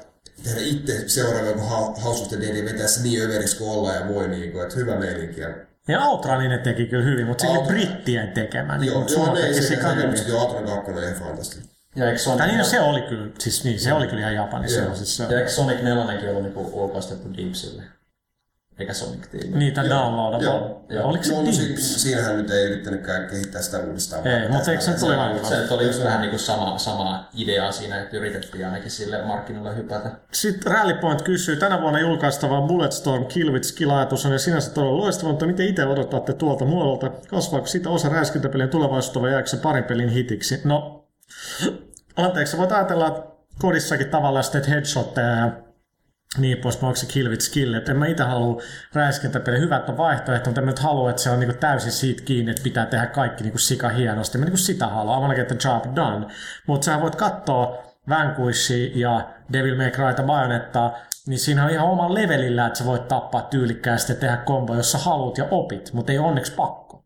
Speaker 4: tehdä itse seuraava joku House of the Dead ja vetää se niin överiksi kuin ollaan ja voi, niin kuin, että hyvä meininkiä.
Speaker 1: Ja Outranin ne teki kyllä hyvin, mutta se oli brittien tekemä. Niin
Speaker 4: joo, joo, ne ei se tekee, mutta sitten Outranin kakkonen ihan fantastinen.
Speaker 5: Ja eikö Sonic...
Speaker 1: niin, no, se oli kyllä, siis niin, se oli kyllä ihan Japanissa.
Speaker 5: Yeah. Siis se... Ja eikö Sonic neljä ollut niinku ulkoistettu Deepsille? Eikä Sonic-tiimi.
Speaker 1: Niitä downloadable. Oliko se
Speaker 4: no,
Speaker 1: Deeps?
Speaker 4: Siinähän nyt ei yrittänytkään kehittää sitä uudestaan.
Speaker 1: Ei, mutta eikö se tuli vaan?
Speaker 5: Se oli just vähän niinku sama, sama idea siinä, että yritettiin ainakin sille markkinoille hypätä.
Speaker 1: Sitten Rally Point kysyy, tänä vuonna julkaistava Bulletstorm Kill with Skill-ajatus on sinänsä todella loistava, mutta miten itse odotatte tuolta muodolta? Kasvaako siitä osa räiskintäpelien tulevaisuutta vai jääkö se parin pelin hitiksi? No, anteeksi, voit ajatella, että kodissakin tavallaan sitten headshotteja ja niin pois, onko se Kill with Skill, että en mä itse halua räiskintäpeliä. Hyvä, että on vaihtoehto, mutta en mä nyt halua, että se on niinku täysin siitä kiinni, että pitää tehdä kaikki niinku sika hienosti. Mä niinku sitä haluan, I wanna get the job done. Mutta sä voit katsoa Vanquishia ja Devil May Cryta Bayonettaa, niin siinä on ihan oma levelillä, että sä voit tappaa tyylikkäästi ja tehdä kombo, jos sä haluat ja opit, mutta ei onneksi pakko.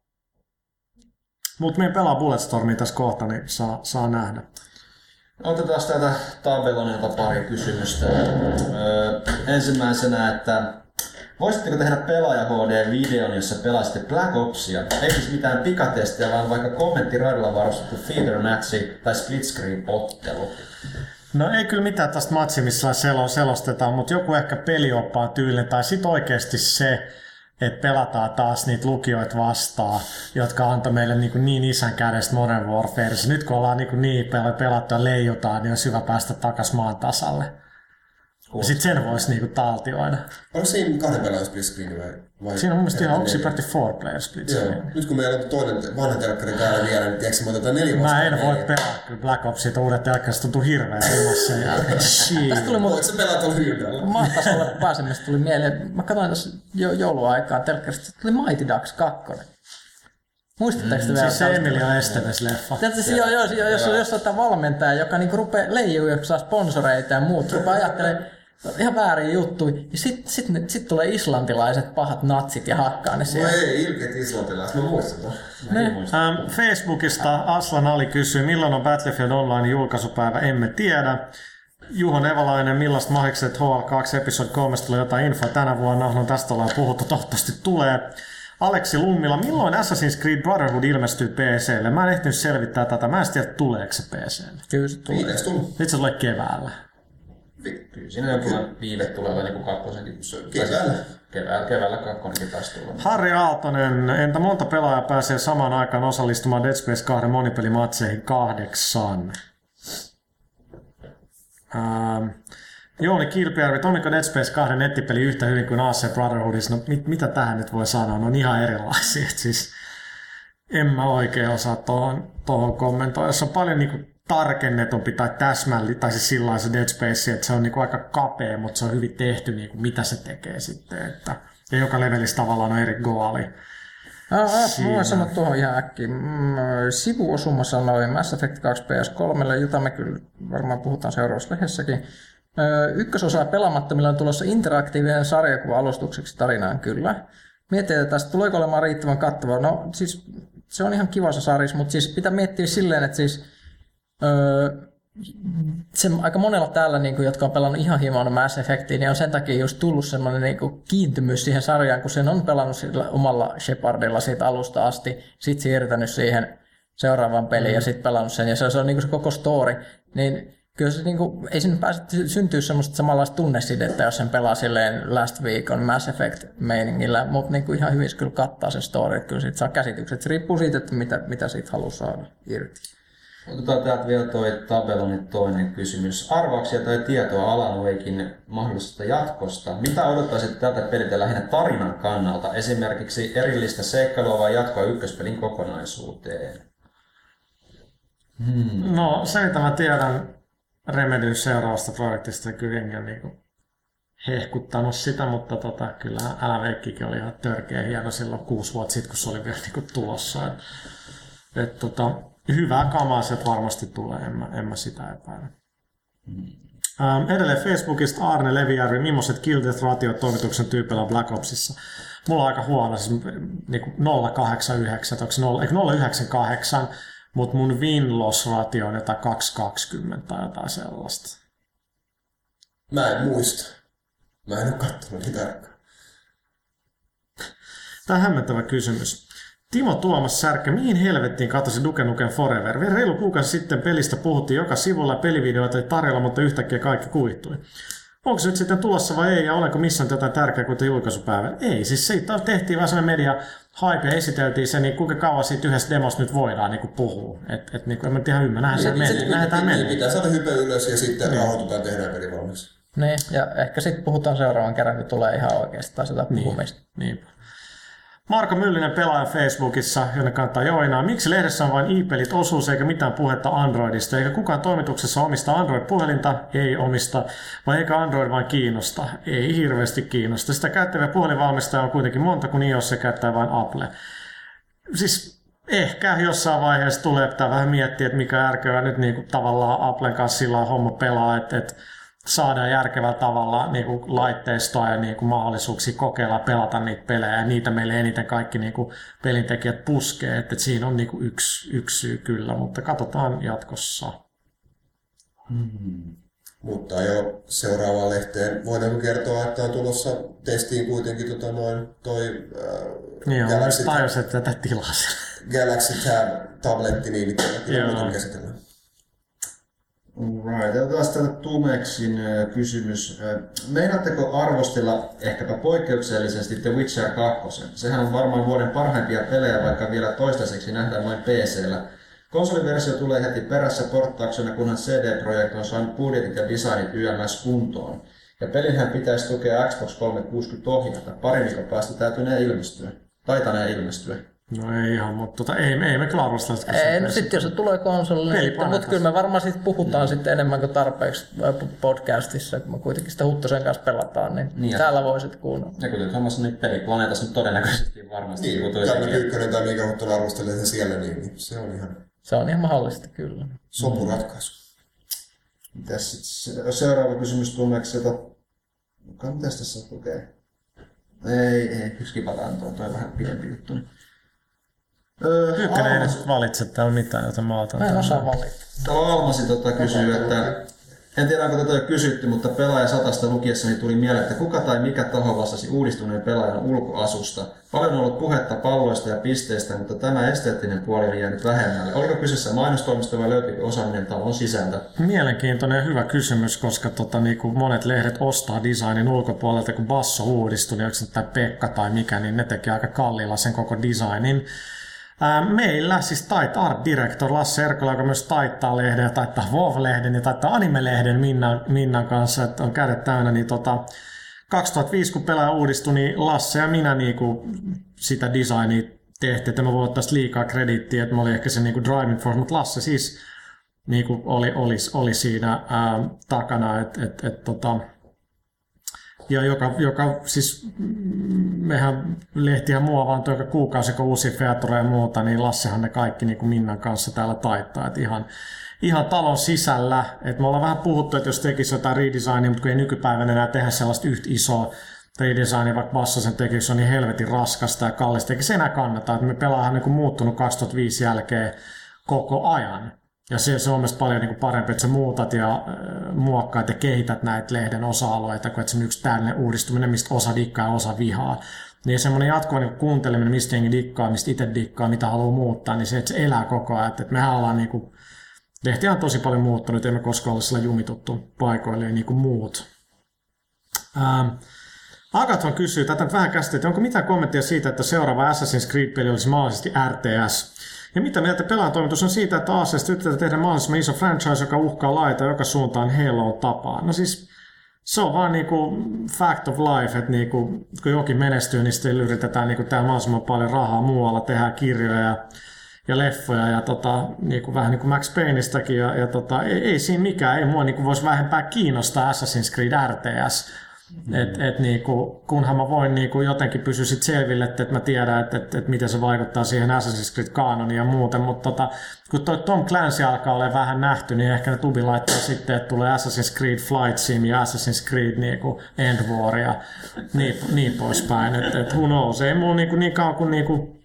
Speaker 1: Mutta meidän pelaa Bulletstormia tässä kohta, niin saa, saa nähdä.
Speaker 5: Otetaan täältä Tabelonilta pari kysymystä. Öö, ensimmäisenä, että voisitteko tehdä pelaaja H D-videon, jossa pelaisitte Black Opsia? Ei siis mitään pikatestiä, vaan vaikka kommenttiraidilla varustettu feeder matchi tai split screen ottelu.
Speaker 1: No ei kyllä mitään tästä matsia, missä selostetaan, mutta joku ehkä pelioppaa tyylinen tai sit oikeasti se, että pelataan taas niitä lukijoita vastaan, jotka antoi meille niin, niin isän kädestä Modern Warfareissa. Nyt kun ollaan niin, niin pelattu ja leijutaan, niin olisi hyvä päästä takaisin maan tasalle. Ja sitten sen voisi niin taltioida.
Speaker 4: Onko siinä kahden pelaajan split screen vai? vai
Speaker 1: siinä on mun mielestä ihan yksi four player split screen.
Speaker 4: Nyt kun meillä on toinen vanha telkkari täällä vielä, niin tiedätkö me otetaan neljä vastaan?
Speaker 1: Mä en voi pelaa kyllä Black Opsia, uudet telkkarista tuntuu hirveän ilmassa.
Speaker 4: Tästä tuli muuta. Voitko sä pelata tuolla hyydällä?
Speaker 2: Maatasolle pääsemistä tuli mieleen. Mä katsoin tuossa jo jouluaikaan telkkarista, että tuli Mighty Ducks kaksi. Muistatteko te mm, vielä?
Speaker 1: Siis se Emilio Esteves-leffa.
Speaker 2: Tietysti joo, joo, jos, jos ottaa valmentaja, joka niinku rupeaa leijuu, joka saa sponsoreita ja muut, rupeaa ajattelemaan ihan väärin juttuja. Ja sit, sit, sit tulee islantilaiset pahat natsit ja hakkaa ne siellä.
Speaker 4: No ei, ilkeät islantilaiset, mä muistan.
Speaker 1: Ähm, Facebookista Aslan Ali kysyy, milloin on Battlefield Online julkaisupäivä, emme tiedä. Juho Nevalainen, millaista mahikset H L kaksi episode kolme tulee jotain infoa tänä vuonna? No tästä ollaan puhuttu, toivottavasti tulee. Aleksi Lummila, milloin Assassin's Creed Brotherhood ilmestyy P C:lle? Mä en ehtinyt selvittää tätä, mä en tiedä, tuleeko se P C:lle.
Speaker 2: Kyllä se tulee.
Speaker 1: Nyt se tulee keväällä.
Speaker 5: Kyllä siinä jonkinlainen viive tulee olla niin kuin kakkosenkin.
Speaker 4: Keväällä.
Speaker 5: Keväällä, keväällä kakkonenkin taisi tulla.
Speaker 1: Harri Aaltonen, entä monta pelaajaa pääsee samaan aikaan osallistumaan Dead Space kaksi monipelimatseihin? Kahdeksan. Ähm, Jouni Kilpijärvi, toimiko Dead Space kaksi nettipeli yhtä hyvin kuin A C Brotherhoodissa? No mit, mitä tähän nyt voi sanoa? Ne on ihan erilaisia. Siis, en mä oikein osaa tohon, tohon kommentoida. Se on paljon niinku tarkennetumpi tai täsmälli, tai siis sillä se Dead Space, että se on niinku aika kapea, mutta se on hyvin tehty, niinku, mitä se tekee sitten. Että, ja joka levelissä tavallaan on eri goali.
Speaker 2: Mä voin sanoa tuohon ihan äkkiä. Sivuosuma sanoi Mass Effect kaksi P S kolme, jota me kyllä varmaan puhutaan seuraavassa lehdessäkin. Ykkösosaa pelaamattomilla on tulossa interaktiivinen sarjakuva alustukseksi tarinaan kyllä. Mietitään tästä, tuleeko olemaan riittävän kattava. No siis se on ihan kiva se sarja, mutta siis pitää miettiä silleen, että siis öö, se aika monella täällä, niin kuin, jotka on pelannut ihan hieman Mass Effectia, niin on sen takia just tullut semmoinen niin kuin kiintymys siihen sarjaan, kun sen on pelannut sillä omalla Shepardilla siitä alusta asti, sitten siirtänyt siihen seuraavaan peliin mm. ja sitten pelannut sen, ja se, se on niin kuin se koko story, niin kyllä se niin kuin, ei sinne pääse syntyä semmoista samanlaista tunnesidettä, jos sen pelaa silleen Last Week on Mass Effect-meiningillä, mutta niin kuin ihan hyvin se kyllä kattaa se story, että kyllä siitä saa käsitykset. Se riippuu siitä, että mitä, mitä siitä haluaa saada irti.
Speaker 5: Otetaan täältä vielä toi Tabelonin toinen kysymys. Arvauksia tai tietoa Alan Waken mahdollisesta jatkosta. Mitä odottaisit tältä peliltä lähinnä tarinan kannalta? Esimerkiksi erillistä seikkailua vai jatkoa ykköspelin kokonaisuuteen?
Speaker 1: Hmm. No se, mitä mä tiedän Remedyn seuraavasta projektista, kyllä en ole niin hehkuttanut sitä, mutta tota, kyllä Alan Wakekin oli ihan törkeä hieno silloin kuusi vuotta sitten, kun se oli vielä niin tulossa. Et, et, tota, hyvää kamaa se varmasti tulee, en mä, en mä sitä epäile. Hmm. Ähm, edelleen Facebookista Arne Levijärvi, millaiset Kill Death-ratiot toimituksen tyypillä Black Opsissa? Mulla on aika huono, siis niin nolla kahdeksankymmentäyhdeksän, onko se nolla yhdeksänkymmentäkahdeksan, mutta mun win-loss-ratio on jotain kaksi kaksikymmentä tai jotain sellaista.
Speaker 4: Mä en muista. Mä en oo kattonut niin tarkkaan.
Speaker 1: Tää on hämmentävä kysymys. Timo Tuomas Särkkä, mihin helvettiin katosi Duke Nukem Forever? Vielä reilu kuukausi sitten pelistä puhuttiin joka sivulla ja pelivideoita tarjolla, mutta yhtäkkiä kaikki kuihtui. Onko se nyt sitten tulossa vai ei, ja olenko missään jotain tärkeää kuin julkaisupäivän? Ei, siis se tehtiin vaan sellainen media hype ja esiteltiin se, niin kuinka kauan siitä yhdessä demosta nyt voidaan niin puhua. Että et, niin en mä ihan ymmärrä, nähdään se menee. Nähdään menee.
Speaker 4: Niin, pitää saada hype ylös ja sitten niin. Rahoitutaan tehdään peli valmiiksi.
Speaker 2: Niin, ja ehkä sitten puhutaan seuraavan kerran, kun tulee ihan oikeasti taas jotain
Speaker 1: niin.
Speaker 2: puhumista.
Speaker 1: Niin. Marko Myllinen pelaaja Facebookissa, jonne kannattaa joinaa. Miksi lehdessä on vain i-pelit osuus eikä mitään puhetta Androidista? Eikä kukaan toimituksessa omista Android-puhelinta? Ei omista. Vai eikä Android vain kiinnosta? Ei hirveästi kiinnosta. Sitä käyttäviä puhelinvalmistajia on kuitenkin monta, kun iOS se käyttää vain Apple. Siis ehkä jossain vaiheessa tulee pitää vähän miettiä, että mikä järkevää nyt niin kuin tavallaan Applen kanssa sillä homma pelaa, että, että saadaan järkevällä tavalla niin kuin laitteistoa ja niin kuin mahdollisuuksia kokeilla pelata niitä pelejä. Ja niitä meille eniten kaikki niin kuin pelintekijät puskee. Että siinä on niin kuin yksi, yksi syy kyllä, mutta katsotaan jatkossa.
Speaker 4: Hmm. Mutta jo seuraavaan lehteen voidaanko kertoa, että on tulossa testiin kuitenkin tota noin toi äh,
Speaker 1: niin Galaxy Tab. Tajus, että tätä tilasi.
Speaker 4: Galaxy Tab-tabletti, niin mitä muuten käsitellään.
Speaker 6: Right. Otetaan täältä Tumeksin kysymys. Meinaatteko arvostella ehkäpä poikkeuksellisesti The Witcher kaksi? Sehän on varmaan vuoden parhaimpia pelejä, vaikka vielä toistaiseksi nähdään vain P C:llä. Konsoliversio tulee heti perässä porttauksena, kunhan C D Projekt on saanut budjetit ja designit Y M S kuntoon. Ja pelinhän pitäisi tukea Xbox kolmesataakuusikymmentä ohjelta. Pari viikon päästä täytyy ne ilmestyä. Taitanee ilmestyä.
Speaker 1: No ei ihan, mutta tota, ei, ei me kyllä arvostella.
Speaker 2: Ei, no sitten jos se tulee konsolille, niin, mutta kyllä me varmaan sitten puhutaan sitten enemmän kuin tarpeeksi podcastissa, kun me kuitenkin sitä Huttosen kanssa pelataan, niin, niin täällä voisit kuunnella.
Speaker 5: Ja kuten Thomas niin peliplaneetassa nyt todennäköisesti varmasti.
Speaker 4: Niin, Janne Pyykkönen tai Miika Huttonen arvostelee sen siellä, niin, niin se on ihan...
Speaker 2: Se on ihan mahdollista, kyllä.
Speaker 4: Sopuratkaisu.
Speaker 6: Mm. Mitäs sitten seuraava kysymys Tummekselta? Mitäs tässä lukee? Ei, ei, skipataan tuo, toi vähän pidempi juttu.
Speaker 1: Pyykkönen ei nyt valitse täällä mitään, joten mä otan.
Speaker 2: Mä en osaa valita.
Speaker 6: Täällä Almasi tota kysyy, että en tiedä onko tätä jo kysytty, mutta pelaaja satasta lukiessani tuli mieleen, että kuka tai mikä taho vastasi uudistuneen pelaajan ulkoasusta. Paljon on ollut puhetta palloista ja pisteistä, mutta tämä esteettinen puoli on jäänyt vähemmälle. Oliko kyseessä mainostoimisto vai löytyykö osaaminen talon sisältä?
Speaker 1: Mielenkiintoinen ja hyvä kysymys, koska tota, niin kuin monet lehdet ostaa designin ulkopuolelta, kun Basso uudistui, niin onko se tämä Pekka tai mikä, niin ne teki aika kalliilla sen koko designin. Meillä siis taitaa Art Director Lasse Erkola, joka myös taittaa lehden ja taittaa WoW-lehden ja taittaa Anime-lehden Minnan, Minnan kanssa, että on kädet täynnä. Niin tota, kaksituhattaviisi kun pelaaja uudistui, niin Lasse ja minä niinku sitä designia tehtiin, että mä voin ottaa liikaa krediittiä, että mä olin ehkä se niinku driving force, mutta Lasse siis niinku oli, oli, oli siinä ää, takana, että et, et, tota, ja joka, joka siis mehän lehtiä muovaantui joka kuukausi, kun uusia featureja ja muuta, niin Lassehan ne kaikki niin kuin Minnan kanssa täällä taittaa. Että ihan, ihan talon sisällä. Et me ollaan vähän puhuttu, että jos tekisi jotain redesignia, mutta kun ei nykypäivänä enää tehdä sellaista yhtä isoa redesignia, vaikka Basso sen teki, se on niin helvetin raskasta ja kallista, eikä se enää kannata. Et me pelaahan niin kuin muuttunut kaksituhattaviisi jälkeen koko ajan. Ja se, se on mielestäni paljon niin kuin parempi, että sä muutat ja äh, muokkaat ja kehität näitä lehden osa-alueita, kun että se on yksi täydellinen uudistuminen, mistä osa dikkaa ja osa vihaa. Niin semmoinen jatkuva niin kuunteleminen, mistä jengi dikkaa, mistä itse dikkaa, mitä haluaa muuttaa, niin se, että se elää koko ajan. Että, että mehän ollaan niin kuin, lehtiä on tosi paljon muuttunut, emme koskaan ole sillä jumituttu paikoille niin kuin muut. Ähm, Agathon kysyy, tätä nyt vähän käsiteltiin, onko mitään kommenttia siitä, että seuraava Assassin's Creed-peli olisi mahdollisesti R T S? Ja mitä mieltä pelaajan toimitus on siitä, että A C:stä yritetään tehdä mahdollisimman iso franchise, joka uhkaa laita joka suuntaan Haloon tapaan? No siis se on vaan niinku fact of life, että niinku, kun jokin menestyy, niin sitten yritetään niinku tehdä mahdollisimman paljon rahaa muualla, tehdään kirjoja ja, ja leffoja ja tota, niinku, vähän niin kuin Max Payneistäkin. Ja, ja tota, ei, ei siinä mikään, ei mua niinku voisi vähempää kiinnostaa Assassin's Creed R T S. Mm. Et, et niinku, kunhan mä voin niinku jotenkin pysyä sit selville, että et mä tiedän, että et, et miten se vaikuttaa siihen Assassin's Creed kanoniin ja muuten, mutta tota, kun toi Tom Clancy alkaa olla vähän nähty, niin ehkä ne tubi laittaa sitten, että tulee Assassin's Creed Flight Sim ja Assassin's Creed niinku End War ja niin, niin poispäin, että et who knows, ei mulla niinku niin kauan kuin niinku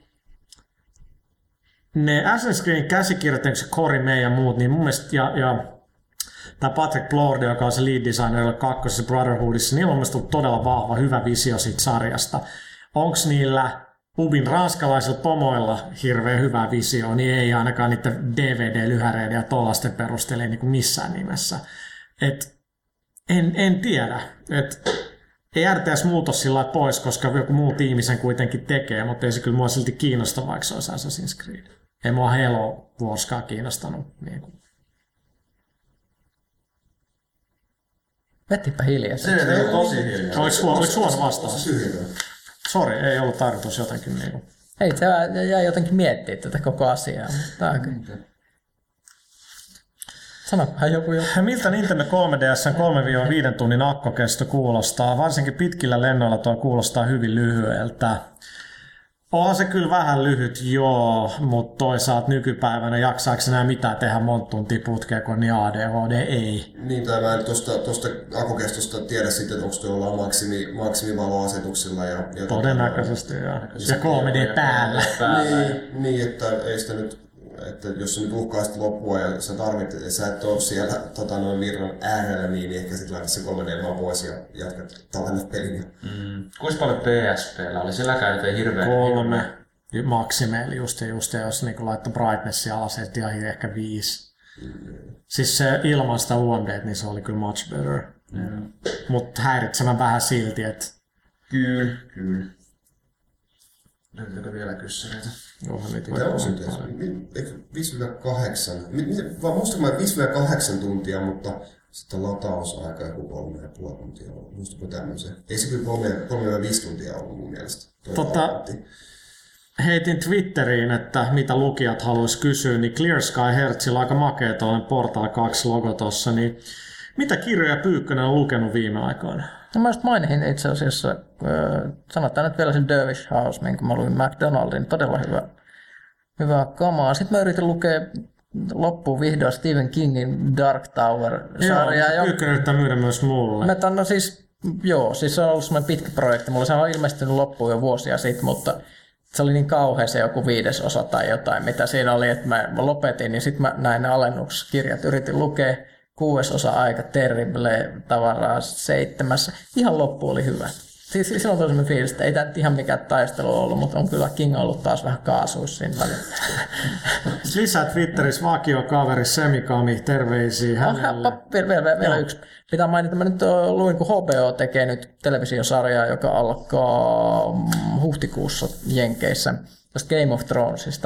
Speaker 1: ne Assassin's Creedin käsikirjoittajat, se Cory May ja muut, niin mun mielestä ja, ja tämä Patrick Plorde, joka on se lead designer kakkosessa Brotherhoodissa, niillä on mielestäni todella vahva, hyvä visio siitä sarjasta. Onko niillä Ubin ranskalaisilla pomoilla hirveän hyvää visioa, niin ei ainakaan niiden D V D-lyhäreiden ja tollaisten perusteella niin kuin missään nimessä. Et en, en tiedä. Et ei R T S muutos sillä pois, koska joku muu tiimi sen kuitenkin tekee, mutta ei se kyllä mua silti kiinnosta, vaikka se olisi Assassin's Creed. Ei mua Halo Warskaan kiinnostanut. Niin kuin.
Speaker 2: Vettipä hiljaa.
Speaker 6: Se ei tosi hiljaa.
Speaker 1: Oliko suora vastaus? Sori, ei ollut tarkoitus jotenkin niin kuin.
Speaker 2: Ei, se jäi jotenkin miettiä tätä koko asiaa. Sanopahan joku joku.
Speaker 1: Miltä Nintendo kolme D S:n kolme viiva viisi tunnin akkokesto kuulostaa? Varsinkin pitkillä lennoilla tuo kuulostaa hyvin lyhyeltä. Onhan se kyllä vähän lyhyt, joo, mutta toisaalta nykypäivänä jaksaako enää mitään tehdä monta tuntia putkea, kun niin A D H D ei.
Speaker 4: Niin, tai mä en tuosta, tuosta akkukestosta tiedä sitten, että onko tuolla maksimi, maksimivaloasetuksilla. Ja, ja
Speaker 1: todennäköisesti, joo. Ja kolme D päällä.
Speaker 4: Niin, niin, että ei sitä nyt, että jos sä nyt uhkaa sitten loppua ja sä tarvit, että sä et ole siellä tota, noin virran äärellä, niin ehkä sitten laitat se kolme D vaan pois ja jatkat tallennat pelin.
Speaker 5: Mm. Kuinka paljon P S P:llä oli? Silläkään nyt ei hirveän...
Speaker 1: Kolme maksimeeli just ja just, ja jos niin laittoi brightnessia alas, et ihan ehkä viisi. Mm. Siis se ilman sitä U M D, niin se oli kyllä much better. Mm. Mutta häiritsevän vähän silti, että...
Speaker 6: Kyllä, kyllä. Löytyykö vielä kyssäreitä?
Speaker 1: Johan niitä
Speaker 4: voi olla paljon. viisi kahdeksan. Vaan muistatko mä viisi kahdeksan tuntia, mutta sitten latausaika joku kolme ja puoli tuntia. Muistatko tämmöisen? Ei se kyllä kolme viisi tuntia ollut mun mielestä.
Speaker 1: Tota, heitin Twitteriin, että mitä lukijat haluaisi kysyä, niin Clear Sky Hertzillä on aika makea tuollainen Portal kaksi logo tossa, niin mitä kirjoja Pyykkönen on lukenut viime aikoina?
Speaker 2: No mä just mainihin itse asiassa, äh, sanotaan nyt vielä sen Dervish House, minkä mä luin McDonaldin, todella hyvä, hyvä kamaa. Sitten mä yritin lukea loppuun vihdoin Stephen Kingin Dark Tower-sarjaa.
Speaker 1: Joo, Pyykkönen yrittää myydä myös mulle.
Speaker 2: Mä tämän, no siis, joo, siis se on ollut semmoinen pitkä projekti. Mulla se on ilmestynyt loppuun jo vuosia sitten, mutta se oli niin kauhea se joku viidesosa tai jotain, mitä siinä oli, että mä lopetin. Ja sitten mä näin ne alennuskirjat, yritin lukea. Kuudesosa aika terrible tavaraa seitsemässä. Ihan loppu oli hyvä. Siis, siis on tosi fiilis, että ei tämä ihan mikään taistelu ollut, mutta on kyllä King ollut taas vähän kaasuissa siinä välillä.
Speaker 1: Lisää Twitterissä vakiokaveri Semikami, terveisiä hänelle.
Speaker 2: Oh, vielä, vielä, vielä yksi. Pitää mainita, mä nyt luin, kun H B O tekee nyt televisiosarjaa, joka alkaa huhtikuussa Jenkeissä, tästä Game of Thronesista,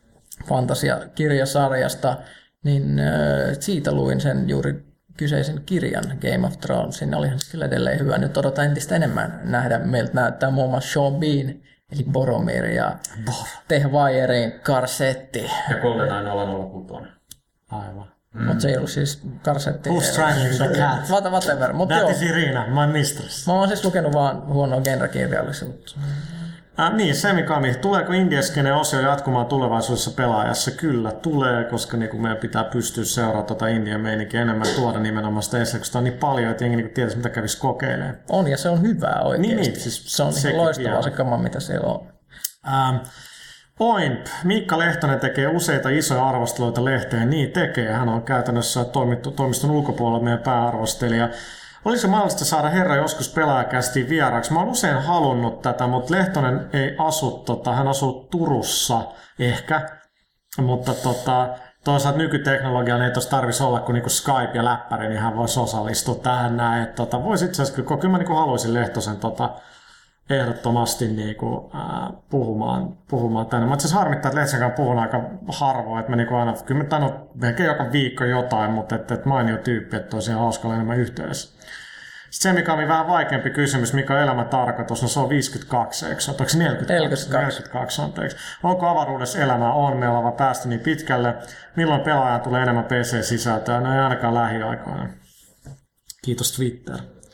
Speaker 2: fantasiakirjasarjasta. Niin äh, siitä luin sen juuri kyseisen kirjan Game of Thronesin. Olihan se kyllä edelleen hyvä. Nyt odotan entistä enemmän nähdä. Meiltä näyttää muun muassa Sean Bean, eli Boromir ja Tehvajerin Karsetti.
Speaker 5: Ja GoldenEye nolla nolla kuusi.
Speaker 1: Aivan.
Speaker 2: Mm. Mutta se ei ollut siis Karsetti.
Speaker 1: Who's strangling the cat?
Speaker 2: What, whatever. Mut
Speaker 1: That
Speaker 2: joo.
Speaker 1: is Irina, my mistress.
Speaker 2: Mä oon siis lukenut vaan huonoa genrekirjallisuutta.
Speaker 1: Äh, niin, Semikami. Tuleeko Indieskenen osio jatkumaan tulevaisuudessa pelaajassa? Kyllä tulee, koska niin kuin meidän pitää pystyä seuraamaan tuota Indian meininkiä enemmän tuoda nimenomaan sitä esille, koska on niin paljon, että jengi niin tietäisi, mitä kävisi kokeilemaan.
Speaker 2: On, ja se on hyvää oikeasti.
Speaker 1: Niin, niin, siis
Speaker 2: se on niin loistavaa se kama, mitä siellä on.
Speaker 1: Ähm, Oimp. Miikka Lehtonen tekee useita isoja arvosteluita lehteen. Niin tekee. Hän on käytännössä toimittu, toimiston ulkopuolella meidän pääarvostelija. Olisiko mahdollista saada herra joskus pelaajakästiin vieraaksi? Mä oon usein halunnut tätä, mutta Lehtonen ei asu, tota, hän asuu Turussa ehkä, mutta tota, toisaalta nykyteknologian ei tuossa tarvitsisi olla kuin niinku Skype ja läppäri, niin hän voisi osallistua tähän näin. Että tota, voisi itse asiassa, kyllä, kyllä mä niinku haluaisin Lehtosen tota, ehdottomasti niinku, ää, puhumaan, puhumaan tänne. Mä itse asiassa harmittaa, että Lehtosen kanssa puhun aika harvoin, että mä niinku aina, kyllä mä tainnut melkein joka viikko jotain, mutta et, et mainio tyyppi, että olisi ihan hauska olla enemmän yhteydessä. Sitten se, mikä on vähän vaikeampi kysymys, mikä on elämän tarkoitus, no se on viisikymmentäkaksi, eikö se? Onko se neljäkymmentäkaksi?
Speaker 2: neljäkymmentäkaksi.
Speaker 1: neljäkymmentäkaksi, anteeksi. Onko avaruudessa elämää? On, me ollaan päästy niin pitkälle. Milloin pelaajaan tulee enemmän P C-sisältöä? No ei ainakaan lähiaikoina. Kiitos Twitter.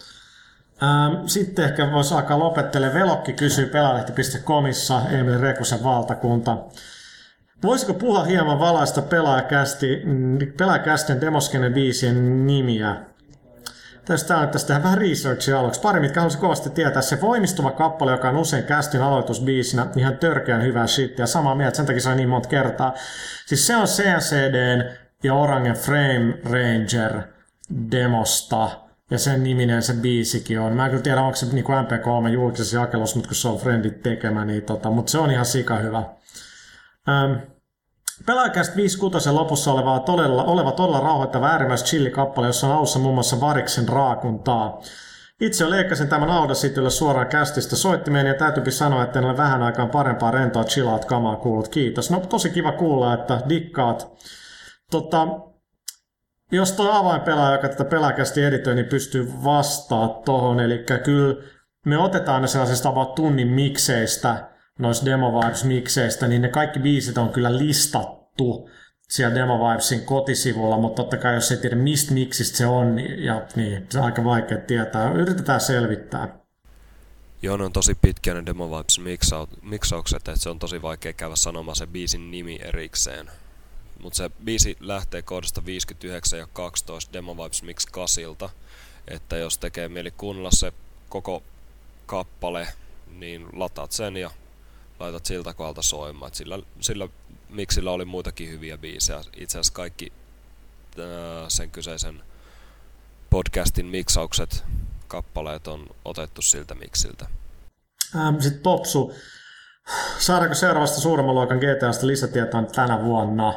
Speaker 1: Ähm, sitten ehkä voisi alkaa lopettelemaan. Velokki kysyy pelaalehti piste comissa, Emil Rekusen valtakunta. Voisiko puhua hieman valaista pelaajakästien Demoskenen viisien nimiä? Tästä on tästä vähän researchia aluksi. Pari, mitkä haluaisin kovasti tietää. Se voimistuva kappale, joka on usein kästin aloitusbiisinä, ihan törkeän hyvää shittiä. Samaa mieltä, sen takia se on niin monta kertaa. Siis se on C N C D:n ja Orangen Frame Ranger. demosta, ja sen niminen se biisikin on. Mä en kyllä tiedä, onko se niin M P kolme julkisessa jakelussa, mutta kun se on Friendit tekemä, niin tota, mutta se on ihan sika hyvä. Ähm, Pelaajakästä viisi kuusi lopussa oleva todella, oleva todella rauhoittava äärimmäis chillikappale, jossa on alussa muun muassa Variksen raakuntaa. Itse leikkasin tämän Audacitylle suoraan kästistä soittimeen ja täytyypi sanoa, että en ole vähän aikaan parempaa rentoa chillaat kamaa kuullut. Kiitos. No tosi kiva kuulla, että dikkaat. Tota, jos tuo avainpelaaja, joka tätä pelaajakästi editoi, niin pystyy vastaa tohon. Eli kyllä me otetaan ne sellaisista about tunnin mikseistä, noista Demo Vibes-mikseistä, niin ne kaikki biisit on kyllä listattu siellä Demo Vibesin kotisivulla, mutta totta kai jos ei tiedä mistä miksistä se on, ja, niin se on aika vaikea tietää. Yritetään selvittää.
Speaker 7: Joo, ne on tosi pitkiä ne Demo Vibes miksaukset, että se on tosi vaikea käydä sanomaan se biisin nimi erikseen. Mutta se biisi lähtee koodasta viisikymmentäyhdeksän ja kaksitoista Demo Vibes Mix kasilta, että jos tekee mieli kuunnella se koko kappale, niin lataat sen ja laitat siltä kohdalta soimaan. Et sillä, sillä miksillä oli muitakin hyviä biisejä. Itse asiassa kaikki ää, sen kyseisen podcastin miksaukset, kappaleet on otettu siltä miksiltä.
Speaker 1: Ähm, Sitten Popsu. Saadaanko seuraavasta suuremman luokan G T A:sta lisätietoa tänä vuonna?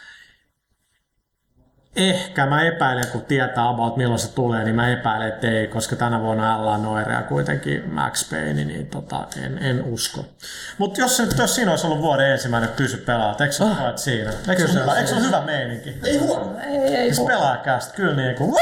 Speaker 1: Ehkä mä epäilen, kun tietää about milloin se tulee, niin mä epäilen, että ei, koska tänä vuonna L A Noire ja kuitenkin Max Payne, niin tota, en, en usko. Mutta jos, jos siinä olisi ollut vuoden ensimmäinen pysy pelaat, eikö se oh. ole siinä? Eikö se ole hyvä, hyvä meininki?
Speaker 4: Ei huono.
Speaker 2: Ei, ei
Speaker 1: siis pelaajakästä, kyllä niin kuin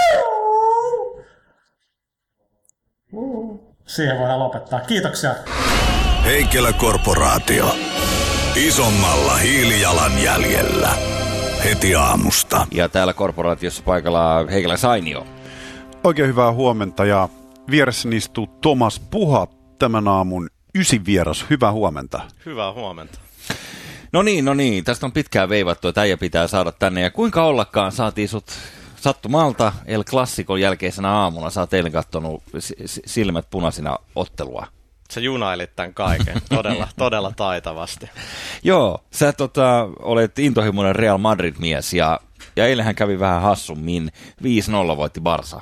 Speaker 1: siihen voidaan lopettaa. Kiitoksia.
Speaker 8: Heikkilä Korporaatio. Isommalla hiilijalanjäljellä. Heti aamusta.
Speaker 9: Ja täällä korporaatiossa paikalla Heikelä Sainio.
Speaker 10: Oikein hyvää huomenta ja vieressäni istuu Tomas Puha, tämän aamun ysin vieras. Hyvää huomenta.
Speaker 11: Hyvää huomenta.
Speaker 9: No niin, no niin. Tästä on pitkään veivattu, että äijä pitää saada tänne. Ja kuinka ollakaan saatiin sut sattumalta El Clasicon jälkeisenä aamuna. Sä oot eilen kattonut silmät punaisina ottelua.
Speaker 11: Sä junailit tämän kaiken todella, todella taitavasti.
Speaker 9: Joo, sä tota, olet intohimoinen Real Madrid-mies ja, ja eilenhän kävi vähän hassummin. viisi nolla voitti Barsa.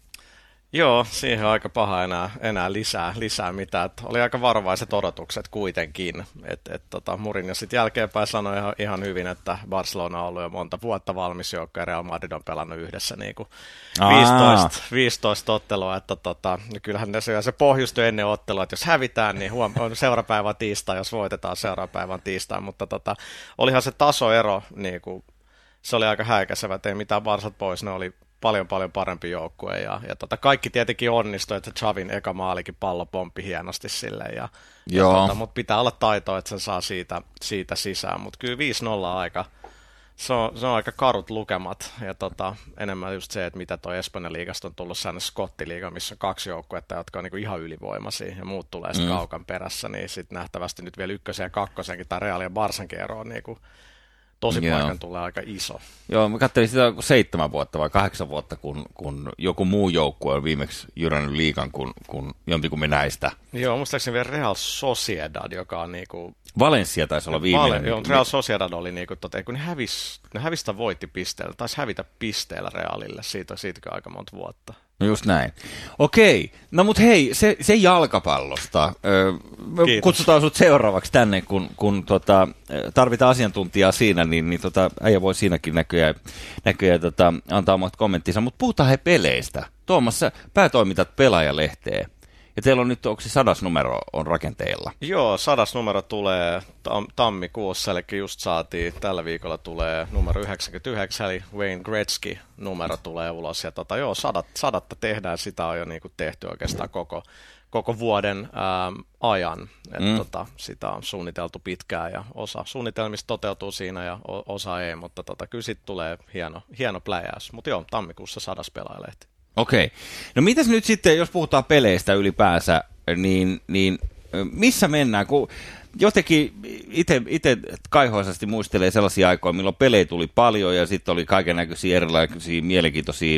Speaker 11: Joo, siihen on aika paha enää, enää lisää, lisää mitään. Et oli aika varovaiset odotukset kuitenkin. Et, et, tota, Mourinho sitten jälkeenpäin sanoi ihan, ihan hyvin, että Barcelona on ollut jo monta vuotta valmis joukko ja Real Madrid on pelannut yhdessä niinku viisitoista, viisitoista ottelua. Että, tota, kyllähän ne se, se pohjustui ennen ottelua, että jos hävitään, niin huom- on seurapäivän tiistai, jos voitetaan seurapäivän tiistai. Mutta tota, olihan se tasoero, niinku, se oli aika häikäisevä, että ei mitään Barsat pois, ne oli paljon paljon parempi joukkue ja, ja tota, kaikki tietenkin onnistui, että Xavin eka maalikin pallo pomppi hienosti sille ja, ja tota, mutta pitää olla taitoa, että sen saa siitä, siitä sisään, mutta kyllä viisi nolla aika, se on, se on aika karut lukemat ja tota, enemmän just se, että mitä toi Espanjan liigasta on tullut säännössä Skottiliiga, missä on kaksi joukkuetta, jotka on niinku ihan ylivoimaisia ja muut tulee sitten mm. kaukan perässä, niin sitten nähtävästi nyt vielä ykkösen ja kakkosenkin tai Real ja Barsankin ero on niinku tosi paikan tulee aika iso.
Speaker 9: Joo, mä katselin sitä seitsemän vuotta vai kahdeksan vuotta, kun, kun joku muu joukkue on viimeksi jyrännyt liigan kuin, kuin jompikummin näistä.
Speaker 11: Joo, muistaakseni vielä Real Sociedad, joka on niinku...
Speaker 9: Valencia taisi olla viimeinen.
Speaker 11: Vale, joo, Real Sociedad oli niinku, tota, kun ne hävis, ne hävistä voitti pisteellä, taisi hävitä pisteellä Realille, siitä, siitäkö aika monta vuotta.
Speaker 9: No just näin. Okei, no mut hei, se, se jalkapallosta. Öö, kutsutaan sut seuraavaksi tänne, kun, kun tota, tarvitaan asiantuntijaa siinä, niin, niin tota, äijä voi siinäkin näköjään, näköjään tota, antaa omat kommenttinsa. Mutta puhutaan he peleistä. Tuomas, sä päätoimitat Pelaajalehteen. Ja teillä on nyt, onko se sadas numero on rakenteilla?
Speaker 11: Joo, sadas numero tulee tam- tammikuussa, eli just saatiin, tällä viikolla tulee numero yhdeksänkymmentäyhdeksän, eli Wayne Gretzky numero tulee ulos. Ja tota, joo, sadat, sadatta tehdään, sitä on jo niinku tehty oikeastaan koko, koko vuoden ähm, ajan. Et, mm. tota, sitä on suunniteltu pitkään ja osa suunnitelmista toteutuu siinä ja o- osa ei, mutta tota, kyllä sitten tulee hieno, hieno pläjäys. Mutta joo, tammikuussa sadas Pelaajalehti.
Speaker 9: Okei. No mitäs nyt sitten, jos puhutaan peleistä ylipäänsä, niin, niin missä mennään? Kun jotenkin itse kaihoisasti muistelee sellaisia aikoja, milloin pelejä tuli paljon ja sitten oli kaikennäköisiä erilaisia mielenkiintoisia,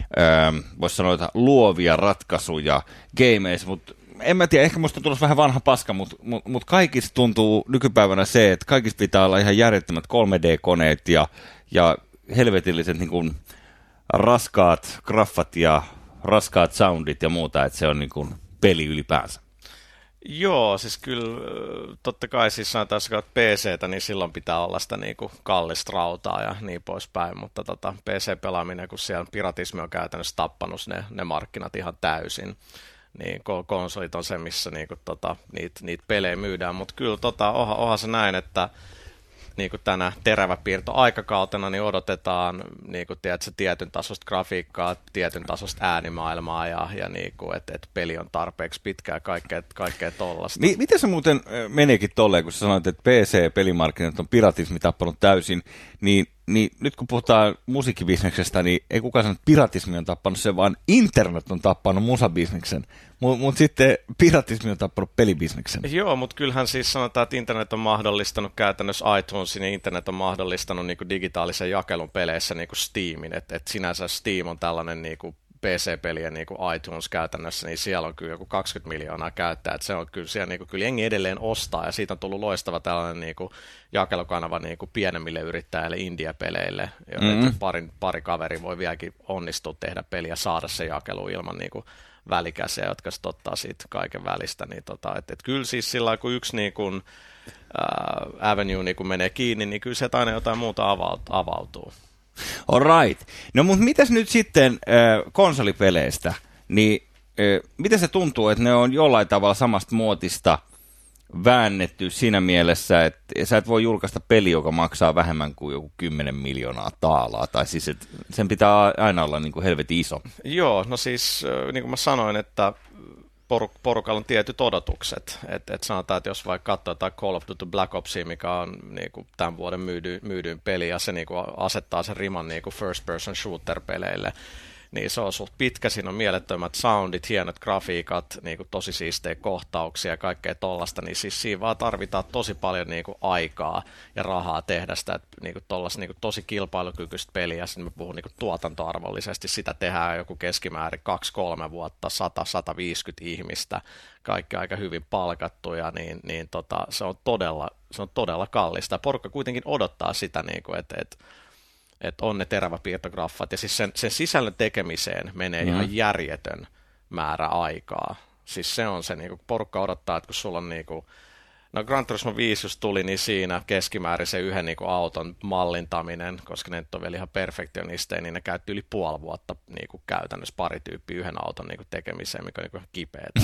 Speaker 9: voisi sanoa, luovia ratkaisuja gameissa, mutta en mä tiedä, ehkä musta tulisi vähän vanha paska, mutta mut, mut kaikissa tuntuu nykypäivänä se, että kaikissa pitää olla ihan järjettömät kolme D-koneet ja, ja helvetilliset niin kuin raskaat graffat ja raskaat soundit ja muuta, että se on niin kuin peli ylipäänsä.
Speaker 11: Joo, siis kyllä totta kai siis sanotaan, jos katsot P C:tä, niin silloin pitää olla sitä niin kuin kallista rautaa ja niin poispäin, mutta tota, P C-pelaaminen, kun siellä piratismi on käytännössä tappanut ne, ne markkinat ihan täysin, niin konsolit on se, missä niinku tota, niitä niit pelejä myydään, mutta kyllä tota, onhan, onhan se näin, että niinku tänä teräväpiirto-aikakautena niin odotetaan niinku, tiedätkö, tietyn tasosta grafiikkaa, tietyn tasosta äänimaailmaa ja, ja niinku, että et peli on tarpeeksi pitkä ja kaikkea, kaikkea tollaista.
Speaker 9: Mi- miten se muuten meneekin tolleen, kun sä sanoit, että P C-pelimarkkinat on piratismi tappanut täysin, niin Niin nyt kun puhutaan musiikkibisneksestä, niin ei kukaan sano, että piratismi on tappanut sen, vaan internet on tappanut musabisneksen. Mutta mut sitten piratismi on tappanut pelibisneksen.
Speaker 11: Joo, mutta kyllähän siis sanotaan, että internet on mahdollistanut käytännössä iTunesin, ja internet on mahdollistanut niinku digitaalisen jakelun peleissä niinku Steamin. Että et sinänsä Steam on tällainen niinku P C-pelien niin kuin iTunes käytännössä, niin siellä on kyllä joku kaksikymmentä miljoonaa käyttäjää, että se on kyllä, siellä niin kuin, kyllä jengi edelleen ostaa, ja siitä on tullut loistava tällainen niin kuin, jakelukanava niin kuin pienemmille yrittäjille, indie-peleille, mm-hmm. pari, pari kaveri voi vieläkin onnistua tehdä peliä ja saada se jakelu ilman niin kuin, välikäsiä, jotka sitten ottaa siitä kaiken välistä, niin tota, että et kyllä siis sillä kun yksi niin kuin, ää, avenue niin kuin menee kiinni, niin kyllä sieltä aina jotain muuta avautuu.
Speaker 9: All right. No mutta mitäs nyt sitten äh, konsolipeleistä, niin äh, miten se tuntuu, että ne on jollain tavalla samasta muotista väännetty siinä mielessä, että sä et voi julkaista peli, joka maksaa vähemmän kuin joku kymmenen miljoonaa taalaa, tai siis että sen pitää aina olla niin kuin helvetin iso.
Speaker 11: Joo, no siis niin kuin mä sanoin, että poruk- porukalla on tietyt odotukset, että et sanotaan, että jos vaikka katsoo jotain Call of Duty Black Opsia, mikä on niin kuin tämän vuoden myydy, myydyin peli, ja se niin kuin asettaa sen riman niin kuin first person shooter-peleille, niin se on suht pitkä, siinä on mielettömät soundit, hienot grafiikat, niin kuin tosi siistejä kohtauksia ja kaikkea tollasta, niin siis siinä vaan tarvitaan tosi paljon niin kuin aikaa ja rahaa tehdä sitä, että niin kuin tollasta, niin kuin tosi kilpailukykyistä peliä, sitten mä puhun niin kuin tuotantoarvollisesti, sitä tehdään joku keskimäärin kaksi kolme vuotta, sata sataviisikymmentä ihmistä, kaikki aika hyvin palkattuja, niin, niin tota, se, on todella, se on todella kallista. Porukka kuitenkin odottaa sitä, niin kuin, että, että että on ne teräväpiirtograffat, ja siis sen, sen sisällön tekemiseen menee mm. ihan järjetön määrä aikaa. Siis se on se, niin kuin porukka odottaa, että kun sulla on, niin kuin, no Gran Turismo viisi just tuli, niin siinä keskimäärin se yhden niin kuin auton mallintaminen, koska ne nyt on vielä ihan perfektionisteja, niin ne käytti yli puoli vuotta niin kuin käytännössä pari tyyppiä yhden auton niin kuin tekemiseen, mikä on niin kuin ihan kipeätä.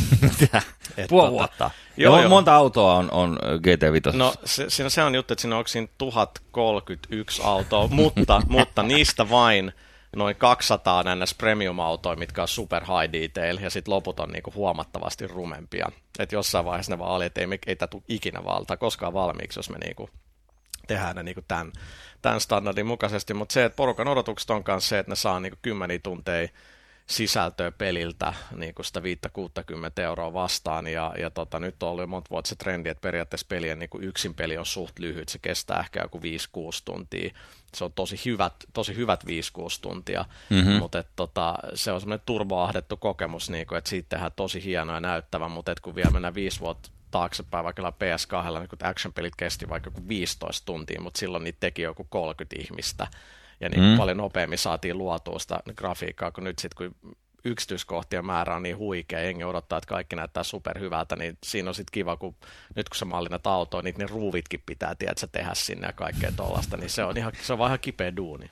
Speaker 9: Puoli vuotta? Joo, joo. Monta autoa on, on G T viisi?
Speaker 11: No se, siinä se on juttu, että siinä onko siinä tuhat kolmekymmentäyksi autoa, mutta, mutta niistä vain noin kaksisataa ns. Premium-autoja, mitkä on super high detail, ja sitten loput on niinku huomattavasti rumempia. Että jossain vaiheessa ne vaan oli, että ei, ei tämä tule ikinä valtaa koskaan valmiiksi, jos me niinku tehdään ne niinku tämän, tämän standardin mukaisesti. Mutta se, että porukan odotukset on myös se, että ne saa niinku kymmeniä tunteja sisältöä peliltä niin kuin sitä viisi kuusikymmentä euroa vastaan, ja, ja tota, nyt on ollut jo monta vuotta se trendi, että periaatteessa pelien niin kuin yksin peli on suht lyhyt, se kestää ehkä joku viisi kuusi tuntia, se on tosi hyvät, tosi hyvät viisi kuusi tuntia, mm-hmm. mutta et, tota, se on semmoinen turboahdettu kokemus, niin kuin, että siitä tehdään tosi hienoa ja näyttävä, mutta et, kun vielä mennään viisi vuotta taaksepäin, vaikka P S kaksi, niin kun action-pelit kesti vaikka joku viisitoista tuntia, mutta silloin niitä teki joku kolmekymmentä ihmistä, ja niin mm. paljon nopeammin saatiin luotua sitä grafiikkaa, kun nyt sitten kun yksityiskohtien määrä on niin huikea, jengi odottaa, että kaikki näyttää superhyvältä, niin siinä on sitten kiva, kun nyt kun sä mallinnat autoa, niin ne ruuvitkin pitää tiedätkö, tehdä sinne ja kaikkea tollaista, niin se on, ihan, se on vaan ihan kipeä duuni.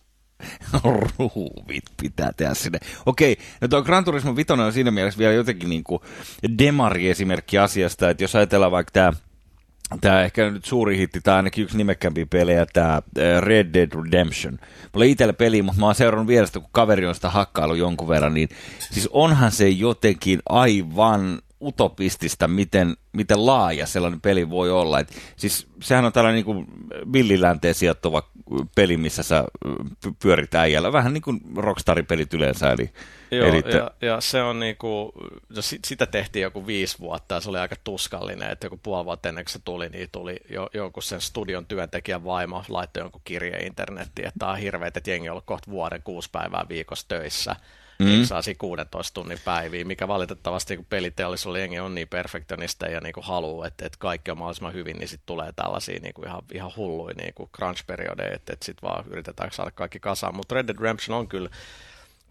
Speaker 9: Ruuvit pitää tehdä sinne. Okei, no tuo Gran Turismo viisi on siinä mielessä vielä jotenkin niin kuin demari-esimerkki asiasta, että jos ajatellaan vaikka tämä Tämä ehkä nyt suuri hitti, tämä ainakin yksi nimekkämpiä pelejä, tämä Red Dead Redemption. Mulla ei itsellä peli, mutta mä oon seurannut vielä sitä, kun kaveri on sitä hakkailu jonkun verran, niin siis onhan se jotenkin aivan utopistista, miten, miten laaja sellainen peli voi olla. Et siis sehän on tällainen niin kuin villilänteen sijoittuva peli, missä sä pyörit äijällä. Vähän niin kuin Rockstarin-pelit yleensä. Eli,
Speaker 11: Joo,
Speaker 9: eli
Speaker 11: ja, ja se on niinku, no sitä tehtiin joku viisi vuotta, ja se oli aika tuskallinen, että joku puoli vuotta ennen kuin se tuli, niin tuli jo, joku sen studion työntekijän vaimo, laittoi jonkun kirjeen internettiin, että tämä on hirveet, että jengi on ollut kohta vuoden kuusi päivää viikossa töissä, mm. niin saa siinä kuudentoista tunnin päiviä, mikä valitettavasti, kun peliteollisuudella jengi on niin perfektionista ja niinku haluaa, että, että kaikki on mahdollisimman hyvin, niin sitten tulee tällaisia niinku ihan, ihan hulluja niinku crunch-periodeja, että, että sitten vaan yritetään saada kaikki kasaan, mutta Red Dead Redemption on kyllä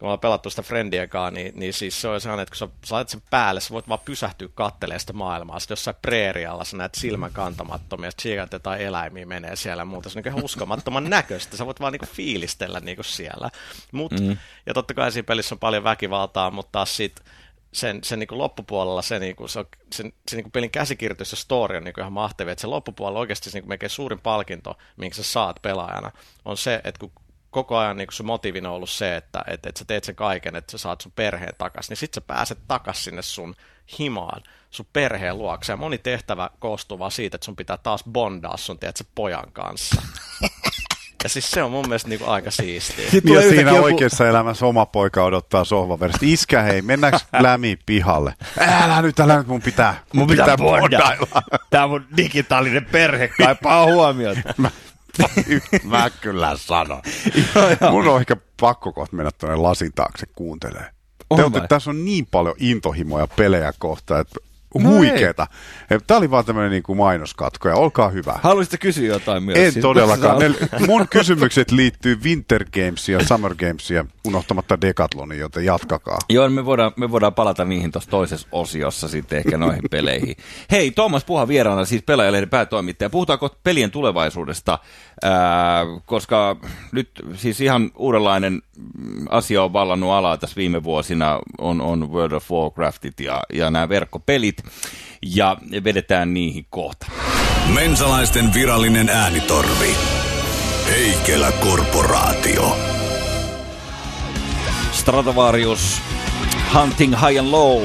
Speaker 11: kun ollaan pelattu sitä Friendien kanssa, niin, niin siis se on sellainen, että kun sä, sä laitat sen päälle, sä voit vaan pysähtyä kattelemaan sitä maailmaa. Sitten jossain preerialla sä näet silmän kantamattomia, sitten sieltä jotain eläimiä menee siellä ja muuta. Se on niin ihan uskomattoman näköistä. Sä voit vaan niin fiilistellä niin siellä. Mut, mm. Ja totta kai siinä pelissä on paljon väkivaltaa, mutta taas sit sen, sen niin loppupuolella se, niin se, on, sen, se niin pelin käsikirjoitus ja story on niin ihan mahtavia. Että se loppupuolella oikeasti se niin melkein suurin palkinto, minkä sä saat pelaajana, on se, että kun koko ajan niin sun motiivina on ollut se, että et, et sä teet sen kaiken, että sä saat sun perheen takas, niin sit sä pääset takas sinne sun himaan, sun perheen luokse. Ja moni tehtävä koostuu vaan siitä, että sun pitää taas bondaa sun, tiedät sä, pojan kanssa. Ja siis se on mun mielestä niinku aika siistiä.
Speaker 10: Niin ja siinä joku... oikeassa elämässä oma poika odottaa sohvaversta. Iskä, hei, mennäänkö lämi pihalle? Älä nyt, älä nyt, mun pitää, mun pitää, pitää bondailla.
Speaker 9: Tää mun digitaalinen perhe kaipaa huomiota.
Speaker 10: Mä, mä kyllä sanon. Mun on ehkä pakko kohta mennä tuonne lasin taakse kuuntelee. Te, tässä on niin paljon intohimoja pelejä kohta, että huikeeta. No tämä oli vaan tämmöinen niin kuin mainoskatko ja olkaa hyvä.
Speaker 9: Haluaisitte kysyä jotain myös?
Speaker 10: En todellakaan. Ne, mun kysymykset liittyy Winter Gamesia ja Summer Gamesia unohtamatta Decathloni, joten jatkakaa.
Speaker 9: Joo, me voidaan, me voidaan palata niihin tuossa toisessa osiossa sitten ehkä noihin peleihin. Hei, Tuomas Puha vieraana, siis Pelaajalehden päätoimittaja. Puhutaanko pelien tulevaisuudesta, ää, koska nyt siis ihan uudenlainen asia on vallannut alaa tässä viime vuosina, on, on World of Warcraftit ja, ja nämä verkkopelit, ja vedetään niihin kohta.
Speaker 8: Mensalaisten virallinen äänitorvi. Heikelä Korporaatio.
Speaker 9: Stratovarius, Hunting High and Low.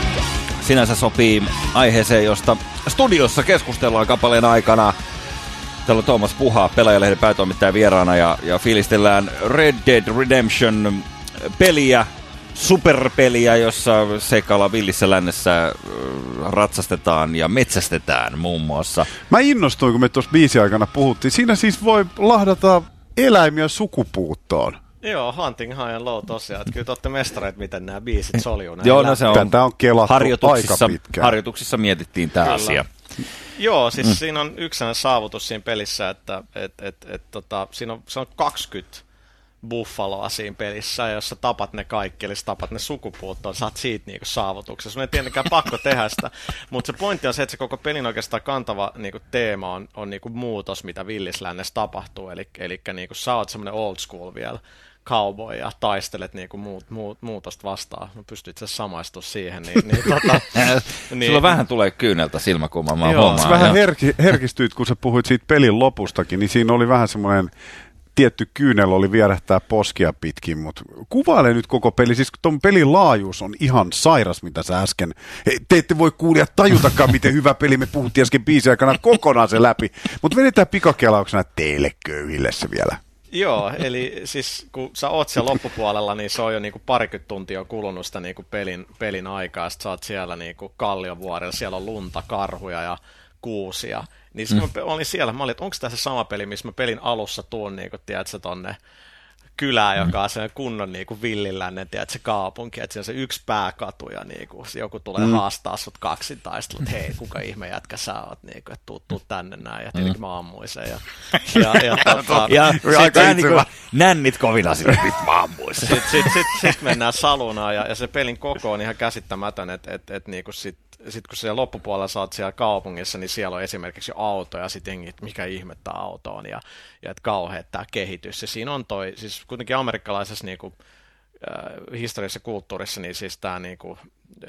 Speaker 9: Sinänsä sopii aiheeseen, josta studiossa keskustellaan kappaleen aikana. Täällä on Tuomas Puha, Pelaajalehden päätoimittaja vieraana, ja, ja fiilistellään Red Dead Redemption peliä, superpeliä, jossa seikkaillaan villissä lännessä, ratsastetaan ja metsästetään muun muassa.
Speaker 10: Mä innostuin, kun me tuossa biisin aikana puhuttiin. Siinä siis voi lahdata eläimiä sukupuuttoon.
Speaker 11: Joo, Hunting High and Low tosiaan. Että kyllä te olette mestareet, miten nämä biisit soljuu.
Speaker 9: Joo, no se on.
Speaker 10: Tätä on kelattu aika pitkään.
Speaker 9: Harjoituksissa mietittiin tämä asia.
Speaker 11: Joo, siis mm. siinä on yksi saavutus siinä pelissä, että et, et, et, tota, siinä on, se on kaksikymmentä buffaloa siinä pelissä, ja jos sä tapat ne kaikki, eli sä tapat ne sukupuuttoon, saat siitä niinku saavutuksen. Sun ei tietenkään pakko tehdä sitä, mutta se pointti on se, että se koko pelin oikeastaan kantava niinku teema on, on niinku muutos, mitä villislännessä tapahtuu, eli, eli niinku sä oot semmoinen old school vielä cowboy ja taistelet niinku muut, muut, muutosta vastaan. Mä pystyn itse asiassa samaistumaan siihen. Niin, niin, tota,
Speaker 9: niin, Sulla vähän tulee kyyneltä silmäkulmaan, mä huomaan.
Speaker 10: Sä vähän herki, herkistyit, kun sä puhuit siitä pelin lopustakin, niin siinä oli vähän semmoinen tietty kyynel oli vierähtää poskia pitkin, mutta kuvaile nyt koko peli. Siis ton pelin laajuus on ihan sairas, mitä sä äsken. Hei, te ette voi kuulijat tajutakaan, miten hyvä peli me puhuttiin äsken biisin aikana kokonaan se läpi. Mutta vedetään pikakelauksena teille köyhille se vielä.
Speaker 11: Joo, eli siis kun sä oot siellä loppupuolella, niin se on jo niinku parikymmentä tuntia kulunut sitä niinku pelin, pelin aikaa. Sitten sä oot siellä niinku Kalliovuorella, siellä on lunta, karhuja ja kuusia. Niin mm. mä olin siellä, mä olin, että onko tämä se sama peli, missä mä pelin alussa tuun, niin kun, tiedätkö, tonne kylään, joka on se kunnon niin kuin villilännen, tiedätkö, se kaupunki, että se on se yksi pääkatu, ja niin kuin, joku tulee mm. haastaa sut kaksin taistelu, että hei, kuka ihme jätkä sä oot, niin kuin, että tuu, tuu tänne näin, ja tietenkin mm. mä ammuin sen. Ja, ja, ja, tota,
Speaker 9: ja sitten niin kuin nännit kovina sinne, nyt mä ammuin sen.
Speaker 11: Sitten sit, sit, sit mennään salunaan, ja, ja se pelin koko on ihan käsittämätön, että et, et, niin kuin sit sitten kun siellä loppupuolella sä oot siellä kaupungissa, niin siellä on esimerkiksi jo auto, ja sitten jengi, että mikä ihme tämä auto on, ja, ja että kauheat tämä kehitys. Ja siinä on toi, siis kuitenkin amerikkalaisessa niinku, äh, historiassa ja kulttuurissa, niin siis tämä niinku,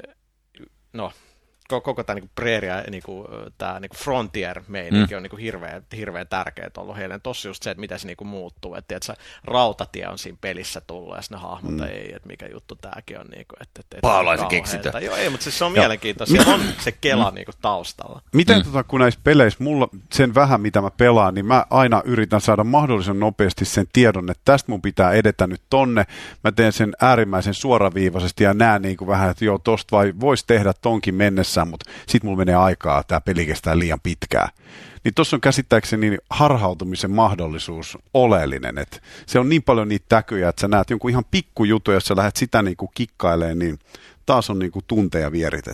Speaker 11: no, koko tämä niinku preeria, niinku, tämä niinku frontier-meininki mm. on niinku hirveän, hirveän tärkeää ollut heille. Tossa just se, että miten se niinku muuttuu. Että et rautatie on siinä pelissä tullut, ja sitten ne hahmot mm. ei, että mikä juttu tämäkin on. Niinku, että, et,
Speaker 9: Paalaisen keksitö.
Speaker 11: Joo, ei, mutta siis se on mielenkiintoista. Siellä on se kela niinku taustalla.
Speaker 10: Miten
Speaker 9: Mm.
Speaker 10: tota, kun näissä peleissä, mulla sen vähän mitä mä pelaan, niin mä aina yritän saada mahdollisimman nopeasti sen tiedon, että tästä mun pitää edetä nyt tonne. Mä teen sen äärimmäisen suoraviivaisesti ja näen niin kuin vähän, että joo, tosta vai voisi tehdä tonkin mennessä, mutta sit mulla menee aikaa, tää peli kestää liian pitkään. Niin tossa on käsittääkseni harhautumisen mahdollisuus oleellinen, että se on niin paljon niitä täkyjä, että sä näet jonkun ihan pikkujutun, jos sä lähdet sitä niin kuin kikkailemaan, niin taas on niin kuin tunteja vieritetty.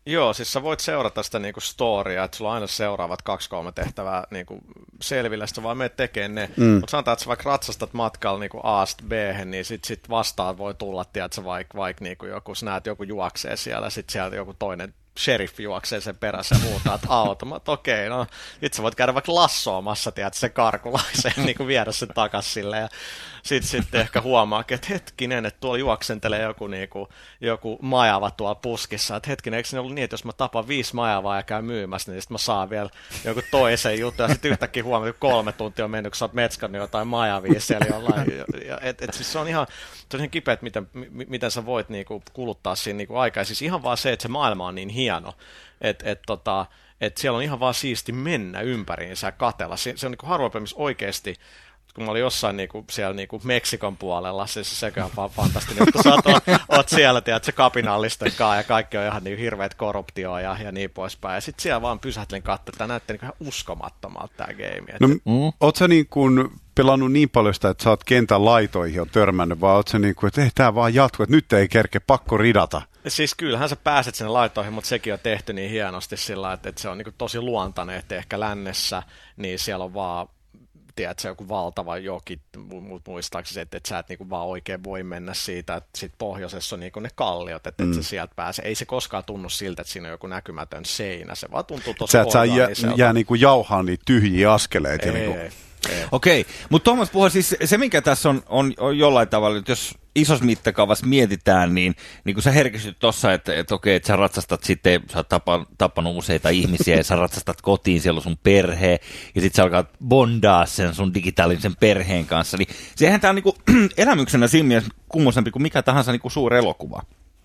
Speaker 11: Joo, siis sä voit seurata sitä niinku storya, että sulla on aina seuraavat kaksi kolme tehtävää niinku selvillä, sitten sä vaan menet tekemään ne. Mm. Mutta sanotaan, että sä vaikka ratsastat matkalla niinku A-sta B-hen, niin sit, sit vastaan voi tulla, tiedätkö, vaikka vaik niinku joku, sä näet joku juoksee siellä, sit sieltä joku toinen sheriff juoksee sen perässä ja huutaa, että auto. Mä okei, okay, no nyt sä voit käydä vaikka lassoomassa, tiedät, sen karkulaisen niin kuin viedä sen takas silleen. Ja sitten sit ehkä huomaa, että hetkinen, että tuolla juoksentelee joku, niin kuin, joku majava tuolla puskissa. Että hetkinen, eikö se ollut niin, että jos mä tapan viisi majavaa ja käyn myymässä, niin sitten mä saan vielä joku toisen jutun. Ja sitten yhtäkkiä huomaa, että kolme tuntia on mennyt, kun sä oot metskannut jotain majavia siellä jollain. Et, et siis se on ihan, se on ihan kipeä, että miten, miten sä voit niin kuin, kuluttaa siinä niin kuin aikaa. Siis ihan vaan se, että se maailma on niin hieno, että et, tota, et siellä on ihan vaan siisti mennä ympäriinsä ja katsella. Se, se on niin harvoin missä oikeasti, kun mä olin jossain niinku, siellä niinku Meksikon puolella, siis sekin on vaan fantastinen, kun sä oot, oot siellä, tiedät, se kapinallisten kanssa ja kaikki on ihan niin hirveät korruptioa ja, ja niin poispäin. Ja sit siellä vaan pysähtelin katsoa, että tämä näyttää niin ihan uskomattomalta tämä game.
Speaker 10: No, mm. Oot sä niin kuin pelannut niin paljon sitä, että sä oot kentän laitoihin jo törmännyt, vai oot sä niin kuin, että ei tää vaan jatkuu, että nyt ei kerke, pakko ridata?
Speaker 11: Siis kyllähän sä pääset sinne laitoihin, mutta sekin on tehty niin hienosti sillä, että, että se on niin kuin tosi luontainen, että ehkä lännessä, niin siellä on vaan tiedätkö, joku valtava joki, muistaakseni, että, että sä et niinku vaan oikein voi mennä siitä, että sit pohjoisessa on niinku ne kalliot, että mm. et sä sieltä pääse. Ei se koskaan tunnu siltä, että siinä on joku näkymätön seinä, se vaan tuntuu tosi
Speaker 10: orgaaniselta. Sä et jää, jää niinku jauhaan niitä tyhjiä askeleita.
Speaker 11: Ei,
Speaker 10: niinku.
Speaker 11: ei.
Speaker 9: Okei, okay. Mutta Tuomas puhui siis se, mikä tässä on, on, on jollain tavalla, että jos isossa mittakaavassa mietitään, niin, niin kun sä herkistyt tossa, että, että okei, että sä ratsastat sitten, sä oot tapa, tappanut useita ihmisiä ja sä ratsastat kotiin, siellä on sun perhe, ja sitten sä alkaa bondaa sen sun digitaalisen perheen kanssa, niin sehän tää on niinku elämyksenä siinä mielessä kummoisempi kuin mikä tahansa niinku suuri elokuva.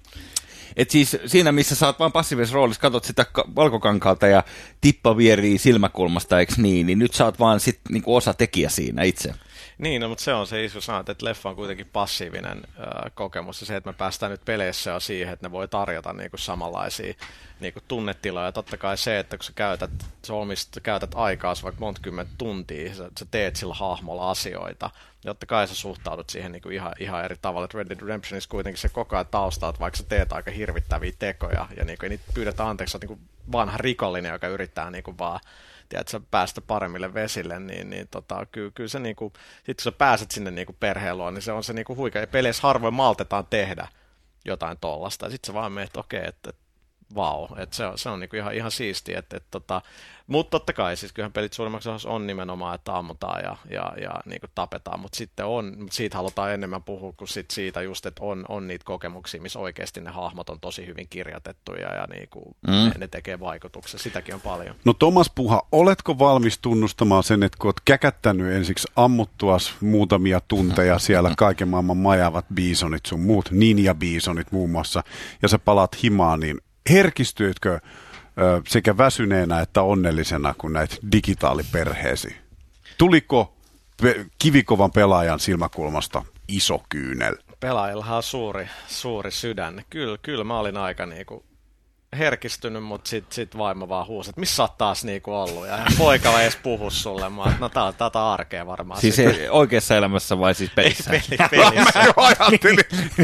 Speaker 9: Et siis siinä, missä sä oot vaan passiivisessa roolissa, katot sitä valkokankaalta ja tippa vierii silmäkulmasta, eikö niin, niin nyt sä oot vaan sit niinku osa tekijä siinä itse.
Speaker 11: Niin, no, mutta se on se iso sana, että leffa on kuitenkin passiivinen äh, kokemus, ja se, että me päästään nyt peleissä jo siihen, että ne voi tarjota niinku samanlaisia niinku tunnetiloja. Totta kai se, että kun sä käytät, solmista, käytät aikaa vaikka monta kymmentä tuntia, sä, sä teet sillä hahmolla asioita, totta kai sä suhtaudut siihen niinku ihan, ihan eri tavalla. Että Red Dead Redemptionissa kuitenkin se koko ajan taustaa, vaikka sä teet aika hirvittäviä tekoja, ja niinku, niitä pyydetään anteeksi, sä oot niinku vanha rikollinen, joka yrittää niinku vaan tiedätkö, päästä paremmille vesille, niin, niin tota, kyllä, kyllä se niinku, sit kun sä pääset sinne niinku perheen luo, niin se on se niinku huikea. Ja peleissä harvoin maltetaan tehdä jotain tollasta. Ja sit sä vaan meet, okei, okay, että vau, että se on, se on niinku ihan, ihan siistiä. Et, et, tota, mutta totta kai, siis kyllähän pelit suurimmaksi osassa on nimenomaan, että ammutaan ja, ja, ja niinku tapetaan, mutta sitten on, siitä halutaan enemmän puhua kuin sit siitä just, että on, on niitä kokemuksia, missä oikeasti ne hahmot on tosi hyvin kirjoitettuja ja niinku mm. ne, ne tekee vaikutuksia. Sitäkin on paljon.
Speaker 10: No Tomas Puha, oletko valmis tunnustamaan sen, että kun olet käkättänyt ensiksi ammuttuas muutamia tunteja siellä kaiken maailman majavat biisonit sun muut, ninja-biisonit muun muassa, ja sä palaat himaan, niin herkistyitkö sekä väsyneenä että onnellisena kuin näitä digitaaliperheesi? Tuliko kivikovan pelaajan silmäkulmasta iso kyynel?
Speaker 11: Pelaajillahan on suuri, suuri sydän. Kyllä, kyllä mä olin aika niinku herkistynyt, mutta sit, sit vaimo vaan huusi, että missä sä oot taas niinku ollut? Ja poika ei edes puhu sulle. Mä no tää on tätä arkea varmaan.
Speaker 9: Siis ei, oikeassa elämässä vai siis pelissä?
Speaker 11: Ei, peli, pelissä.
Speaker 10: Mä jo ajattelin.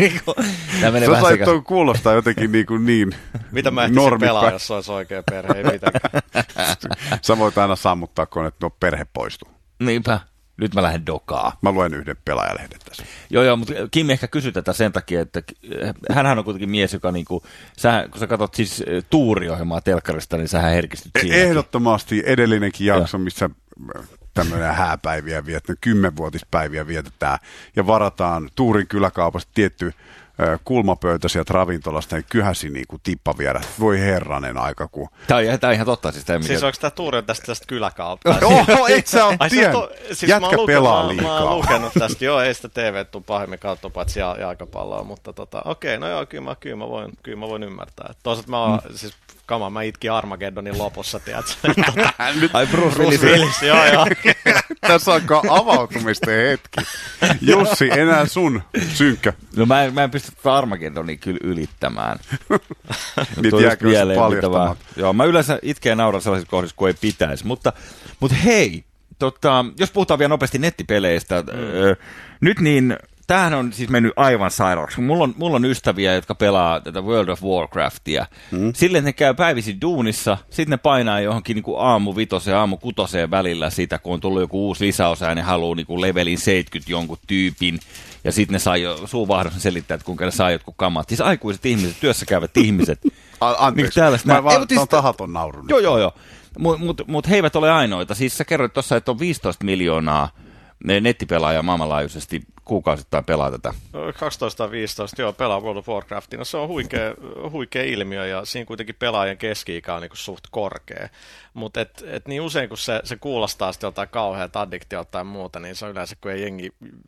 Speaker 10: Tää menee vähän sekas. Sä sait kuulostaa jotenkin niin, kuin niin
Speaker 11: mitä mä ehtisin pelaa, jos olisi oikea perhe? Ei mitenkään.
Speaker 10: Sä voit aina sammuttaa, kun no, perhe poistuu.
Speaker 9: Niinpä. Nyt mä lähden dokaa.
Speaker 10: Mä luen yhden pelaajalehden tässä.
Speaker 9: Joo, joo, mutta Kim ehkä kysyi tätä sen takia, että hänhän on kuitenkin mies, joka niinku, sä, kun sä katsot siis tuuriohjelmaa telkkarista, niin sähän herkistyt siinä.
Speaker 10: Ehdottomasti edellinenkin jakso, missä tämmöinen hääpäiviä vietetään, kymmenvuotispäiviä vietetään ja varataan Tuurin kyläkaupasta tietty kulmapöytä sieltä ravintolasta, niin kyhäsi niin kuin tippa viedä. Voi herranen aika, kun...
Speaker 9: Tämä on, tämä on ihan totta. Siis,
Speaker 11: siis onko tämä Tuuri tästä, tästä kyläkaupasta?
Speaker 10: Oho, et sä ole tiennyt. To... Siis jätkä pelaa liikaa.
Speaker 11: Mä oon lukenut tästä. Joo, ei sitä T V tuu pahemmin katsoa, paitsi jalkapalloa, mutta tota, okei, okay, no joo, kyllä mä, kyllä mä, voin, kyllä mä voin ymmärtää. Toisaalta mä oon, mm. siis kama, mä itkin Armageddonin lopussa, tiedätkö?
Speaker 9: Ai Bruce Willis.
Speaker 11: Willis, joo, joo.
Speaker 10: Tässä alkaa avautumisten hetki. Jussi, enää sun synkkä.
Speaker 9: No mä en, mä en pysty Armageddonia kyllä ylittämään.
Speaker 10: Niitä jää kyllä paljastamaan.
Speaker 9: Joo, mä yleensä itken ja nauran sellaisissa kohdissa, kun ei pitäisi. Mutta, mutta hei, tota, jos puhutaan vielä nopeasti nettipeleistä. Mm. Äh, nyt niin tämähän on siis mennyt aivan sairaaksi. Mulla on, mulla on ystäviä, jotka pelaa tätä World of Warcraftia. Mm. Silleen ne käy päivisin duunissa, sitten ne painaa johonkin niin kuin aamu vitoseen, aamu kutoseen välillä sitä, kun on tullut joku uusi lisäosa ja ne haluaa niin kuin levelin seitsemänkymmentä jonkun tyypin. Ja sitten ne saa jo suuvahdon selittää, että kuinka ne saa jotkut kamat. Siis aikuiset ihmiset, työssä käyvät ihmiset.
Speaker 10: A- anteeksi, niin mä vaan on tahaton naurun.
Speaker 9: Joo, joo, joo. Mutta mut, mut he eivät ole ainoita. Siis sä kerroit tuossa, että on viisitoista miljoonaa nettipelaajaa maailmanlaajuisesti kuukausittain pelaa tätä.
Speaker 11: kaksitoista viisitoista, joo, pelaa World of Warcraftia. No se on huikea, huikea ilmiö ja siinä kuitenkin pelaajien keski-ikä on niin suht korkea. Mutta et, et niin usein kun se, se kuulostaa sitten jotain kauheat addiktiota tai muuta, niin se on yleensä kun ei jengi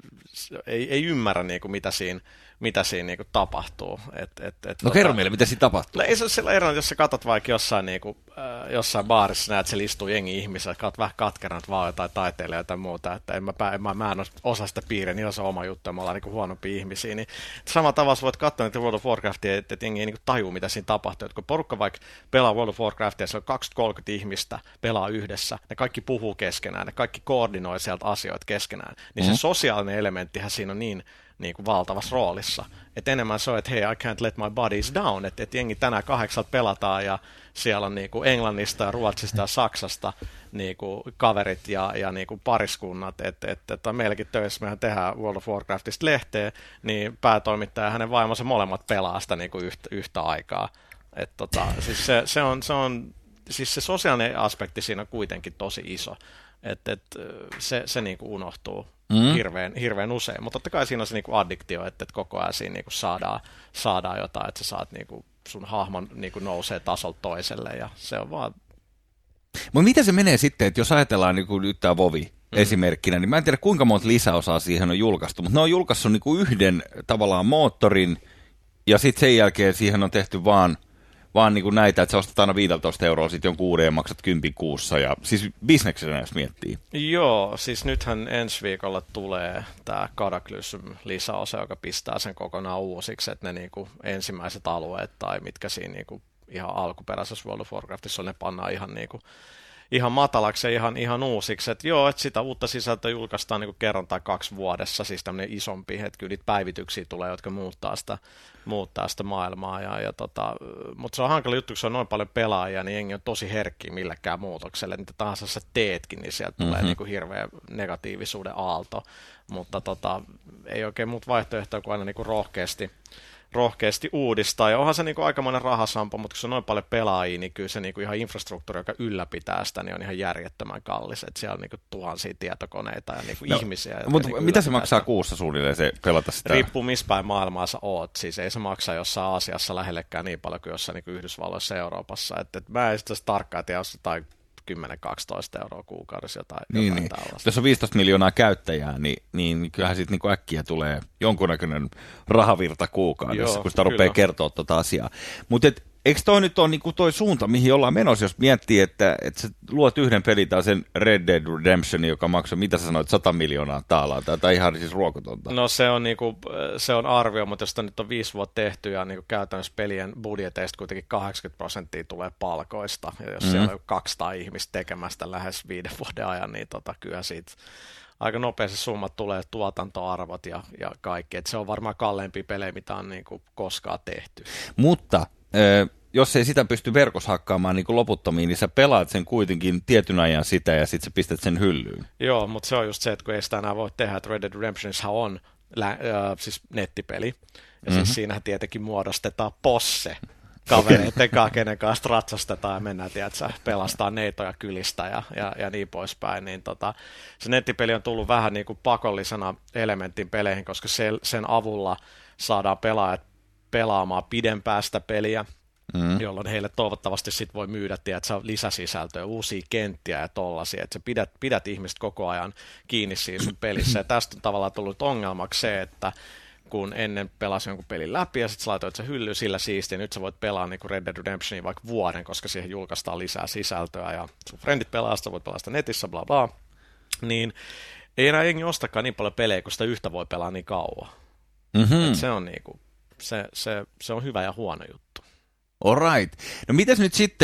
Speaker 11: ei, ei ymmärrä niin kuin mitä siinä mitä siinä niinku tapahtuu. Et, et, et,
Speaker 9: no kerro meille, mitä siinä tapahtuu.
Speaker 11: Ei se ole sillä erona, jos sä katsot vaikka jossain, niinku, äh, jossain baarissa, näet, että siellä istuu jengi ihmisiä, että katsot vähän katkerana, että vaan jotain taiteilijoita tai muuta, että en mä, en mä, mä en osa sitä piiriä, niin on se oma juttu, ja me ollaan niinku huonompia ihmisiä. Niin, samalla tavalla voit katsoa niitä World of Warcraftia, että et jengi ei niinku tajua, mitä siinä tapahtuu. Et kun porukka vaikka pelaa World of Warcraftia, siellä on kaksikymmentä kolmekymmentä ihmistä, pelaa yhdessä, ne kaikki puhuu keskenään, ne kaikki koordinoi sieltä asioita keskenään, niin mm-hmm. se sosiaalinen elementtihän siinä on niin niin kuin valtavassa roolissa. Et enemmän se on, että hei, I can't let my bodies down, että et jengi tänään kahdeksalta pelataan ja siellä on niin kuin Englannista ja Ruotsista ja Saksasta niin kuin kaverit ja, ja niin kuin pariskunnat, että et, et, meilläkin töissä mehän tehdään World of Warcraftista lehteä, niin päätoimittaja ja hänen vaimonsa molemmat pelaa sitä niin kuin yhtä, yhtä aikaa. Et tota, siis se, se, on, se, on, siis se sosiaalinen aspekti siinä on kuitenkin tosi iso, että et, se, se niin kuin unohtuu. Mm. Hirveän, hirveän usein, mutta totta kai siinä on se niinku addiktio, että, että koko ajan siinä niinku saadaan, saadaan jotain, että sä saat niinku, sun hahmon niinku nousee tasolta toiselle ja se on vaan...
Speaker 9: Mutta mitä se menee sitten, että jos ajatellaan niinku nyt tämä Vovi mm. esimerkkinä, niin mä en tiedä kuinka monta lisäosaa siihen on julkaistu, mutta ne on julkaissut niinku yhden tavallaan moottorin ja sitten sen jälkeen siihen on tehty vaan vaan niin kuin näitä, että sä ostat aina viisitoista euroa, sitten jonkun uuden ja maksat kympin kuussa. Ja siis bisneksenä, jos miettii.
Speaker 11: Joo, siis nythän ensi viikolla tulee tämä Cataclysm-lisäosa, joka pistää sen kokonaan uusiksi, että ne niin kuin ensimmäiset alueet tai mitkä siinä niin kuin ihan alkuperäisessä World of Warcraftissa on, ne pannaan ihan niin kuin ihan matalaksi ja ihan, ihan uusiksi. Että joo, että sitä uutta sisältöä julkaistaan niin kuin kerran tai kaksi vuodessa, siis tämmöinen isompi, että kyllä niitä päivityksiä tulee, jotka muuttaa sitä, muuttaa sitä maailmaa. Ja, ja tota, mutta se on hankala juttu, kun se on noin paljon pelaajia, niin jengi on tosi herkkiä millekään muutokselle. Että mitä tahansa sä teetkin, niin sieltä mm-hmm. tulee niin kuin hirveä negatiivisuuden aalto. Mutta tota, ei oikein muuta vaihtoehtoa kuin aina niin kuin rohkeasti rohkeasti uudistaa, ja onhan se niinku aikamoinen rahasampo, mutta kun se on noin paljon pelaajia, niin kyllä se niinku ihan infrastruktuuri, joka ylläpitää sitä, niin on ihan järjettömän kallis, että siellä on niinku tuhansia tietokoneita ja niinku no, ihmisiä.
Speaker 9: Mutta
Speaker 11: niinku
Speaker 9: mitä se maksaa sitä kuussa suunnilleen se pelata sitä?
Speaker 11: Riippuu missä päin maailmaa sä oot, siis ei se maksa jossain Aasiassa lähellekään niin paljon kuin jossain niinku Yhdysvalloissa ja Euroopassa, että et mä en sitä tarkkaan tiedä, jos jotain kymmenen kaksitoista euroa kuukaudessa jotain,
Speaker 9: niin,
Speaker 11: jotain
Speaker 9: niin.
Speaker 11: tällaista.
Speaker 9: Jos on viisitoista miljoonaa käyttäjää, niin, niin kyllähän sitten niinku äkkiä tulee jonkunnäköinen rahavirta kuukaudessa, Joo, kun sitä rupeaa kertoa tuota asiaa. Mutta eikö toi nyt ole niinku toi suunta, mihin ollaan menossa, jos miettii, että, että sä luot yhden pelin tai sen Red Dead Redemption, joka maksaa, mitä sä sanoit, sata miljoonaa taalaa, tai ihan siis ruokotonta?
Speaker 11: No se on, niinku, se on arvio, mutta jos sitä nyt on viisi vuotta tehty ja niinku käytännössä pelien budjeteista kuitenkin kahdeksankymmentä prosenttia tulee palkoista, ja jos mm-hmm. siellä on kaksisataa ihmistä tekemästä lähes viiden vuoden ajan, niin tota, kyllä siitä aika nopeasti summat tulee, tuotantoarvot ja, ja kaikki, että se on varmaan kalleimpia pelejä, mitä on niinku koskaan tehty.
Speaker 9: Mutta Ö, jos ei sitä pysty verkossa hakkaamaan niin kuin loputtomiin, niin sä pelaat sen kuitenkin tietyn ajan sitä ja sitten sä pistät sen hyllyyn.
Speaker 11: Joo, mutta se on just se, että kun ei sitä enää voi tehdä, että Red Dead Redemptionissa on lä- äh, siis nettipeli, ja mm-hmm. siis siinähän tietenkin muodostetaan posse kavereiden kanssa, kenen kanssa ratsastetaan ja mennään, tiedätkö, pelastaa neitoja kylistä ja, ja, ja niin poispäin, niin tota, se nettipeli on tullut vähän niin kuin pakollisena elementin peleihin, koska se, sen avulla saadaan pelaajat pelaamaan pidempää sitä peliä, mm. jolloin heille toivottavasti sit voi myydä tiedätkö, lisäsisältöä, uusia kenttiä ja tollaisia, että sä pidät, pidät ihmiset koko ajan kiinni siinä sun pelissä. Ja tästä on tavallaan tullut ongelmaksi se, että kun ennen pelasi jonkun pelin läpi ja sitten sä laitoit se hylly sillä siistiä, nyt sä voit pelaa niin kuin Red Dead Redemptionia vaikka vuoden, koska siihen julkaistaan lisää sisältöä ja sun friendit pelaa sitä, voit pelaa sitä netissä, bla bla, niin ei enää jengi ostakaan niin paljon pelejä, kun sitä yhtä voi pelaa niin kauan. Mm-hmm. Se on niinku Se, se, se on hyvä ja huono juttu.
Speaker 9: Alright. No mitäs nyt sitten,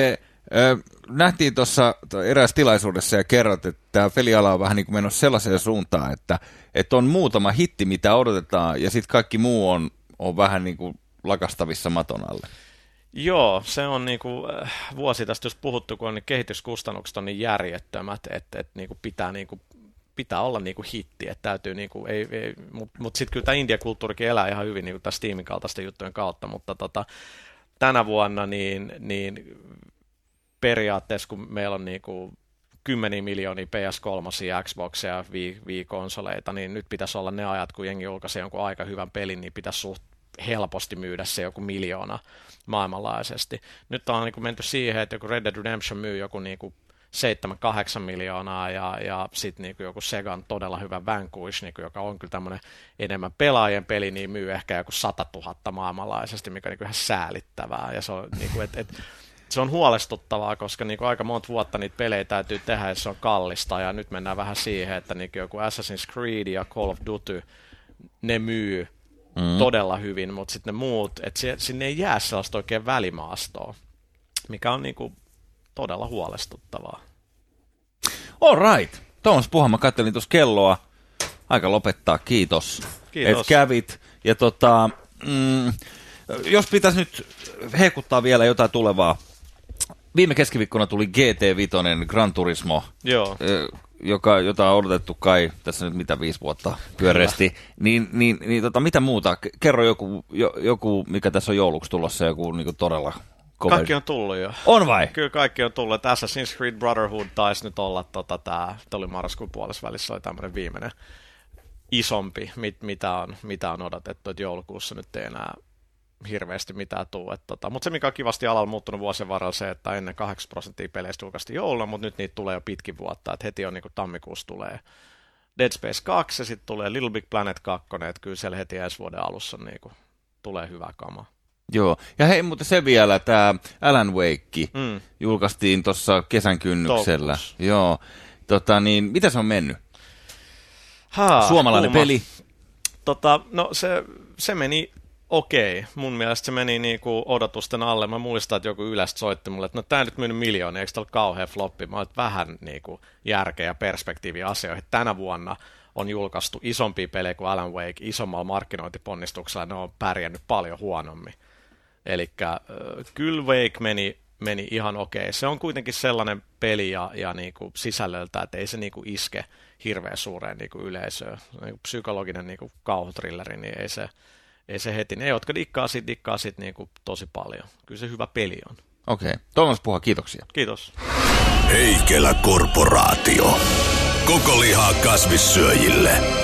Speaker 9: Ö, nähtiin tuossa eräässä tilaisuudessa ja kerrot, että tämä peliala on vähän niin kuin menossa sellaiseen suuntaan, että, että on muutama hitti, mitä odotetaan, ja sitten kaikki muu on, on vähän niin kuin lakastavissa maton alle.
Speaker 11: Joo, se on niinku, vuosi tästä just puhuttu, kun on niin kehityskustannukset on niin järjettömät, että, että niinku pitää, niinku, pitää olla niinku hitti, että täytyy, niinku, ei, ei, mutta mut sitten kyllä tämä India-kulttuurikin elää ihan hyvin niinku tässä Steamin kaltaisten juttujen kautta, mutta tota, tänä vuonna niin, niin periaatteessa, kun meillä on niinku kymmeniä miljoonia P S kolme ja Xboxia, Wii-konsoleita, niin nyt pitäisi olla ne ajat, kun jengi julkaisee jonkun aika hyvän pelin, niin pitäisi suht helposti myydä se joku miljoona maailmanlaajuisesti. Nyt on niin kuin menty siihen, että joku Red Dead Redemption myy joku niin kuin seitsemän kahdeksan miljoonaa ja, ja sitten niin joku Segan todella hyvä Vanquish, niin kuin, joka on kyllä tämmöinen enemmän pelaajien peli, niin myy ehkä joku sata tuhatta maailmanlaajuisesti, mikä on niin kuin ihan säälittävää. Ja se on, niin kuin, et, et, se on huolestuttavaa, koska niin kuin aika monta vuotta niitä pelejä täytyy tehdä, ja se on kallista, ja nyt mennään vähän siihen, että niin joku Assassin's Creed ja Call of Duty, ne myy Mm. todella hyvin, mutta sitten ne muut, että sinne ei jää sellaista oikein välimaastoa, mikä on niinku todella huolestuttavaa.
Speaker 9: All right. Tuomas Puha, mä katselin tuossa kelloa. Aika lopettaa, kiitos,
Speaker 11: kiitos.
Speaker 9: että kävit. Ja tota, mm, jos pitäisi nyt hehkuttaa vielä jotain tulevaa. Viime keskiviikkona tuli G T viisi Gran Turismo.
Speaker 11: Joo.
Speaker 9: Joka, jota on odotettu kai tässä nyt mitä viisi vuotta pyöreästi, niin, niin, niin tota, mitä muuta? Kerro joku, jo, joku, mikä tässä on jouluksi tulossa, joku niin kuin todella koveri.
Speaker 11: Kaikki on tullut jo.
Speaker 9: On vai?
Speaker 11: Kyllä kaikki on tullut. Assassin's Creed Brotherhood taisi nyt olla, tota, tämä oli marraskuun puolessa välissä, oli tämmöinen viimeinen isompi, mit, mitä, on, mitä on odotettu, että joulukuussa nyt ei enää hirveästi mitään tuu. Tota, mutta se, mikä on kivasti alalla muuttunut vuosien varrella, se, että ennen kahdeksan prosenttia peleistä julkaistiin jouluna, mutta nyt niitä tulee jo pitkin vuotta. Et heti on niin kuin tammikuussa tulee Dead Space kaksi ja sitten tulee Little Big Planet kaksi, että kyllä siellä heti ensi vuoden alussa niin kuin tulee hyvä kama.
Speaker 9: Joo, ja hei, mutta se vielä, tämä Alan Wake mm. julkaistiin tuossa kesän kynnyksellä. Toukokuussa. Joo, tota niin, mitä se on mennyt?
Speaker 11: Haa,
Speaker 9: Suomalainen
Speaker 11: kuuma.
Speaker 9: peli?
Speaker 11: Tota, no se, se meni okei. Mun mielestä se meni niinku odotusten alle. Mä muistan, että joku Ylestä soitti mulle, että no tää nyt myynyt miljoona, eikö tää ole kauhea floppi? Mä oon vähän niinku järkeä ja perspektiiviä asioihin. Tänä vuonna on julkaistu isompia pelejä kuin Alan Wake, isommalla markkinointiponnistuksella, ne on pärjännyt paljon huonommin. Elikkä äh, kyllä Wake meni, meni ihan okei. Se on kuitenkin sellainen peli ja, ja niinku sisällöltä, että ei se niinku iske hirveän suureen niinku yleisöön. Niinku psykologinen niinku kauhutrilleri, niin ei se, ei se heti. Ne, jotka dikkaa siitä, dikkaa siitä niinku tosi paljon. Kyllä se hyvä peli on.
Speaker 9: Okei. Okay. Tuomas Puha, kiitoksia.
Speaker 11: Kiitos.
Speaker 8: Heikelä Korporaatio. Koko lihaa kasvissyöjille.